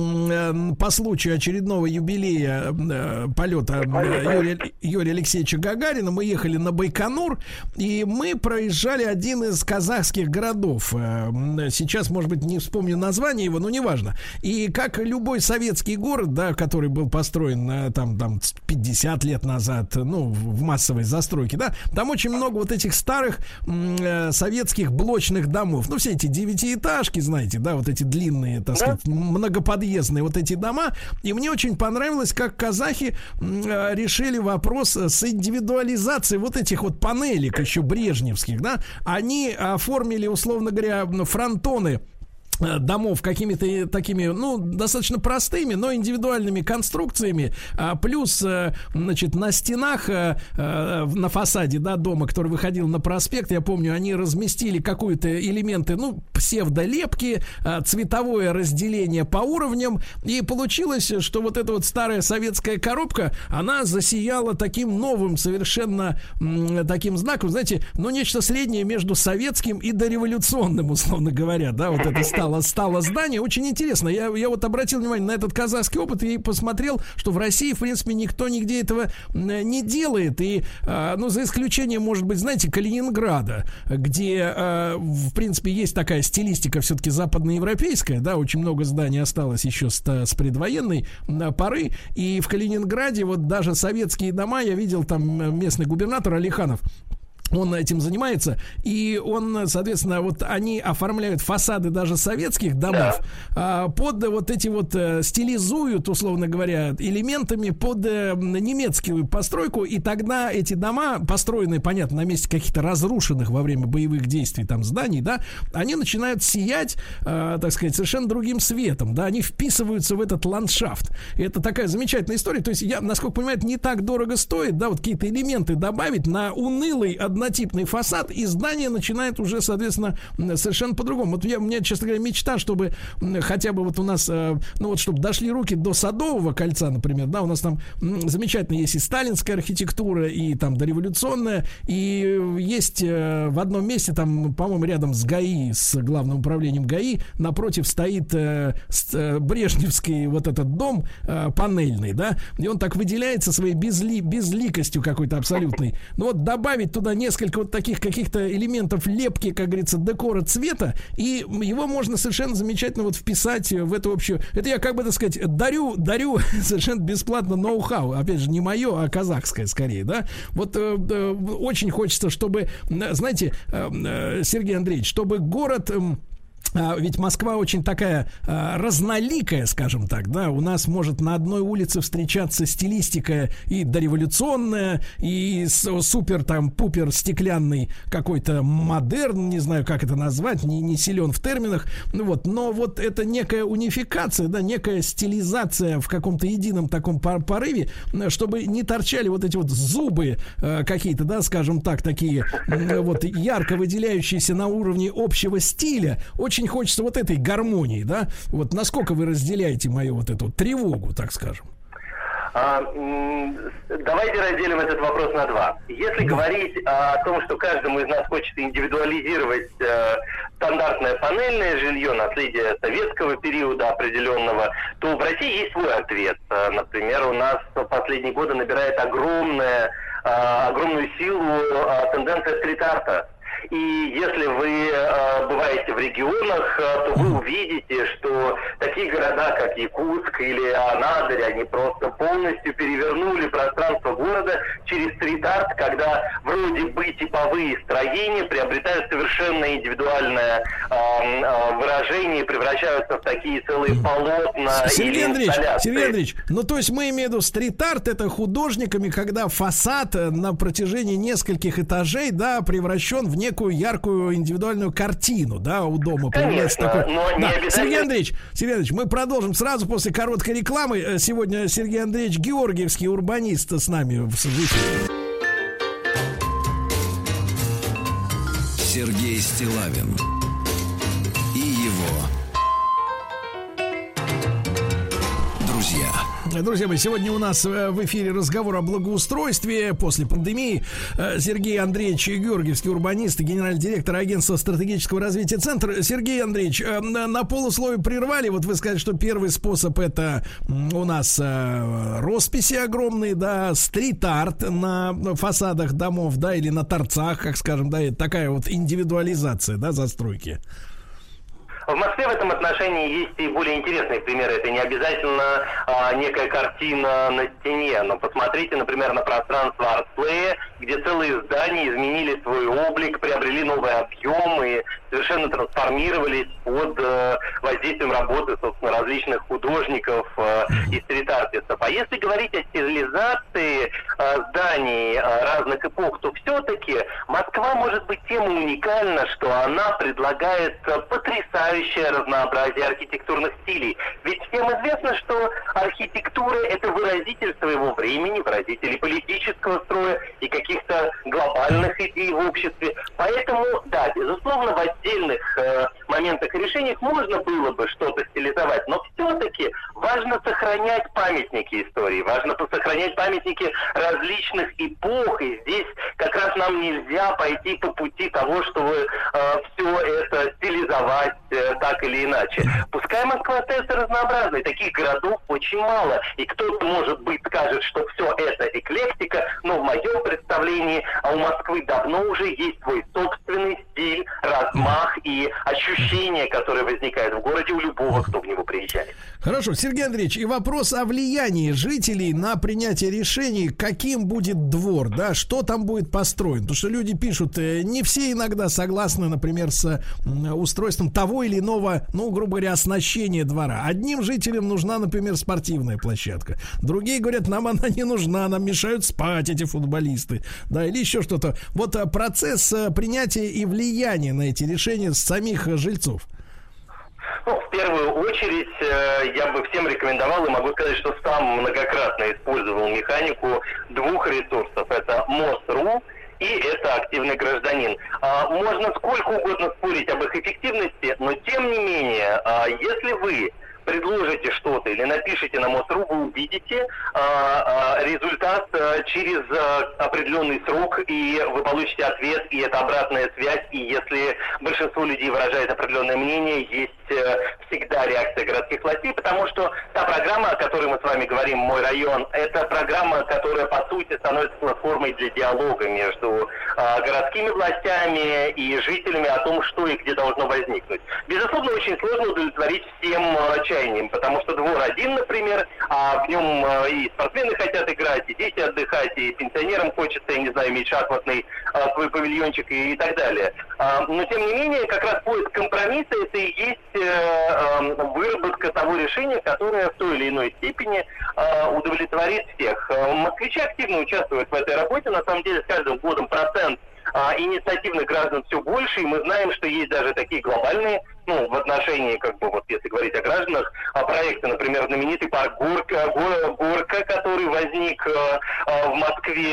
по случаю очередного юбилея полета Юрия Алексеевича Гагарина. Мы ехали на Байконур, и мы проезжали один из казахских городов. Сейчас, может быть, не вспомню название его, но неважно. И как любой советский город, да, который был построен там 50 лет назад, ну, в массовой застройке, да, там очень много вот этих старых советских блочных домов. Ну, все эти девятиэтажки, знаете, да, вот эти длинные, так сказать, многоподъездные вот эти дома. И мне очень понравилось, как казахи решили вопрос с индивидуализацией вот этих вот панелек еще брежневских, да. Они оформили, условно говоря, фронтоны домов какими-то такими, ну, достаточно простыми, но индивидуальными конструкциями, плюс, значит, на стенах, на фасаде, да, дома, который выходил на проспект, я помню, они разместили какие-то элементы, ну, псевдолепки, цветовое разделение по уровням, и получилось, что вот эта вот старая советская коробка, она засияла таким новым совершенно таким знаком, знаете, ну, нечто среднее между советским и дореволюционным, условно говоря, да, вот это стало здание. Очень интересно. Я вот обратил внимание на этот казахский опыт и посмотрел, что в России, в принципе, никто нигде этого не делает. И, ну, за исключением, может быть, знаете, Калининграда, где, в принципе, есть такая стилистика все-таки западноевропейская, да, очень много зданий осталось еще с предвоенной поры. И в Калининграде вот даже советские дома, я видел там местный губернатор Алиханов, он этим занимается, и он, соответственно, вот они оформляют фасады даже советских домов под вот эти вот стилизуют, условно говоря, элементами под немецкую постройку, и тогда эти дома, построенные, понятно, на месте каких-то разрушенных во время боевых действий там зданий, да, они начинают сиять, так сказать, совершенно другим светом, да, они вписываются в этот ландшафт. И это такая замечательная история. То есть, я, насколько понимаю, это не так дорого стоит, да, вот какие-то элементы добавить на унылый однотипный фасад, и здание начинает уже, соответственно, совершенно по-другому. Вот у меня, честно говоря, мечта, чтобы хотя бы вот у нас, ну вот, чтобы дошли руки до Садового кольца, например, да, у нас там замечательно есть и сталинская архитектура, и там дореволюционная, и есть в одном месте, там, по-моему, рядом с ГАИ, с главным управлением ГАИ, напротив стоит брежневский вот этот дом панельный, да, и он так выделяется своей безликостью какой-то абсолютной. Ну вот добавить туда несколько вот таких каких-то элементов лепки, как говорится, декора цвета, и его можно совершенно замечательно вот вписать в эту общую... Это я, как бы, так сказать, дарю совершенно бесплатно ноу-хау. Опять же, не мое, а казахское скорее, да. Вот очень хочется, чтобы, знаете, Сергей Андреевич, чтобы город... Ведь Москва очень такая разноликая, скажем так, да, у нас может на одной улице встречаться стилистика и дореволюционная, и супер там пупер стеклянный какой-то модерн, не знаю, как это назвать, не силен в терминах, вот, но вот это некая унификация, да, некая стилизация в каком-то едином таком порыве, чтобы не торчали вот эти вот зубы какие-то, да, скажем так, такие вот ярко выделяющиеся на уровне общего стиля. Очень очень хочется вот этой гармонии, да? Вот насколько вы разделяете мою вот эту тревогу, так скажем? Давайте разделим этот вопрос на два. Если говорить о том, что каждому из нас хочется индивидуализировать стандартное панельное жилье, наследие советского периода определенного, то в России есть свой ответ. Например, у нас в последние годы набирает огромную силу тенденция стрит-арта. И если вы бываете в регионах, то вы увидите, что такие города, как Якутск или Анадырь, они просто полностью перевернули пространство города через стрит-арт, когда вроде бы типовые строения приобретают совершенно индивидуальное выражение и превращаются в такие целые полотна. Сергей Андреевич, ну то есть мы имеем в виду стрит-арт, это художниками, когда фасад на протяжении нескольких этажей, да, превращен в некую яркую индивидуальную картину, да, у дома. Конечно, такой... но не обязательно... Сергей Андреевич, мы продолжим сразу после короткой рекламы. Сегодня Сергей Андреевич Георгиевский, урбанист, с нами в эфире. Сергей Стиллавин и его друзья. Друзья мои, сегодня у нас в эфире разговор о благоустройстве после пандемии. Сергей Андреевич Георгиевский, урбанист и генеральный директор агентства стратегического развития «Центр». Сергей Андреевич, на полусловие прервали. Вот вы сказали, что первый способ — это у нас росписи огромные, да, стрит-арт на фасадах домов, да, или на торцах, как скажем, да, такая вот индивидуализация, да, застройки. В Москве в этом отношении есть и более интересные примеры. Это не обязательно некая картина на стене, но посмотрите, например, на пространство артплея, где целые здания изменили свой облик, приобрели новый объем и совершенно трансформировались под воздействием работы, собственно, различных художников и стрит-артистов. А если говорить о стилизации зданий разных эпох, то все-таки Москва может быть тем уникальна, что она предлагает потрясающее разнообразие архитектурных стилей. Ведь всем известно, что архитектура — это выразитель своего времени, выразитель и политического строя, и каких-то глобальных идей в обществе. Поэтому, да, безусловно, в отдельных моментах и решениях можно было бы что-то стилизовать, но все-таки важно сохранять памятники истории, важно сохранять памятники различных эпох, и здесь как раз нам нельзя пойти по пути того, чтобы все это стилизовать так или иначе. Пускай Москва остается разнообразной, таких городов очень мало, и кто-то, может быть, скажет, что все это эклектика, но в моем представлении у Москвы давно уже есть свой собственный стиль, размах и ощущения, которые возникают в городе у любого, кто в него приезжает. Хорошо, Сергей Андреевич, и вопрос о влиянии жителей на принятие решений, каким будет двор, да, что там будет построено. Потому что люди пишут, не все иногда согласны, например, с устройством того или иного, ну, грубо говоря, оснащения двора. Одним жителям нужна, например, спортивная площадка. Другие говорят, нам она не нужна, нам мешают спать эти футболисты, да, или еще что-то. Вот процесс принятия и влияния на эти решения самих жильцов. Ну, в первую очередь, я бы всем рекомендовал и могу сказать, что сам многократно использовал механику двух ресурсов. Это МОСРУ и это активный гражданин. Можно сколько угодно спорить об их эффективности, но тем не менее, если вы предложите что-то или напишите на МОСРУ, вы увидите результат через определенный срок, и вы получите ответ, и это обратная связь, и если большинство людей выражает определенное мнение, есть всегда реакция городских властей, потому что та программа, о которой мы с вами говорим, «Мой район», это программа, которая, по сути, становится платформой для диалога между городскими властями и жителями о том, что и где должно возникнуть. Безусловно, очень сложно удовлетворить всем чаяниям, потому что двор один, например, а в нем и спортсмены хотят играть, и дети отдыхать, и пенсионерам хочется, я не знаю, иметь шахматный свой павильончик и так далее. Но, тем не менее, как раз поиск компромисса — это и есть выработка того решения, которое в той или иной степени удовлетворит всех. Москвичи активно участвуют в этой работе. На самом деле, с каждым годом процент инициативных граждан все больше, и мы знаем, что есть даже такие глобальные, ну, в отношении, как бы, вот если говорить о гражданах, проекта, например, знаменитый парк Горка, который возник в Москве,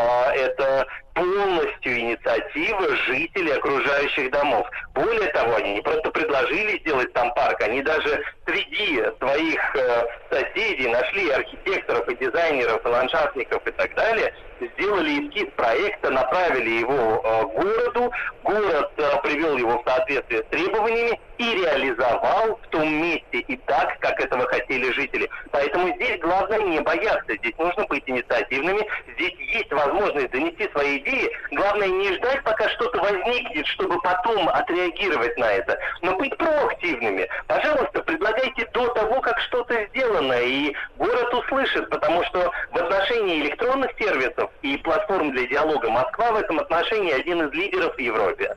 это полностью инициатива жителей окружающих домов. Более того, они не просто предложили сделать там парк, они даже среди своих соседей нашли архитекторов и дизайнеров, и ландшафтников и так далее, сделали эскиз проекта, направили его городу, город привел его в соответствие с требованиями и реализовал в том месте и так, как этого хотели жители. Поэтому здесь главное не бояться, здесь нужно быть инициативными, здесь есть возможность донести свои идеи, главное не ждать, пока что-то возникнет, чтобы потом отреагировать на это, но быть проактивными. Пожалуйста, предлагайте до того, как что-то сделано, и город услышит, потому что в отношении электронных сервисов и платформ для диалога Москва в этом отношении один из лидеров в Европе.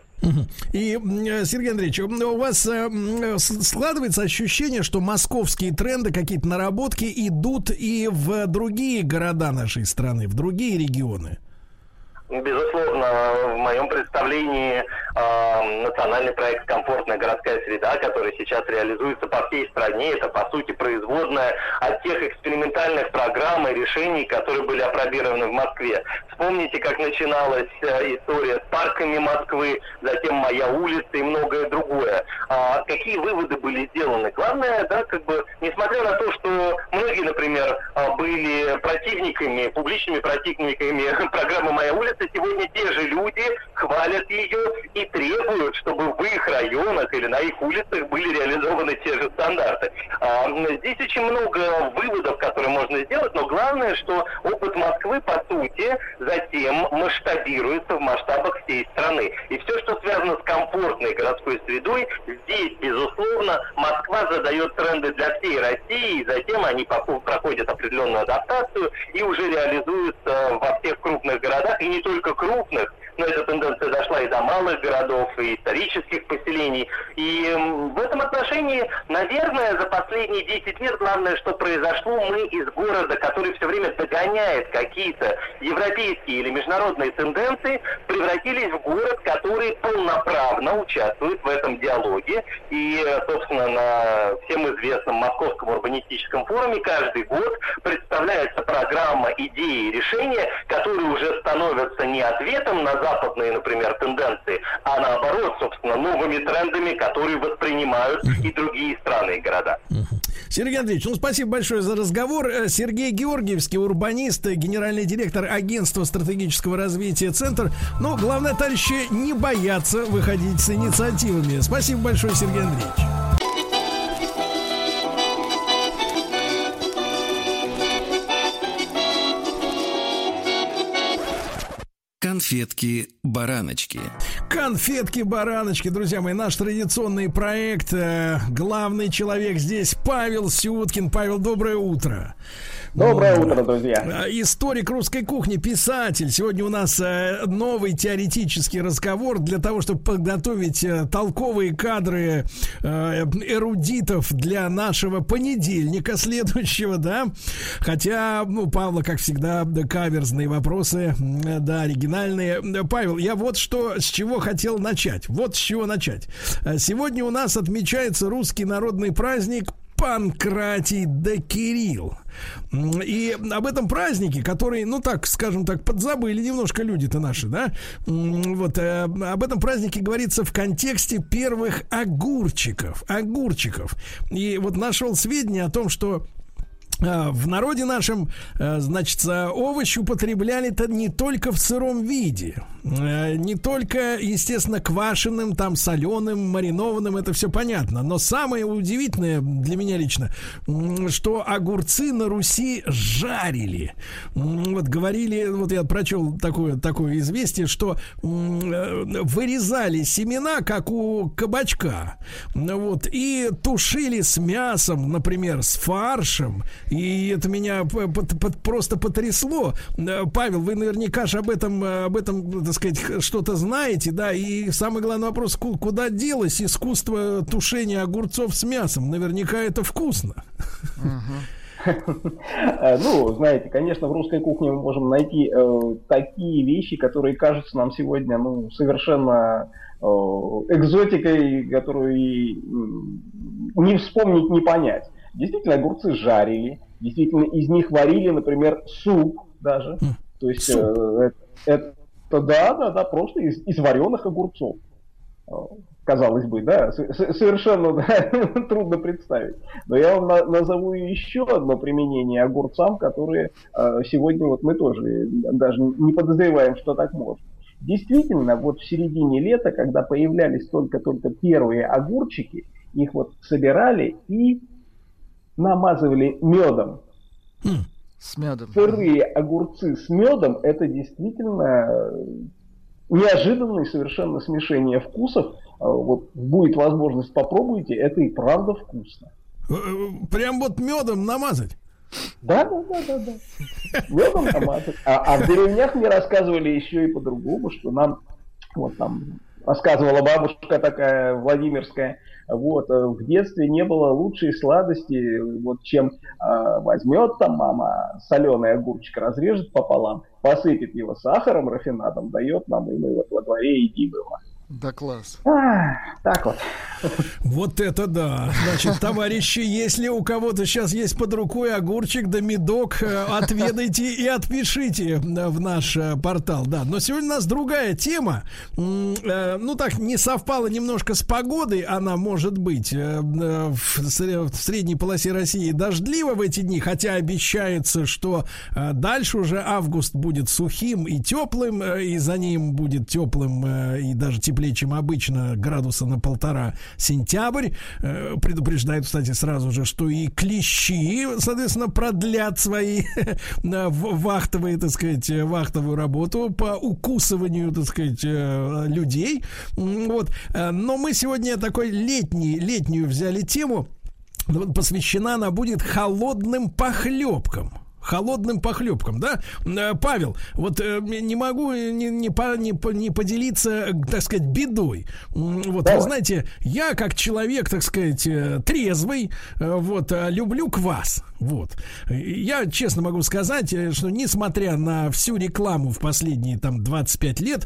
И, Сергей Андреевич, у вас складывается ощущение, что московские тренды, какие-то наработки идут и в другие города нашей страны, в другие регионы? Безусловно, в моем представлении национальный проект «Комфортная городская среда», который сейчас реализуется по всей стране, это, по сути, производная от тех экспериментальных программ и решений, которые были опробированы в Москве. Вспомните, как начиналась история с парками Москвы, затем «Моя улица» и многое другое. Какие выводы были сделаны? Главное, да, как бы, несмотря на то, что многие, например, были противниками, публичными противниками программы «Моя улица», сегодня те же люди хвалят ее и требуют, чтобы в их районах или на их улицах были реализованы те же стандарты. Здесь очень много выводов, которые можно сделать, но главное, что опыт Москвы, по сути, затем масштабируется в масштабах всей страны. И все, что связано с комфортной городской средой, здесь, безусловно, Москва задает тренды для всей России, и затем они проходят определенную адаптацию и уже реализуются во всех крупных городах, и не только крупных, но эта тенденция дошла и до малых городов, и исторических поселений. И в этом отношении, наверное, за последние 10 лет главное, что произошло, мы из города, который все время догоняет какие-то европейские или международные тенденции, превратились в город, который полноправно участвует в этом диалоге. И, собственно, на всем известном Московском урбанистическом форуме каждый год представляется программа идеи и решения, которые уже становятся не ответом на западные, например, тенденции, а наоборот, собственно, новыми трендами, которые воспринимают и другие страны и города. Сергей Андреевич, ну спасибо большое за разговор. Сергей Георгиевский, урбанист, генеральный директор агентства стратегического развития «Центр». Но главное, товарищи, не бояться выходить с инициативами. Спасибо большое, Сергей Андреевич. Конфетки-бараночки. Конфетки-бараночки, друзья мои, наш традиционный проект. Главный человек здесь Павел Сюткин. Павел, доброе утро. Доброе утро, друзья. Историк русской кухни, писатель. Сегодня у нас новый теоретический разговор для того, чтобы подготовить толковые кадры эрудитов для нашего понедельника следующего, да. Хотя, ну, Павла, как всегда, каверзные вопросы, да, оригинальные. Павел, я вот что, с чего хотел начать. Вот с чего начать. Сегодня у нас отмечается русский народный праздник Панкратий да Кирилл. И об этом празднике, который, ну так, скажем так, подзабыли немножко люди-то наши, да? Вот, об этом празднике говорится в контексте первых огурчиков. И вот нашел сведения о том, что в народе нашем, значит, овощи употребляли-то не только в сыром виде, не только, естественно, квашеным, там, соленым, маринованным, это все понятно. Но самое удивительное для меня лично, что огурцы на Руси жарили. Вот говорили, вот я прочел такое известие, что вырезали семена, как у кабачка, вот, и тушили с мясом, например, с фаршем. И это меня просто потрясло. Павел, вы наверняка же об этом, так сказать, что-то знаете, да? И самый главный вопрос, куда делось искусство тушения огурцов с мясом? Наверняка это вкусно. Ну, знаете, конечно, в русской кухне мы можем найти такие вещи, которые кажутся нам сегодня, ну, совершенно экзотикой, которую не вспомнить, не понять. Действительно, огурцы жарили, действительно, из них варили, например, суп даже. То есть это да, просто из вареных огурцов. Казалось бы, да, совершенно трудно представить. Но я вам назову еще одно применение огурцам, которые сегодня вот мы тоже даже не подозреваем, что так можно. Действительно, вот в середине лета, когда появлялись только-только первые огурчики, их вот собирали и намазывали медом. С медом. Сырые огурцы с медом – это действительно неожиданное совершенно смешение вкусов. Вот будет возможность, попробуйте, это и правда вкусно. Прям вот медом намазать? Да. Медом намазать. А в деревнях мне рассказывали еще и по-другому, что нам, вот там рассказывала бабушка такая владимирская, вот, в детстве не было лучшей сладости, вот, чем возьмет там мама соленый огурчик, разрежет пополам, посыпет его сахаром, рафинадом, дает нам, и мы вот во дворе едим его. Да, класс. Так вот. Вот это да. Значит, товарищи, если у кого-то сейчас есть под рукой огурчик да медок, отведайте и отпишите в наш портал. Да, но сегодня у нас другая тема. Ну так, не совпало немножко с погодой. Она может быть в средней полосе России дождливо в эти дни, хотя обещается, что дальше уже август будет сухим и теплым, и за ним будет теплым и даже теплее, чем обычно, градуса на 1,5 сентябрь. Предупреждают, кстати, сразу же, что и клещи, соответственно, продлят свои вахтовые, так сказать, вахтовую работу по укусыванию, так сказать, людей. Вот. Но мы сегодня такой летнюю взяли тему. Посвящена она будет холодным похлебкам. Холодным похлебкам, да? Павел, вот не могу не поделиться, так сказать, бедой. Вот, вы знаете, я как человек, так сказать, трезвый, вот, люблю квас. Вот. Я честно могу сказать, что несмотря на всю рекламу в последние там 25 лет,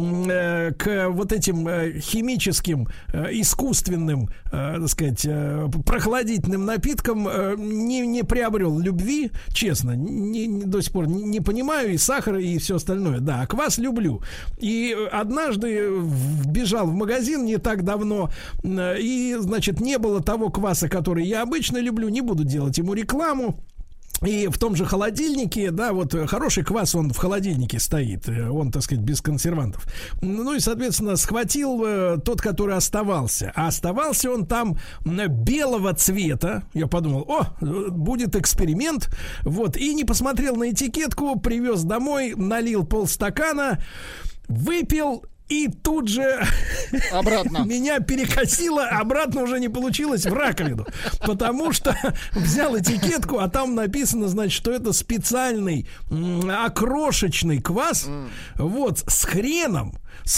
к вот этим химическим, искусственным, так сказать, прохладительным напиткам не приобрел любви, честно. До сих пор не понимаю и сахара, и все остальное. Да, а квас люблю. И однажды бежал в магазин не так давно, и, значит, не было того кваса, который я обычно люблю, не буду делать ему рекламу. И в том же холодильнике, да, вот хороший квас, он в холодильнике стоит, он, так сказать, без консервантов. Ну и, соответственно, схватил тот, который оставался. А оставался он там белого цвета. Я подумал, будет эксперимент. Вот, и не посмотрел на этикетку, привез домой, налил полстакана, выпил. И тут же обратно меня перекосило, обратно уже не получилось, в раковину. Потому что взял этикетку, а там написано, значит, что это специальный окрошечный квас, вот, с хреном.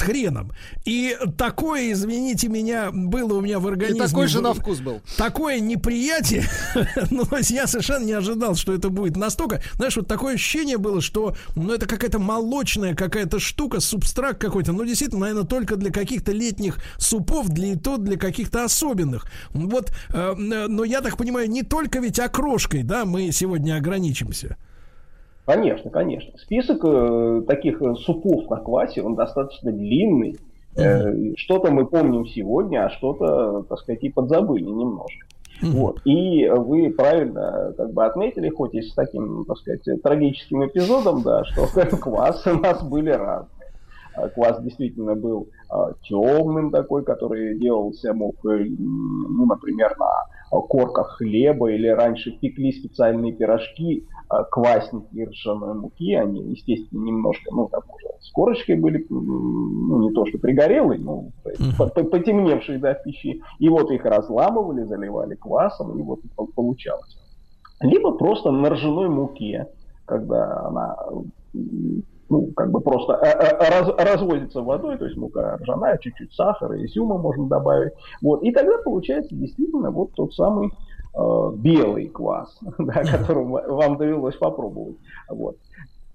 И такое, извините меня, было у меня в организме. И такой же на вкус был. Такое неприятие. Ну, я совершенно не ожидал, что это будет настолько. Знаешь, вот такое ощущение было, что это какая-то молочная какая-то штука, субстракт какой-то. Ну, действительно, наверное, только для каких-то летних супов, для каких-то особенных. Вот, но я так понимаю, не только ведь окрошкой, да, мы сегодня ограничимся. Конечно. Список таких супов на квасе, он достаточно длинный. Что-то мы помним сегодня, а что-то, так сказать, и подзабыли немножко. Вот. И вы правильно как бы отметили, хоть и с таким, так сказать, трагическим эпизодом, да, что квасы у нас были разные. Квас действительно был темным такой, который делался, ну, например, на корках хлеба, или раньше пекли специальные пирожки, квасники ржаной муки, они, естественно, немножко, ну, так уже с корочкой были, ну, не то что пригорелые, но потемневшие, да, в пищи. И вот их разламывали, заливали квасом, и вот получалось. Либо просто на ржаной муке, когда она, ну, как бы просто разводится водой, то есть мука ржаная, чуть-чуть сахара, изюма можно добавить. Вот. И тогда получается действительно вот тот самый белый квас, да, который вам довелось попробовать. Вот.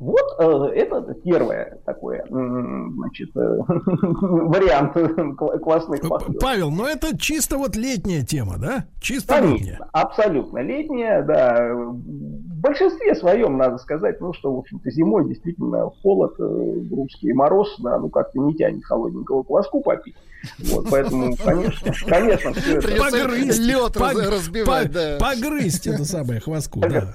Вот это первое такое, значит, вариант классных похлебок. Павел, но это чисто вот летняя тема, да? Чисто летняя. Летняя. Абсолютно летняя, да. В большинстве своем, надо сказать, ну, что, в общем-то, зимой действительно холод, русский мороз, да, ну, как-то не тянет холодненького кваску попить. Вот, поэтому, конечно, все это... Погрызть, лед разбивать, да. Погрызть это самое хвостку, да.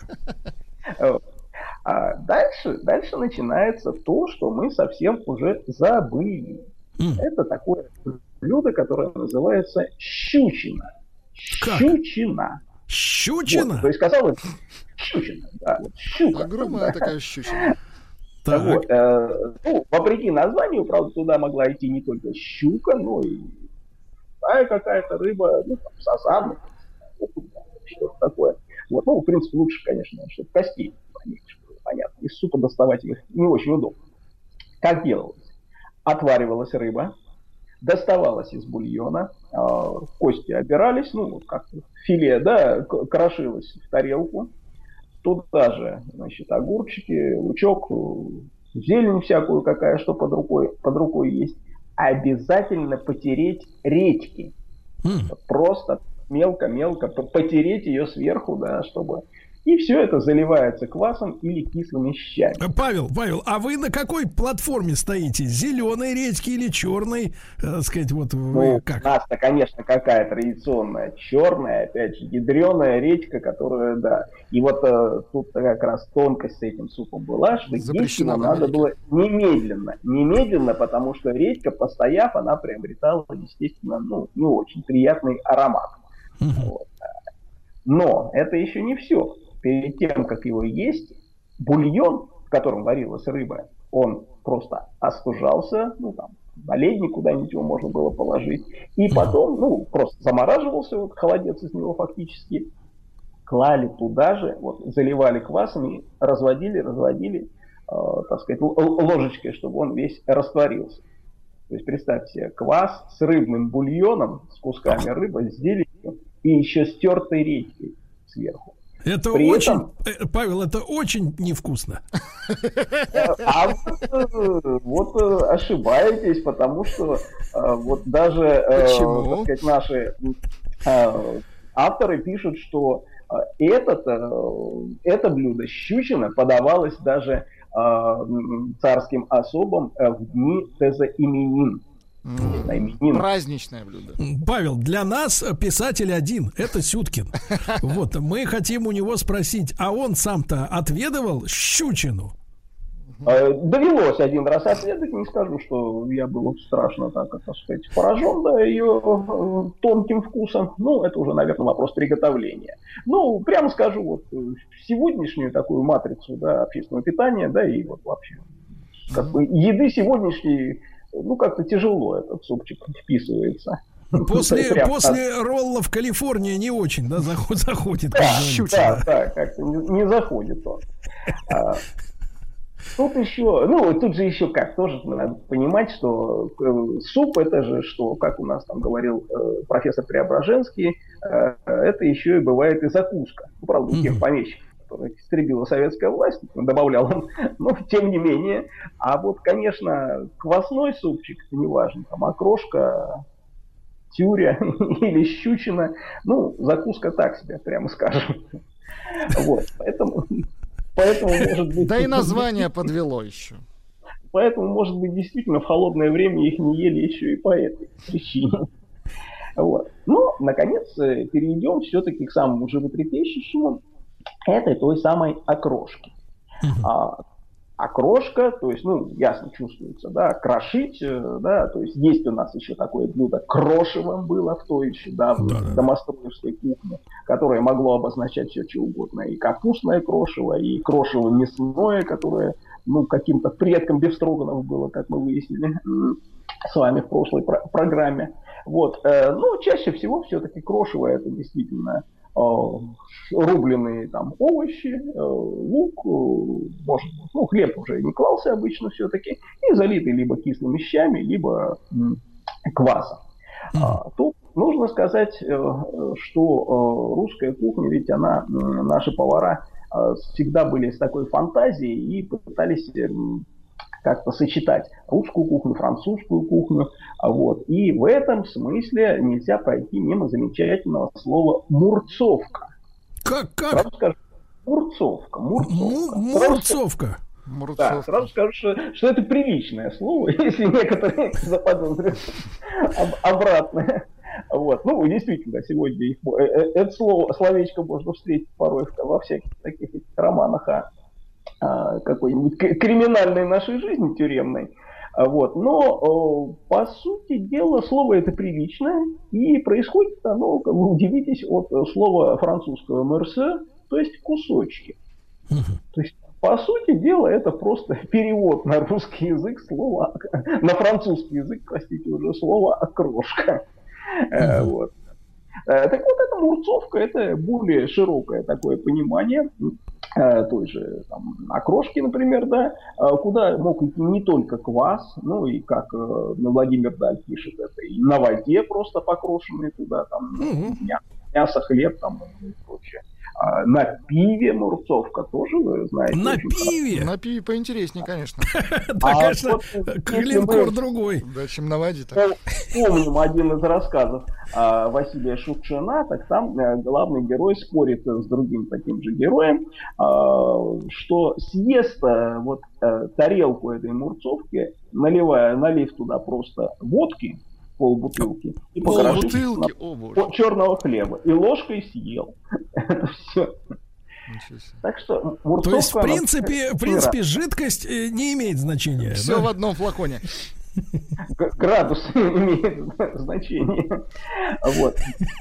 А дальше начинается то, что мы совсем уже забыли. Это такое блюдо, которое называется щучина. Как? Щучина. Щучина? Вот, то есть, казалось, щучина, да. Вот, щука. Огромная такая щучина. Вот, ну, вопреки названию, правда, туда могла идти не только щука, но и какая-то рыба, ну, там, сазан, что-то такое. Вот, ну, в принципе, лучше, конечно, чтобы костей поменьше. Понятно, из супа доставать их не очень удобно. Как делалось? Отваривалась рыба, доставалась из бульона, кости обирались, ну, вот как филе, да, крошилось в тарелку. Туда же, значит, огурчики, лучок, зелень всякую, какая, что под рукой есть. Обязательно потереть редьки. Просто мелко-мелко потереть ее сверху, да, чтобы... И все это заливается квасом или кислыми щами. Павел, а вы на какой платформе стоите? Зеленой редьки или черной? Сказать, вот вы как? У нас-то, конечно, какая традиционная черная, опять же, ядреная редька, которая, да. И вот тут как раз тонкость с этим супом была, что есть его надо было немедленно, потому что редька, постояв, она приобретала, естественно, ну, не очень приятный аромат. Вот. Но это еще не все. Перед тем, как его есть, бульон, в котором варилась рыба, он просто остужался, ну, там, на ледник куда-нибудь его можно было положить, и потом, ну, просто замораживался, вот, холодец из него фактически, клали туда же, вот, заливали квасом и разводили, так сказать, ложечкой, чтобы он весь растворился. То есть, представьте себе, квас с рыбным бульоном, с кусками рыбы, с зеленью и еще стертой редькой сверху. Это очень, Павел, это очень невкусно. А вот ошибаетесь, потому что вот даже, так сказать, наши авторы пишут, что это блюдо щучина подавалось даже царским особам в дни тезаименин. Праздничное блюдо. Павел, для нас писатель один, это Сюткин. Вот, мы хотим у него спросить, а он сам-то отведывал щучину? Довелось один раз отведать, не скажу, что я был страшно, так сказать, поражен, да, ее тонким вкусом. Ну, это уже, наверное, вопрос приготовления. Ну, прямо скажу, вот сегодняшнюю такую матрицу, да, общественного питания, да, и вот вообще как бы еды сегодняшней, ну, как-то тяжело этот супчик вписывается. После роллов Калифорния не очень, да, заходит. Да, как-то не заходит он. Тут же еще как, тоже надо понимать, что суп это же, что, как у нас там говорил профессор Преображенский, это еще и бывает и закуска. Правда, у тех помещиков, которых истребила советская власть, добавлял он, но тем не менее. А вот, конечно, квасной супчик, это не важно, там окрошка, тюря или щучина, ну, закуска так себе, прямо скажем. Вот, поэтому, может быть... Да и название подвело еще. Поэтому, может быть, действительно в холодное время их не ели еще и по этой причине. Вот. Но, наконец, перейдем все-таки к самому животрепещущему, этой той самой окрошки. Окрошка, то есть, ну, ясно чувствуется, да, крошить, да, то есть есть у нас еще такое блюдо крошево было в той еще давней домостроевской кухне, которое могло обозначать все что угодно, и капустное крошево, и крошево мясное, которое, ну, каким-то предком бефстроганов было, как мы выяснили с вами в прошлой программе. Вот, но чаще всего все-таки крошево это действительно рубленые там овощи, лук, может быть, ну, хлеб уже не клался обычно все-таки, и залитый либо кислыми щами, либо квасом. Тут нужно сказать, что русская кухня, ведь она, наши повара всегда были с такой фантазией и пытались как-то сочетать русскую кухню, французскую кухню. Вот. И в этом смысле нельзя пройти мимо замечательного слова «мурцовка». Как? Сразу скажу, мурцовка. Мурцовка. Да, сразу скажу, что это приличное слово, если некоторые заподозрят обратное. Вот. Ну, действительно, сегодня это словечко можно встретить порой во всяких таких романах о какой-нибудь криминальной нашей жизни тюремной. Вот. Но, по сути дела, слово это приличное, и происходит оно, как вы удивитесь, от слова французского «мерсе», то есть «кусочки». То есть, по сути дела, это просто перевод на русский язык слова, на французский язык, простите, уже слова «окрошка». Вот. Так вот, эта мурцовка, это более широкое такое понимание той же там, окрошки, например, да, куда мог идти не только квас, ну и как Владимир Даль пишет, это и на воде просто покрошенные туда, там, мясо, хлеб там и прочее. На пиве мурцовка тоже, вы знаете. На пиве? На пиве поинтереснее, конечно. Да, конечно, линкор другой. Да, чем на воде. Помним один из рассказов Василия Шукшина, так там главный герой спорит с другим таким же героем, что съест вот тарелку этой мурцовки, налив туда просто водки, полбутылки, и покрошив черного хлеба, и ложкой съел. Это все. Так что мурцовка... То есть, в принципе, жидкость не имеет значения. Все в одном флаконе. Градус имеет значение. Вот.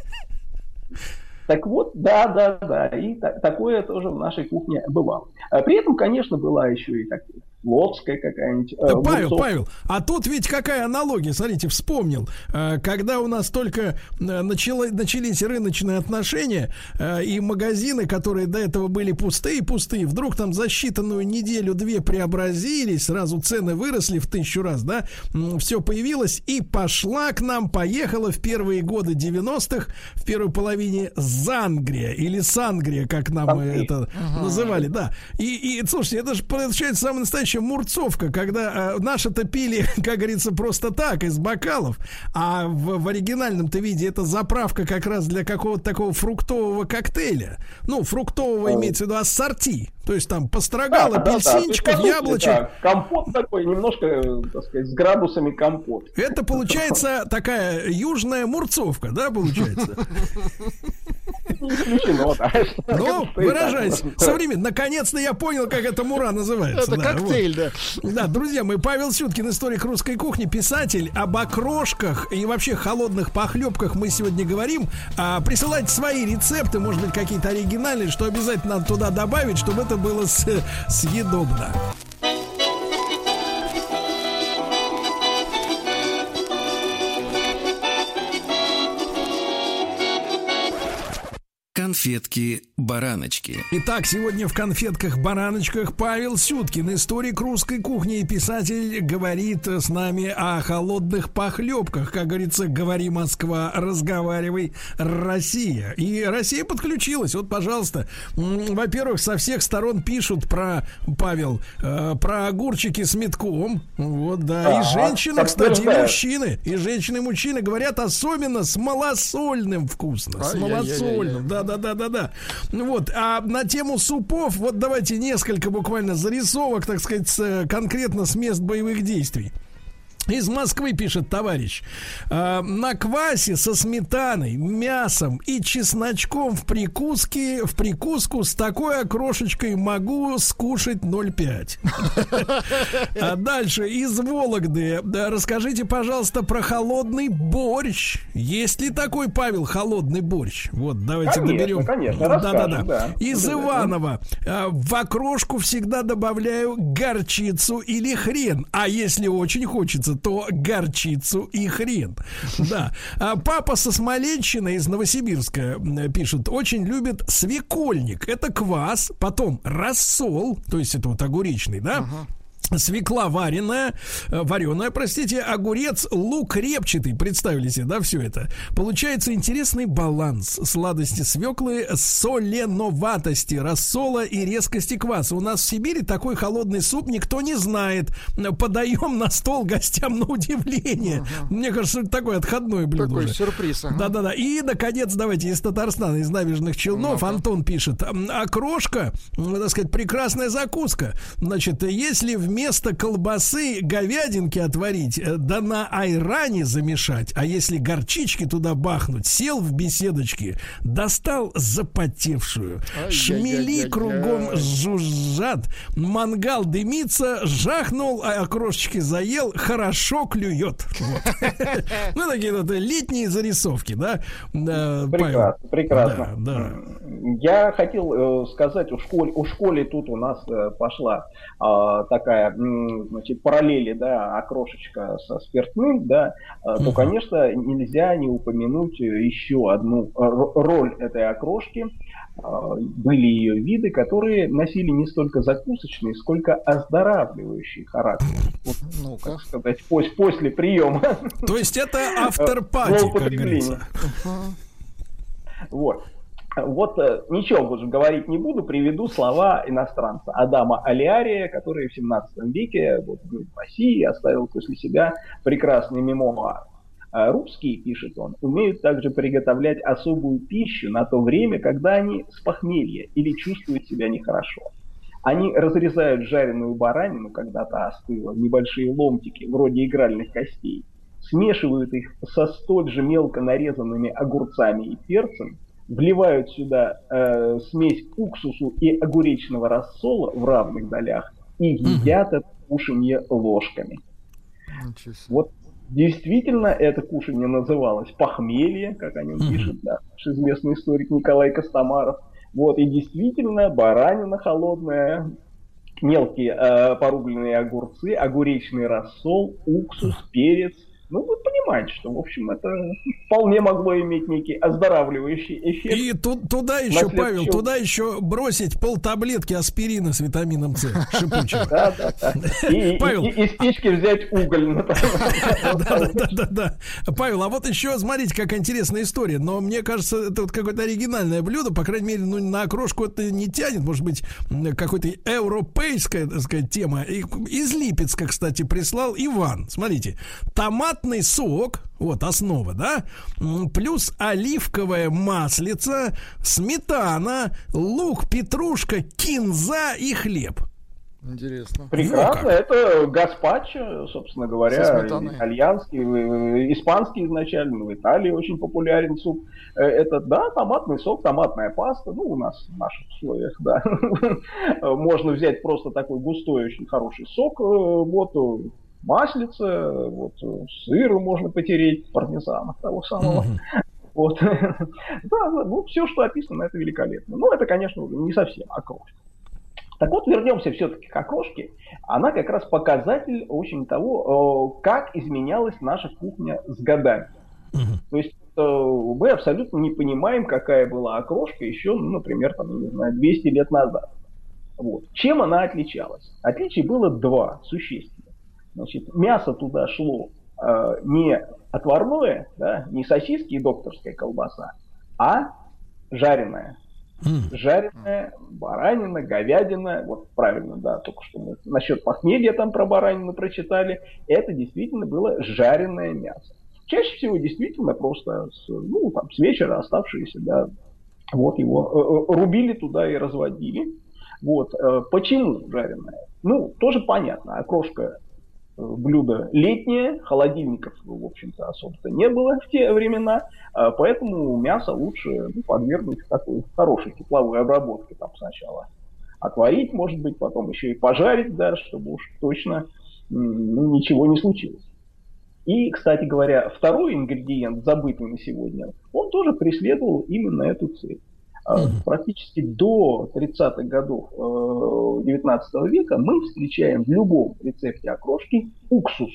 Так вот, да, и такое тоже в нашей кухне бывало. При этом, конечно, была еще и такая флотская какая-нибудь. Павел, а тут ведь какая аналогия, смотрите, вспомнил, когда у нас только начались рыночные отношения, и магазины, которые до этого были пустые, вдруг там за считанную неделю-две преобразились, сразу цены выросли в 1000 раз, да, все появилось, и поехала в первые годы 90-х, в первой половине Зангрия, или Сангрия, как нам это называли, да. И слушайте, это же получается самая настоящая мурцовка, когда наши-то пили, как говорится, просто так, из бокалов, а в оригинальном-то виде это заправка как раз для какого-то такого фруктового коктейля. Ну, фруктового имеется в виду ассорти. То есть там построгал апельсинчиков, яблочек. Да, компот такой, немножко, так сказать, с градусами компот. Это получается такая южная мурцовка, да, получается? Ну, выражаясь современно. Наконец-то я понял, как эта мура называется. Это коктейль, да. Да, друзья мои, Павел Сюткин, историк русской кухни, писатель. Об окрошках и вообще холодных похлебках мы сегодня говорим. Присылайте свои рецепты, может быть, какие-то оригинальные, что обязательно надо туда добавить, чтобы это было съедобно. Конфетки-бараночки. Итак, сегодня в конфетках-бараночках Павел Сюткин, историк русской кухни и писатель, говорит с нами о холодных похлебках. Как говорится, говори, Москва, разговаривай, Россия. И Россия подключилась. Вот, пожалуйста, во-первых, со всех сторон пишут про, Павел, про огурчики с метком. Вот, да. И женщины, кстати, и мужчины. И женщины, и мужчины говорят особенно с малосольным вкусно. С малосольным, да. Вот, а на тему супов, вот давайте несколько буквально зарисовок, так сказать, конкретно с мест боевых действий. Из Москвы пишет товарищ: на квасе со сметаной, мясом и чесночком в прикуску с такой окрошечкой могу скушать 0,5. А дальше из Вологды. Расскажите, пожалуйста, про холодный борщ. Есть ли такой, Павел, холодный борщ? Вот, давайте доберем. Конечно, да. Из Иванова. В окрошку всегда добавляю горчицу или хрен. А если очень хочется, то горчицу и хрен. Да. Папа со Смоленщины из Новосибирска пишет: очень любит свекольник. Это квас, потом рассол, то есть это вот огуречный, да? свекла вареная, простите, огурец, лук репчатый. Представили себе, да, все это. Получается интересный баланс сладости свеклы, соленоватости рассола и резкости кваса. У нас в Сибири такой холодный суп никто не знает. Подаем на стол гостям на удивление. Мне кажется, это такое отходное блюдо. Такой уже. Сюрприз. Да-да-да. И, наконец, давайте из Татарстана, из Набережных Челнов. Антон пишет: окрошка, так сказать, прекрасная закуска. Значит, если вместо колбасы говядинки отварить, да на айране замешать, а если горчички туда бахнуть, сел в беседочке, достал запотевшую, шмели кругом жужжат, мангал дымится, жахнул, а окрошечки заел, хорошо клюет. Ну, такие вот летние зарисовки, да? Прекрасно. Я хотел сказать, у школе тут у нас пошла такая, значит, параллели, да, окрошечка со спиртным, да, то, конечно, нельзя не упомянуть еще одну роль этой окрошки. Были ее виды, которые носили не столько закусочный, сколько оздоравливающий характер. Вот, так сказать, после приема. То есть это автор-пати, как говорится. Вот ничего уже говорить не буду, приведу слова иностранца Адама Алиария, который в 17 веке в России оставил после себя прекрасный мемуар. Русские, пишет он, умеют также приготовлять особую пищу на то время, когда они с похмелья или чувствуют себя нехорошо. Они разрезают жареную баранину, когда-то остыла, в небольшие ломтики, вроде игральных костей, смешивают их со столь же мелко нарезанными огурцами и перцем, вливают сюда смесь уксусу и огуречного рассола в равных долях и едят это кушанье ложками. Вот действительно это кушанье называлось похмелье, как о нем пишет наш известный историк Николай Костомаров. Вот, и действительно баранина холодная, мелкие порубленные огурцы, огуречный рассол, уксус, перец. Ну, вы понимаете, что, в общем, это вполне могло иметь некий оздоравливающий эффект. И туда еще, Павел, туда еще бросить полтаблетки аспирина с витамином С шипучего. Да. И спички взять уголь. Да. Павел, а вот еще, смотрите, как интересная история. Но мне кажется, это вот какое-то оригинальное блюдо. По крайней мере, ну, на окрошку это не тянет. Может быть, какой-то европейская, так сказать, тема. Из Липецка, кстати, прислал Иван. Смотрите, томатный сок, вот основа, да, плюс оливковое маслице, сметана, лук, петрушка, кинза и хлеб. Интересно. Прекрасно, это гаспачо, собственно говоря, итальянский, испанский изначально, в Италии очень популярен суп. Это, да, томатный сок, томатная паста, ну, у нас в наших условиях, да. Можно взять просто такой густой, очень хороший сок, вот, маслица, вот, сыру можно потереть, пармезана того самого. Вот. Да, ну, все, что описано, это великолепно. Но это, конечно, не совсем окрошка. Так вот, вернемся все-таки к окрошке. Она как раз показатель очень того, как изменялась наша кухня с годами. То есть мы абсолютно не понимаем, какая была окрошка еще, ну, например, там, не знаю, 200 лет назад. Вот. Чем она отличалась? Отличий было два существенных. Значит, мясо туда шло не отварное, да, не сосиски и докторская колбаса, а жареная. Жареная баранина, говядина, вот правильно, да, только что мы насчет похмелья там про баранину прочитали, это действительно было жареное мясо. Чаще всего действительно просто с вечера оставшиеся, да, вот его рубили туда и разводили. Вот, почему жареная? Ну, тоже понятно, окрошка блюдо летнее, холодильников, в общем-то, особо-то не было в те времена, поэтому мясо лучше подвергнуть такой хорошей тепловой обработке там сначала. Отварить, может быть, потом еще и пожарить, да, чтобы уж точно ничего не случилось. И, кстати говоря, второй ингредиент, забытый на сегодня, он тоже преследовал именно эту цель. Практически до 30-х годов 19 века мы встречаем в любом рецепте окрошки уксус.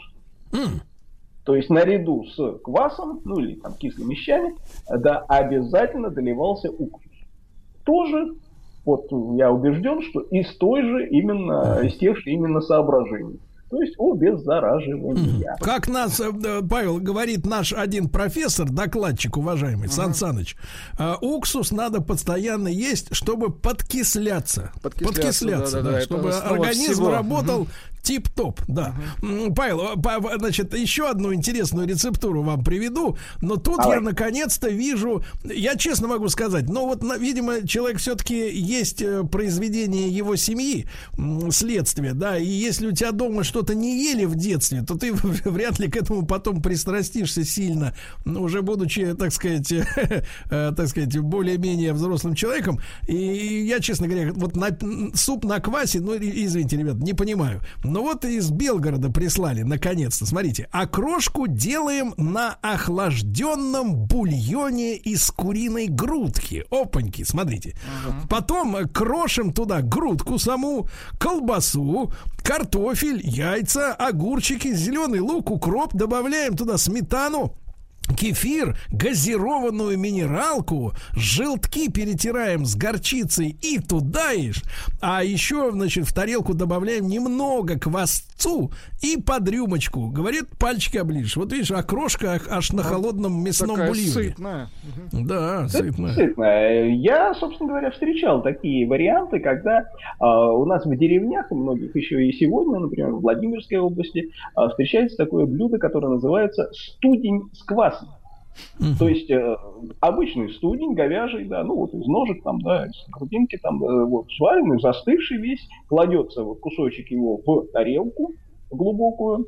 То есть наряду с квасом, ну или там кислыми щами, да, обязательно доливался уксус. Тоже Вот я убежден, что из тех же именно соображений. То есть обеззараживания. Как нас, Павел, говорит наш один профессор, докладчик уважаемый, Сан Саныч, уксус надо постоянно есть, чтобы подкисляться. Подкисляться, да, чтобы организм работал тип-топ, да. Павел, значит, еще одну интересную рецептуру вам приведу, но тут я наконец-то вижу, я честно могу сказать, но вот, видимо, человек все-таки есть произведение его семьи, следствие, да, и если у тебя дома что-то не ели в детстве, то ты вряд ли к этому потом пристрастишься сильно, уже будучи, так сказать, более-менее взрослым человеком. И я, честно говоря, вот суп на квасе, ну, извините, ребят, не понимаю. Но вот из Белгорода прислали, наконец-то, смотрите, окрошку делаем на охлажденном бульоне из куриной грудки. Опаньки, смотрите. Потом крошим туда грудку саму, колбасу, картофель, яйца, огурчики, зеленый лук, укроп, добавляем туда сметану, кефир, газированную минералку, желтки перетираем с горчицей и туда ешь. А еще, значит, в тарелку добавляем немного квасцу и под рюмочку. Говорит, пальчики оближешь. Вот видишь, окрошка аж на холодном мясном бульоне. Сытная. Да, сытная. Сытная. Я, собственно говоря, встречал такие варианты, когда у нас в деревнях, многих еще и сегодня, например, в Владимирской области, встречается такое блюдо, которое называется студень с квасом. То есть обычный студень, говяжий, да, ну вот из ножек там, да, из грудинки там, вот сваренный, застывший весь, кладется вот кусочек его в тарелку глубокую,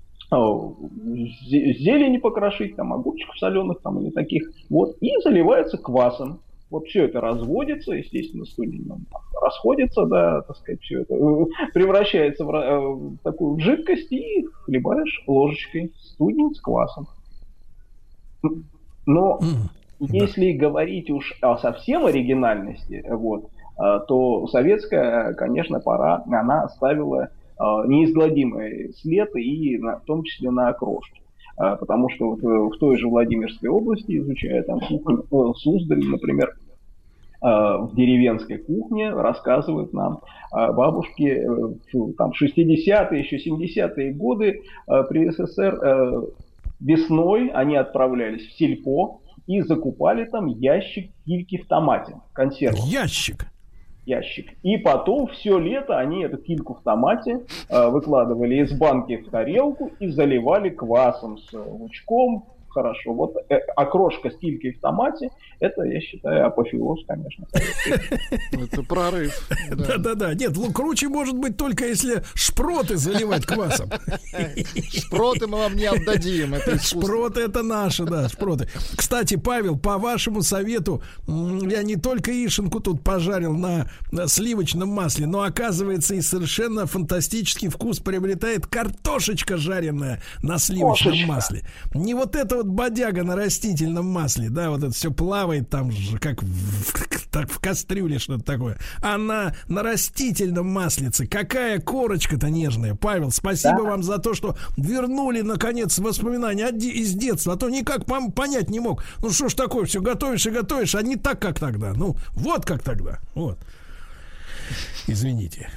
зелени покрошить, там огурчиков соленых там или таких, вот, и заливается квасом. Вот все это разводится, естественно, студень расходится, да, так сказать, все это превращается в такую жидкость и хлебаешь ложечкой студень с квасом. Но если говорить уж о совсем оригинальности, вот, то советская, конечно, пора, она оставила неизгладимый след и в том числе на окрошке. Потому что в той же Владимирской области, изучая там кухню Суздаль, например, в деревенской кухне рассказывают нам бабушки там 60-е, еще 70-е годы при СССР. Весной они отправлялись в сельпо и закупали там ящик кильки в томате, консерву. Ящик. И потом все лето они эту кильку в томате выкладывали из банки в тарелку и заливали квасом с лучком. Хорошо. Вот окрошка с килькой в томате, это, я считаю, апофеоз, конечно. Это прорыв. Да-да-да. Нет, круче может быть только если шпроты заливать квасом. Шпроты мы вам не отдадим. Шпроты это наши, да, шпроты. Кстати, Павел, по вашему совету, я не только яишенку тут пожарил на сливочном масле, но, оказывается, и совершенно фантастический вкус приобретает картошечка жареная на сливочном масле. Не вот это вот бодяга на растительном масле, да, вот это все плавает там же, как в кастрюле что-то такое. А на растительном маслице какая корочка-то нежная. Павел, спасибо вам за то, что вернули, наконец, воспоминания из детства. А то никак понять не мог. Ну что ж такое, все готовишь и готовишь, а не так, как тогда. Ну, вот как тогда. Вот. Извините.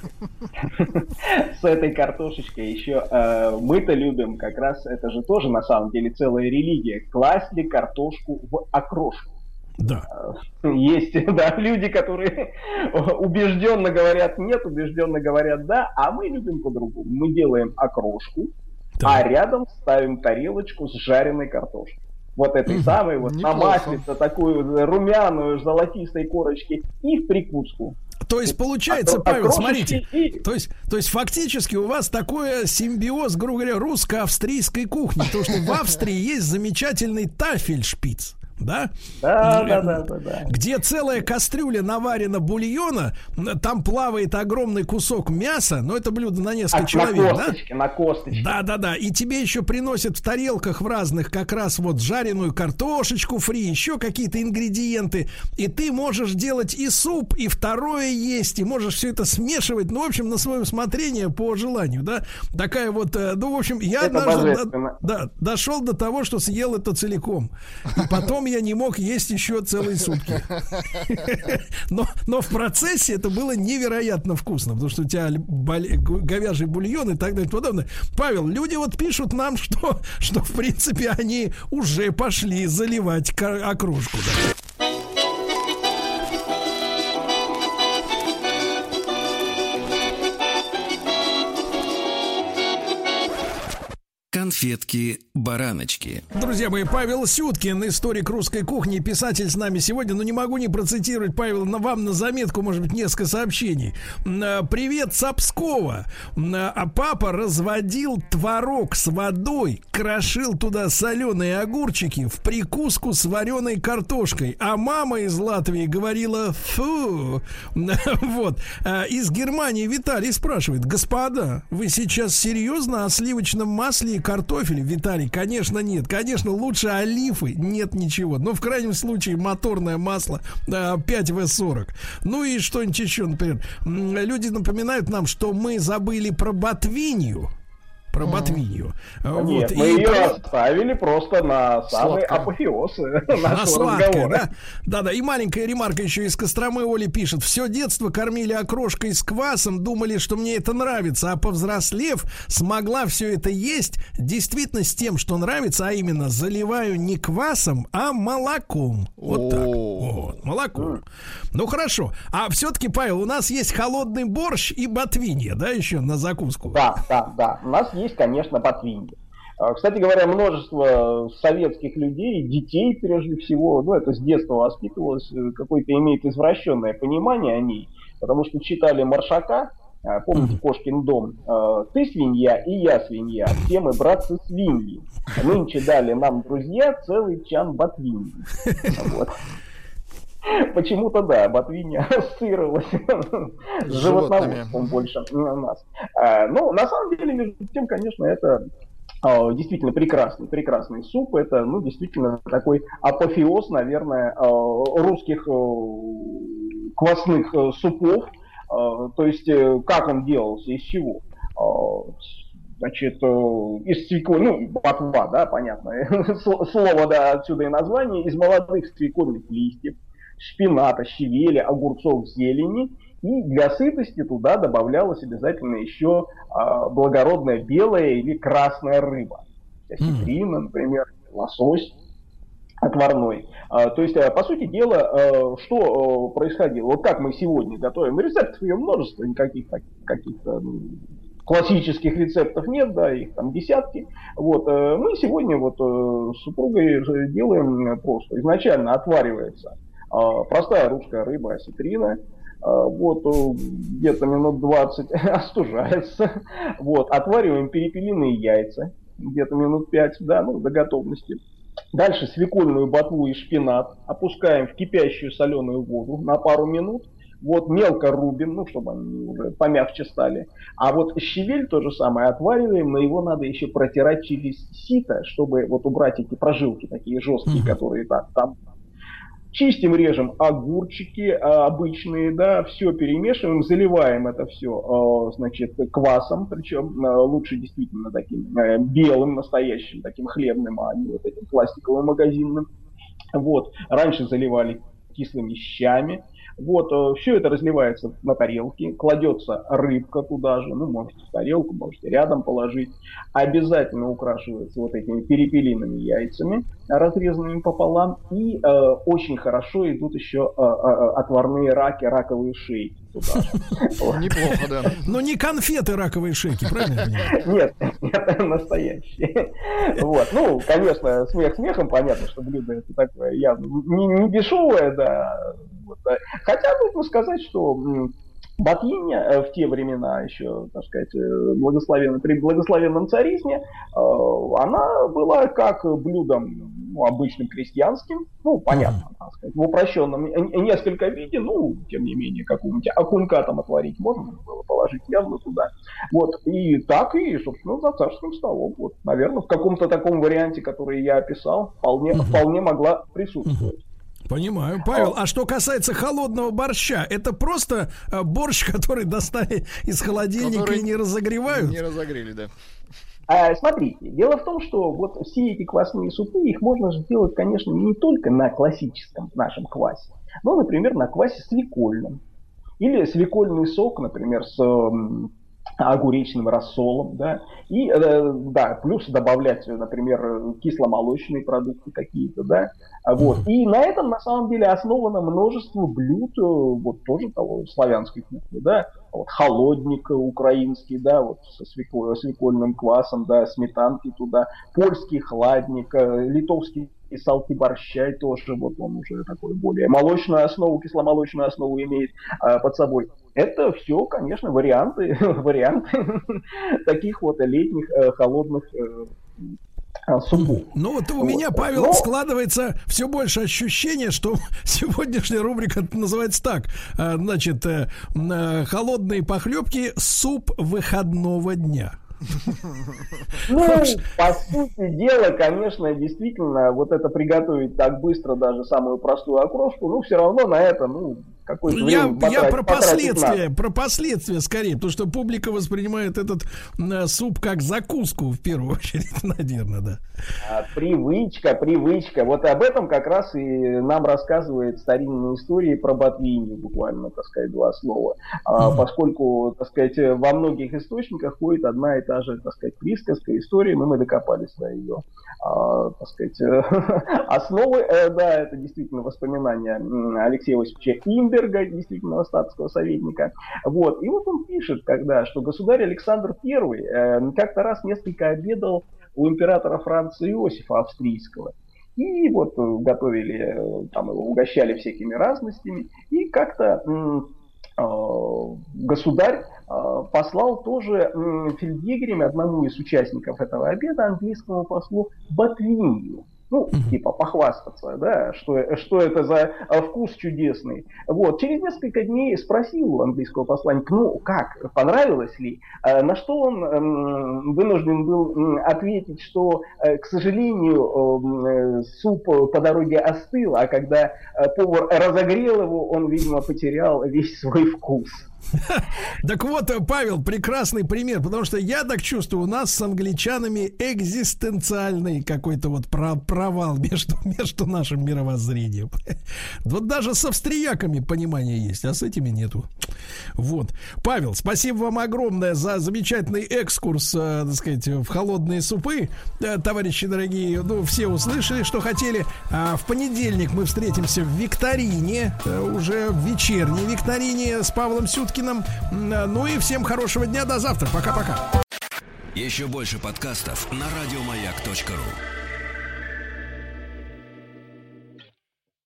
С этой картошечкой еще мы-то любим как раз, это же тоже на самом деле целая религия, класть ли картошку в окрошку. Да. Есть, да, люди, которые убежденно говорят нет, убежденно говорят да, а мы любим по-другому. Мы делаем окрошку, а рядом ставим тарелочку с жареной картошкой. Вот этой самой, вот на маслице, такую румяную, золотистой корочки и в прикуску. То есть получается, Павел, смотрите, то есть фактически у вас такой симбиоз, грубо говоря, русско-австрийской кухни, потому что в Австрии есть замечательный тафельшпиц. Да? Да. Где целая кастрюля наварена бульона, там плавает огромный кусок мяса, но это блюдо на несколько человек, на косточке. Да. И тебе еще приносят в тарелках в разных как раз вот жареную картошечку фри, еще какие-то ингредиенты. И ты можешь делать и суп, и второе есть, и можешь все это смешивать, ну, в общем, на свое усмотрение по желанию, да? Такая вот, ну, в общем, я однажды дошел до того, что съел это целиком. И потом я не мог есть еще целые сутки. Но в процессе это было невероятно вкусно, потому что у тебя говяжий бульон и так далее и подобное. Павел, люди вот пишут нам, что в принципе они уже пошли заливать окрошку. Да. Конфетки-бараночки. Друзья мои, Павел Сюткин, историк русской кухни, писатель с нами сегодня. Но не могу не процитировать, Павел, вам на заметку, может быть, несколько сообщений. Привет с Пскова. Папа разводил творог с водой, крошил туда соленые огурчики в прикуску с вареной картошкой. А мама из Латвии говорила фу. Вот. Из Германии Виталий спрашивает: господа, вы сейчас серьезно о сливочном масле и картофеле? Виталий, конечно, нет. Конечно, лучше олифы. Нет ничего. Но в крайнем случае моторное масло 5В40. Ну и что-нибудь еще, например. Люди напоминают нам, что мы забыли про ботвинью. Про ботвинью. Нет, вот. Мы ее оставили просто на самый апофеоз нашего разговора. Да. И маленькая ремарка еще из Костромы. Оля пишет: все детство кормили окрошкой с квасом, думали, что мне это нравится, а повзрослев, смогла все это есть действительно с тем, что нравится, а именно заливаю не квасом, а молоком. Вот так. Вот, молоком. Ну хорошо. А все-таки, Павел, у нас есть холодный борщ и ботвинья, да, еще на закуску? Да. У нас есть, конечно, ботвинья. Кстати говоря, множество советских людей, детей прежде всего, это с детства воспитывалось, какое-то имеет извращенное понимание о ней, потому что читали Маршака, помните Кошкин дом, ты свинья и я свинья, все мы братцы свиньи. Нынче дали нам друзья целый чан ботвиньи. Вот. Почему-то, да, ботвинья ассоциировалась с животноводством больше у нас. Но на самом деле, между тем, конечно, это действительно прекрасный суп. Это, действительно такой апофеоз, наверное, русских квасных супов. То есть, как он делался, из чего? Значит, из свеклы, ботва, да, понятно, слово, да, отсюда и название, из молодых свекольных листьев, шпината, щавеля, огурцов, зелени, и для сытости туда добавлялась обязательно еще благородная белая или красная рыба, осетрина, например, лосось отварной. То есть, по сути дела, что происходило? Вот как мы сегодня готовим, рецептов ее множество, никаких каких-то классических рецептов нет, да, их там десятки. Вот, мы сегодня с супругой делаем просто. Изначально отваривается простая русская рыба, осетрина, где-то минут 20 остужается. Отвариваем перепелиные яйца, где-то минут 5, да, до готовности. Дальше свекольную ботву и шпинат опускаем в кипящую соленую воду на пару минут. Мелко рубим, чтобы они уже помягче стали. А щавель то же самое отвариваем, но его надо еще протирать через сито, чтобы убрать эти прожилки такие жесткие, которые там. Чистим, режем огурчики обычные, да, все перемешиваем, заливаем это все, квасом, причем лучше действительно таким белым, настоящим, таким хлебным, а не этим пластиковым магазинным. Раньше заливали кислыми щами. Все это разливается на тарелке, кладется рыбка туда же, можете в тарелку, можете рядом положить. Обязательно украшивается этими перепелиными яйцами, разрезанными пополам. И очень хорошо идут еще отварные раковые шейки туда же. Неплохо, да. Но не конфеты раковые шейки, правильно? Нет, настоящие. Конечно, смех смехом, понятно, что блюдо это такое явно не дешевое, да. Хотя нужно сказать, что ботвинья в те времена еще, так сказать, при благословенном царизме, она была как блюдом обычным крестьянским, понятно, так сказать, в упрощенном несколько виде, тем не менее, какого-нибудь окунька там отварить можно было положить явно туда. И так и, собственно, за царским столом, наверное, в каком-то таком варианте, который я описал, вполне могла присутствовать. Понимаю. Павел, а что касается холодного борща, это просто борщ, который достали из холодильника и не разогревают? Не разогрели, да. Смотрите, дело в том, что вот все эти квасные супы, их можно же делать, конечно, не только на классическом нашем квасе, но, например, на квасе свекольном. Или свекольный сок, например, с огуречным рассолом, да, и, да, плюс добавлять, например, кисломолочные продукты какие-то, да, вот, и на этом, на самом деле, основано множество блюд, вот, тоже того, славянской кухни, да, вот, холодник украинский, да, вот, со свекольным квасом, да, сметанки туда, польский хладник, литовский и салки-борщай тоже, вот он уже такой более молочную основу, кисломолочную основу имеет под собой. Это все, конечно, варианты таких вот летних холодных супов. Ну вот у меня, Павел, складывается все больше ощущение, что сегодняшняя рубрика называется так. Значит, холодные похлебки, суп выходного дня. Ну, по сути дела, конечно, действительно, вот это приготовить так быстро, даже самую простую окрошку, ну, все равно на это, ну, какое-то время я про последствия скорее, потому что публика воспринимает этот суп как закуску, в первую очередь, наверное, да. Привычка. Вот об этом как раз и нам рассказывает старинные истории про ботвинью, буквально, так сказать, два слова. Поскольку, так сказать, во многих источниках ходит одна и та же, так сказать, присказка, история, мы докопались до ее, так сказать, основы. Да, это действительно воспоминания Алексея Осиповича Имберга, действительно статского советника. Вот. И вот он пишет, что государь Александр I как-то раз несколько обедал у императора Франца Иосифа Австрийского. И вот готовили, там его угощали всякими разностями. И как-то государь послал тоже фельдъегерем одному из участников этого обеда, английскому послу, ботвинью. Ну, типа похвастаться, да, что это за вкус чудесный. Вот, через несколько дней спросил у английского посланника, ну, как, понравилось ли? На что он вынужден был ответить, что, к сожалению, суп по дороге остыл, а когда повар разогрел его, он, видимо, потерял весь свой вкус. Так вот, Павел, прекрасный пример, потому что я так чувствую, у нас с англичанами экзистенциальный какой-то вот провал между нашим мировоззрением. Вот даже с австрияками понимание есть, а с этими нету. Вот. Павел, спасибо вам огромное за замечательный экскурс, так сказать, в холодные супы. Товарищи дорогие, ну, все услышали, что хотели. В понедельник мы встретимся в викторине, уже в вечерней викторине с Павлом Сюткиным. Ну и всем хорошего дня, до завтра, пока-пока. Еще больше подкастов на радиомаяк.ру.